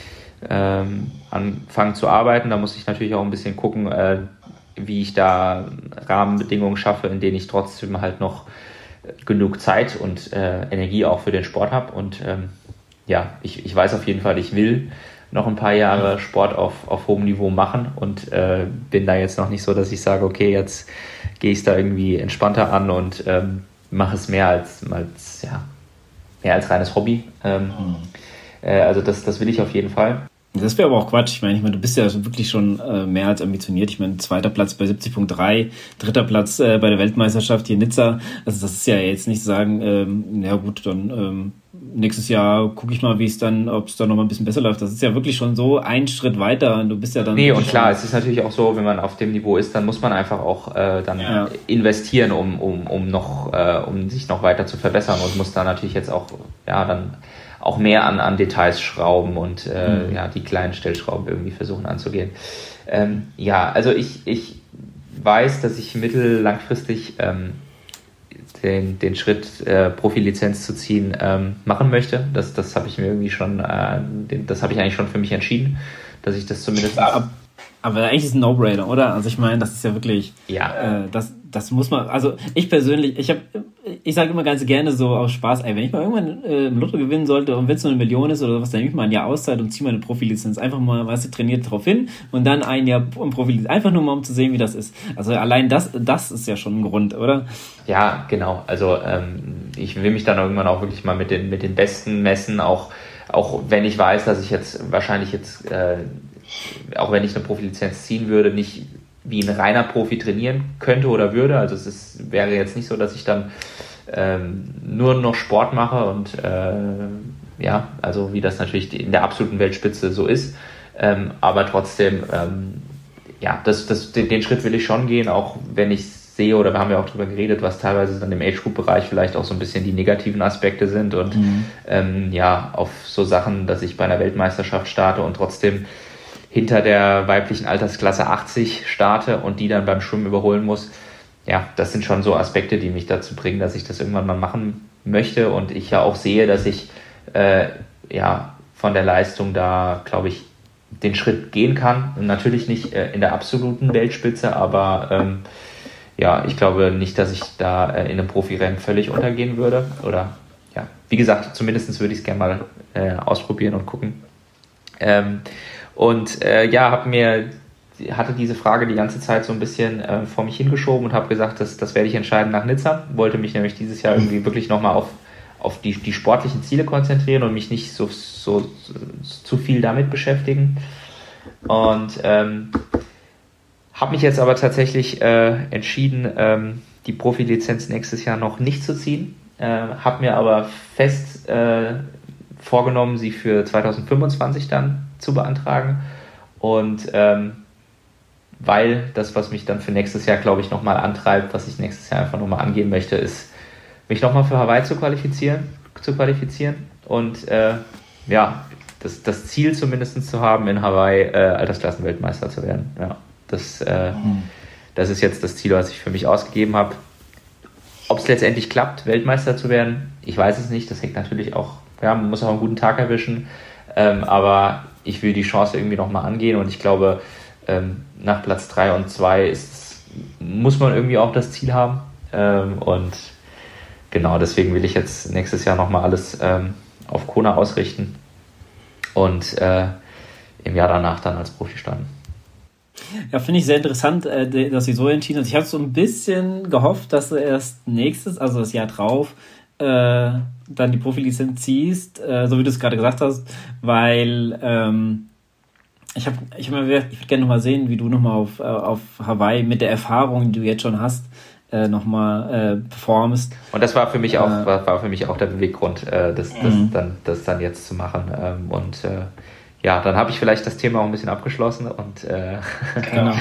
ähm, anfangen zu arbeiten. Da muss ich natürlich auch ein bisschen gucken, äh, wie ich da Rahmenbedingungen schaffe, in denen ich trotzdem halt noch genug Zeit und äh, Energie auch für den Sport habe. Und ähm, ja, ich, ich weiß auf jeden Fall, ich will noch ein paar Jahre Sport auf, auf hohem Niveau machen und äh, bin da jetzt noch nicht so, dass ich sage, okay, jetzt gehe ich es da irgendwie entspannter an und ähm, mache es mehr als, als, ja, mehr als reines Hobby. Ähm, mhm. äh, also das, das will ich auf jeden Fall. Das wäre aber auch Quatsch. Ich meine, ich meine, du bist ja wirklich schon äh, mehr als ambitioniert. Ich meine, zweiter Platz bei siebzig Komma drei, dritter Platz äh, bei der Weltmeisterschaft hier in Nizza. Also das ist ja jetzt nicht sagen, ähm, ja gut, dann ähm, nächstes Jahr gucke ich mal, wie es dann, ob es dann noch mal ein bisschen besser läuft. Das ist ja wirklich schon so ein Schritt weiter. Und du bist ja dann. Nee, und klar, es ist natürlich auch so, wenn man auf dem Niveau ist, dann muss man einfach auch äh, dann ja. investieren, um um um noch äh, um sich noch weiter zu verbessern und muss da natürlich jetzt auch ja dann auch mehr an, an Details schrauben und äh, mhm. ja, die kleinen Stellschrauben irgendwie versuchen anzugehen. Ähm, ja, also ich, ich weiß, dass ich mittel- langfristig ähm, den, den Schritt äh, Profilizenz zu ziehen ähm, machen möchte. Das, das habe ich mir irgendwie schon, äh, den, das habe ich eigentlich schon für mich entschieden, dass ich das zumindest... Aber, aber eigentlich ist es ein No-Brainer, oder? Also ich meine, das ist ja wirklich... Ja. Äh, das, das muss man... Also ich persönlich, ich habe... Ich sage immer ganz gerne so aus Spaß, ey, wenn ich mal irgendwann äh, im Lotto gewinnen sollte und wenn es nur eine Million ist oder was, dann nehme ich mal ein Jahr Auszeit und ziehe meine Profilizenz. Einfach mal, weißt du, trainiert drauf hin und dann ein Jahr Profilizenz. Einfach nur mal, um zu sehen, wie das ist. Also allein das, das ist ja schon ein Grund, oder? Ja, genau. Also ähm, ich will mich dann irgendwann auch wirklich mal mit den, mit den Besten messen, auch, auch wenn ich weiß, dass ich jetzt wahrscheinlich jetzt, äh, auch wenn ich eine Profilizenz ziehen würde, nicht wie ein reiner Profi trainieren könnte oder würde. Also es ist, wäre jetzt nicht so, dass ich dann ähm, nur noch Sport mache und äh, ja, also wie das natürlich in der absoluten Weltspitze so ist. Ähm, aber trotzdem, ähm, ja, das, das, den, den Schritt will ich schon gehen, auch wenn ich sehe, oder wir haben ja auch drüber geredet, was teilweise dann im Age-Group-Bereich vielleicht auch so ein bisschen die negativen Aspekte sind und mhm. ähm, ja, auf so Sachen, dass ich bei einer Weltmeisterschaft starte und trotzdem hinter der weiblichen Altersklasse achtzig starte und die dann beim Schwimmen überholen muss. Ja, das sind schon so Aspekte, die mich dazu bringen, dass ich das irgendwann mal machen möchte und ich ja auch sehe, dass ich äh, ja von der Leistung da, glaube ich, den Schritt gehen kann. Und natürlich nicht äh, in der absoluten Weltspitze, aber ähm, ja, ich glaube nicht, dass ich da äh, in einem Profirennen völlig untergehen würde. Oder ja, wie gesagt, zumindest würde ich es gerne mal äh, ausprobieren und gucken. Ähm, Und äh, ja, habe mir hatte diese Frage die ganze Zeit so ein bisschen äh, vor mich hingeschoben und habe gesagt, das, das werde ich entscheiden nach Nizza. Wollte mich nämlich dieses Jahr irgendwie wirklich nochmal auf, auf die, die sportlichen Ziele konzentrieren und mich nicht so, so, so zu viel damit beschäftigen. Und ähm, habe mich jetzt aber tatsächlich äh, entschieden, ähm, die Profilizenz nächstes Jahr noch nicht zu ziehen. Äh, habe mir aber fest äh, vorgenommen, sie für zwanzig fünfundzwanzig dann zu beantragen. Und ähm, weil das, was mich dann für nächstes Jahr, glaube ich, nochmal antreibt, was ich nächstes Jahr einfach nochmal angehen möchte, ist, mich nochmal für Hawaii zu qualifizieren, zu qualifizieren und äh, ja, das, das Ziel zumindest zu haben, in Hawaii äh, Altersklassenweltmeister zu werden. Ja, das, äh, mhm. das ist jetzt das Ziel, was ich für mich ausgegeben habe. Ob es letztendlich klappt, Weltmeister zu werden, ich weiß es nicht. Das hängt natürlich auch, ja, man muss auch einen guten Tag erwischen, ähm, aber ich will die Chance irgendwie nochmal angehen und ich glaube, ähm, nach Platz drei und zwei ist, muss man irgendwie auch das Ziel haben ähm, und genau, deswegen will ich jetzt nächstes Jahr nochmal alles ähm, auf Kona ausrichten und äh, im Jahr danach dann als Profi starten. Ja, finde ich sehr interessant, äh, dass sie so entschieden hat. Ich habe so ein bisschen gehofft, dass du erst nächstes, also das Jahr drauf, äh, dann die Profilizenz ziehst, äh, so wie du es gerade gesagt hast, weil ähm, ich habe, ich, hab ich würde gerne nochmal sehen, wie du nochmal auf, äh, auf Hawaii mit der Erfahrung, die du jetzt schon hast, äh, nochmal äh, performst. Und das war für mich auch, äh, war, war für mich auch der Beweggrund, äh, das, das, mhm. dann, das dann jetzt zu machen. Ähm, und äh, ja, dann habe ich vielleicht das Thema auch ein bisschen abgeschlossen und äh genau.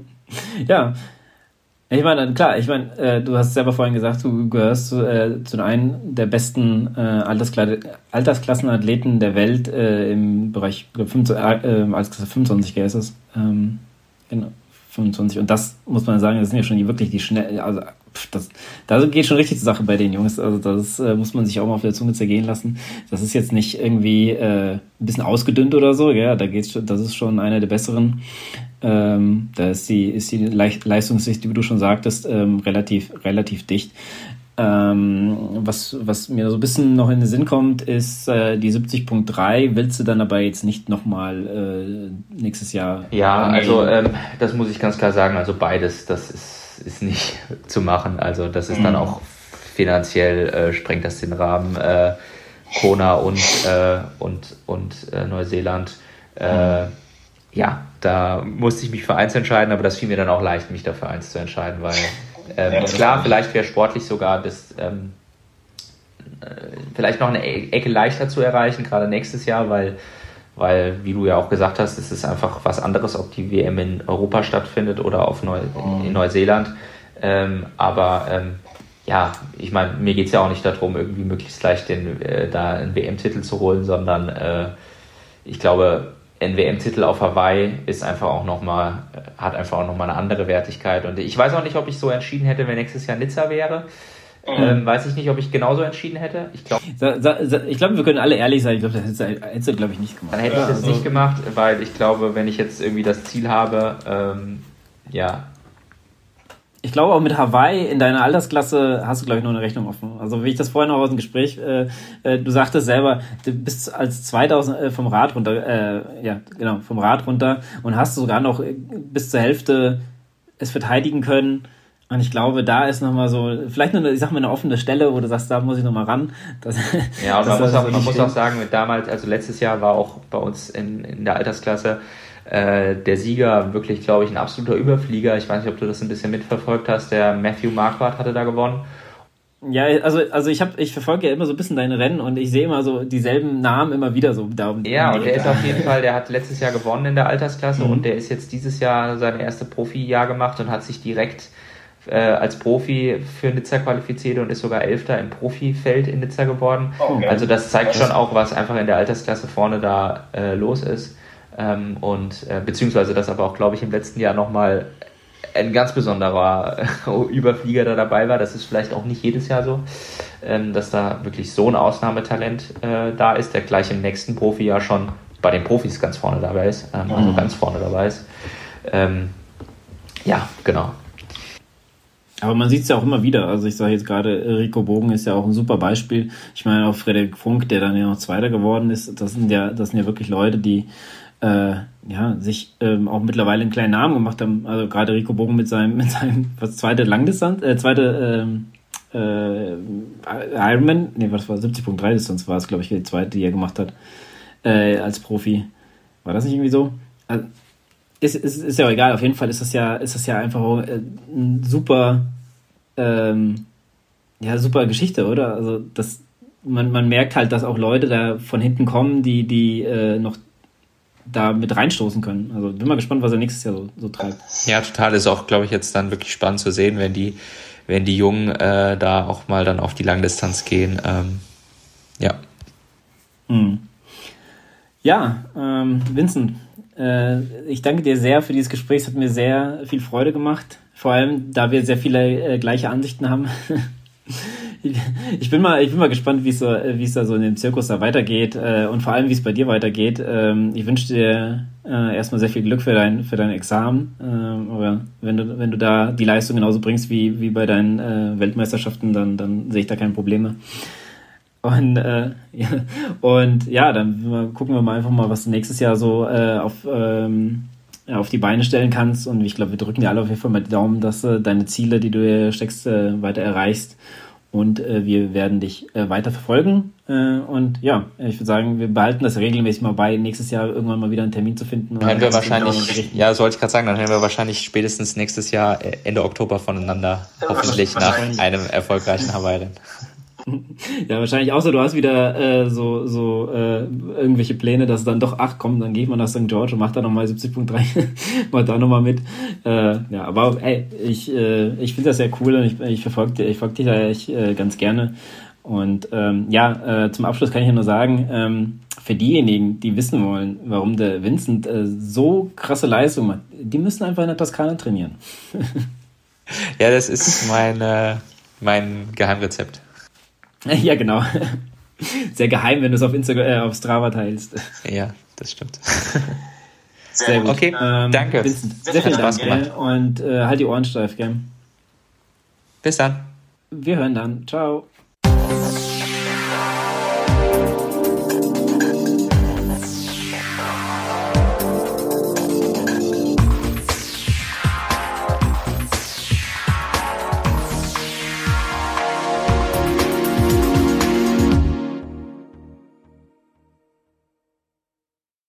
Ja. Ich meine, klar, ich meine, äh, du hast selber vorhin gesagt, du gehörst zu, äh, zu einen der besten äh, Alterskla- Altersklassenathleten der Welt äh, im Bereich fünfundzwanzig, äh, Altersklasse fünfundzwanzig ist es. Ähm, genau, fünfundzwanzig. Und das muss man sagen, das sind ja schon die, wirklich die schnell, also das, da geht schon richtig zur Sache bei den Jungs. Also das äh, muss man sich auch mal auf der Zunge zergehen lassen. Das ist jetzt nicht irgendwie äh, ein bisschen ausgedünnt oder so, ja, da geht's schon, das ist schon einer der besseren. Ähm, da ist die, ist die Le- Leistungssicht, wie du schon sagtest, ähm, relativ, relativ dicht. Ähm, was, was mir so ein bisschen noch in den Sinn kommt, ist äh, die siebzig Komma drei. Willst du dann aber jetzt nicht nochmal äh, nächstes Jahr? Ja, also ähm, das muss ich ganz klar sagen, also beides, das ist, ist nicht zu machen. Also das ist mhm. dann auch finanziell, äh, sprengt das den Rahmen. Äh, Kona und, äh, und, und äh, Neuseeland, äh, mhm. ja, da musste ich mich für eins entscheiden, aber das fiel mir dann auch leicht, mich dafür eins zu entscheiden, weil ähm, ja, klar, vielleicht wäre sportlich sogar das ähm, äh, vielleicht noch eine Ecke leichter zu erreichen, gerade nächstes Jahr, weil, weil, wie du ja auch gesagt hast, es ist einfach was anderes, ob die W M in Europa stattfindet oder auf Neu- in, in Neuseeland. Ähm, aber ähm, ja, ich meine, mir geht es ja auch nicht darum, irgendwie möglichst leicht den, äh, da einen W M-Titel zu holen, sondern äh, ich glaube, ein W M-Titel auf Hawaii ist einfach auch noch mal, hat einfach auch nochmal eine andere Wertigkeit. Und ich weiß auch nicht, ob ich so entschieden hätte, wenn nächstes Jahr Nizza wäre. Mhm. Ähm, weiß ich nicht, ob ich genauso entschieden hätte. Ich glaube, ich glaube, wir können alle ehrlich sein. Ich glaube, das hättest du, glaube ich, nicht gemacht. Dann hätte ich das also nicht gemacht, weil ich glaube, wenn ich jetzt irgendwie das Ziel habe, ähm, ja. Ich glaube, auch mit Hawaii in deiner Altersklasse hast du, glaube ich, noch eine Rechnung offen. Also wie ich das vorhin noch aus dem Gespräch, äh, äh, du sagtest selber, du bist als zweitausend äh, vom Rad runter, äh, ja, genau, vom Rad runter und hast sogar noch bis zur Hälfte es verteidigen können. Und ich glaube, da ist nochmal so, vielleicht nur, eine, ich sag mal, eine offene Stelle, wo du sagst, da muss ich nochmal ran. Das, ja, und man, muss auch, man muss auch sagen, mit damals, also letztes Jahr war auch bei uns in, in der Altersklasse äh, der Sieger wirklich, glaube ich, ein absoluter Überflieger. Ich weiß nicht, ob du das ein bisschen mitverfolgt hast. Der Matthew Marquardt hatte da gewonnen. Ja, also also ich habe ich verfolge ja immer so ein bisschen deine Rennen und ich sehe immer so dieselben Namen immer wieder so da. Ja, und der ist auf jeden Fall, der hat letztes Jahr gewonnen in der Altersklasse mhm. und der ist jetzt dieses Jahr seine erste Profi-Jahr gemacht und hat sich direkt äh, als Profi für Nizza qualifiziert und ist sogar Elfter im Profifeld in Nizza geworden. Okay. Also das zeigt schon auch, was einfach in der Altersklasse vorne da äh, los ist. Ähm, und äh, beziehungsweise dass aber auch, glaube ich, im letzten Jahr nochmal ein ganz besonderer Überflieger da dabei war. Das ist vielleicht auch nicht jedes Jahr so, ähm, dass da wirklich so ein Ausnahmetalent äh, da ist, der gleich im nächsten Profijahr schon bei den Profis ganz vorne dabei ist, ähm, mhm. also ganz vorne dabei ist. Ähm, ja, genau. Aber man sieht es ja auch immer wieder. Also ich sage jetzt gerade, Rico Bogen ist ja auch ein super Beispiel. Ich meine auch Frederik Funk, der dann ja noch Zweiter geworden ist. Das sind ja, das sind ja wirklich Leute, die äh, ja sich ähm, auch mittlerweile einen kleinen Namen gemacht haben. Also gerade Rico Bogen mit seinem mit seinem was zweite Langdistanz, äh, zweite ähm, äh, Ironman, nee, was war siebzig Komma drei Distanz war es, glaube ich, die zweite, die er gemacht hat äh, als Profi. War das nicht irgendwie so? Also, ist, ist, ist ja auch egal, auf jeden Fall ist das ja, ist das ja einfach äh, ein super ähm, ja, super Geschichte, oder? Also das, man, man merkt halt, dass auch Leute da von hinten kommen, die, die äh, noch da mit reinstoßen können. Also bin mal gespannt, was er nächstes Jahr so, so treibt. Ja, total. Ist auch, glaube ich, jetzt dann wirklich spannend zu sehen, wenn die, wenn die Jungen äh, da auch mal dann auf die Langdistanz gehen. Ähm, ja. Hm. Ja, ähm, Vincent, äh, ich danke dir sehr für dieses Gespräch. Es hat mir sehr viel Freude gemacht. Vor allem, da wir sehr viele äh, gleiche Ansichten haben. Ich bin mal, ich bin mal gespannt, wie es so, wie es da so in dem Zirkus da weitergeht äh, und vor allem, wie es bei dir weitergeht. Ähm, ich wünsche dir äh, erstmal sehr viel Glück für dein, für dein Examen. Ähm, aber wenn du, wenn du da die Leistung genauso bringst wie, wie bei deinen äh, Weltmeisterschaften, dann, dann sehe ich da keine Probleme. Und äh, ja, und ja, dann gucken wir mal einfach mal, was du nächstes Jahr so äh, auf ähm, ja, auf die Beine stellen kannst. Und ich glaube, wir drücken dir alle auf jeden Fall mal die Daumen, dass äh, deine Ziele, die du dir steckst, äh, weiter erreichst. Und äh, wir werden dich äh, weiter verfolgen. Äh, und ja, ich würde sagen, wir behalten das regelmäßig mal bei, nächstes Jahr irgendwann mal wieder einen Termin zu finden. Dann hören wir wahrscheinlich, ja, sollte ich gerade sagen, dann hören wir wahrscheinlich spätestens nächstes Jahr Ende Oktober voneinander, hoffentlich nach einem erfolgreichen Hawaii-Rennen. Ja, wahrscheinlich auch so, du hast wieder äh, so, so äh, irgendwelche Pläne, dass dann doch, ach komm, dann gehe ich mal nach Sankt George und mach da nochmal siebzig Komma drei, mach da nochmal mit. Äh, ja, aber ey, ich, äh, ich finde das sehr cool und ich, ich verfolge ich folge dich da echt äh, ganz gerne. Und ähm, ja, äh, zum Abschluss kann ich ja nur sagen, ähm, für diejenigen, die wissen wollen, warum der Vincent äh, so krasse Leistung macht, die müssen einfach in der Toskana trainieren. Ja, das ist meine, mein Geheimrezept. Ja, genau. Sehr geheim, wenn du es auf Instagram, äh, auf Strava teilst. Ja, das stimmt. Sehr gut. Okay, ähm, danke. Vincent, sehr viel Dank, gell? Und äh, halt die Ohren steif, gell? Bis dann. Wir hören dann. Ciao.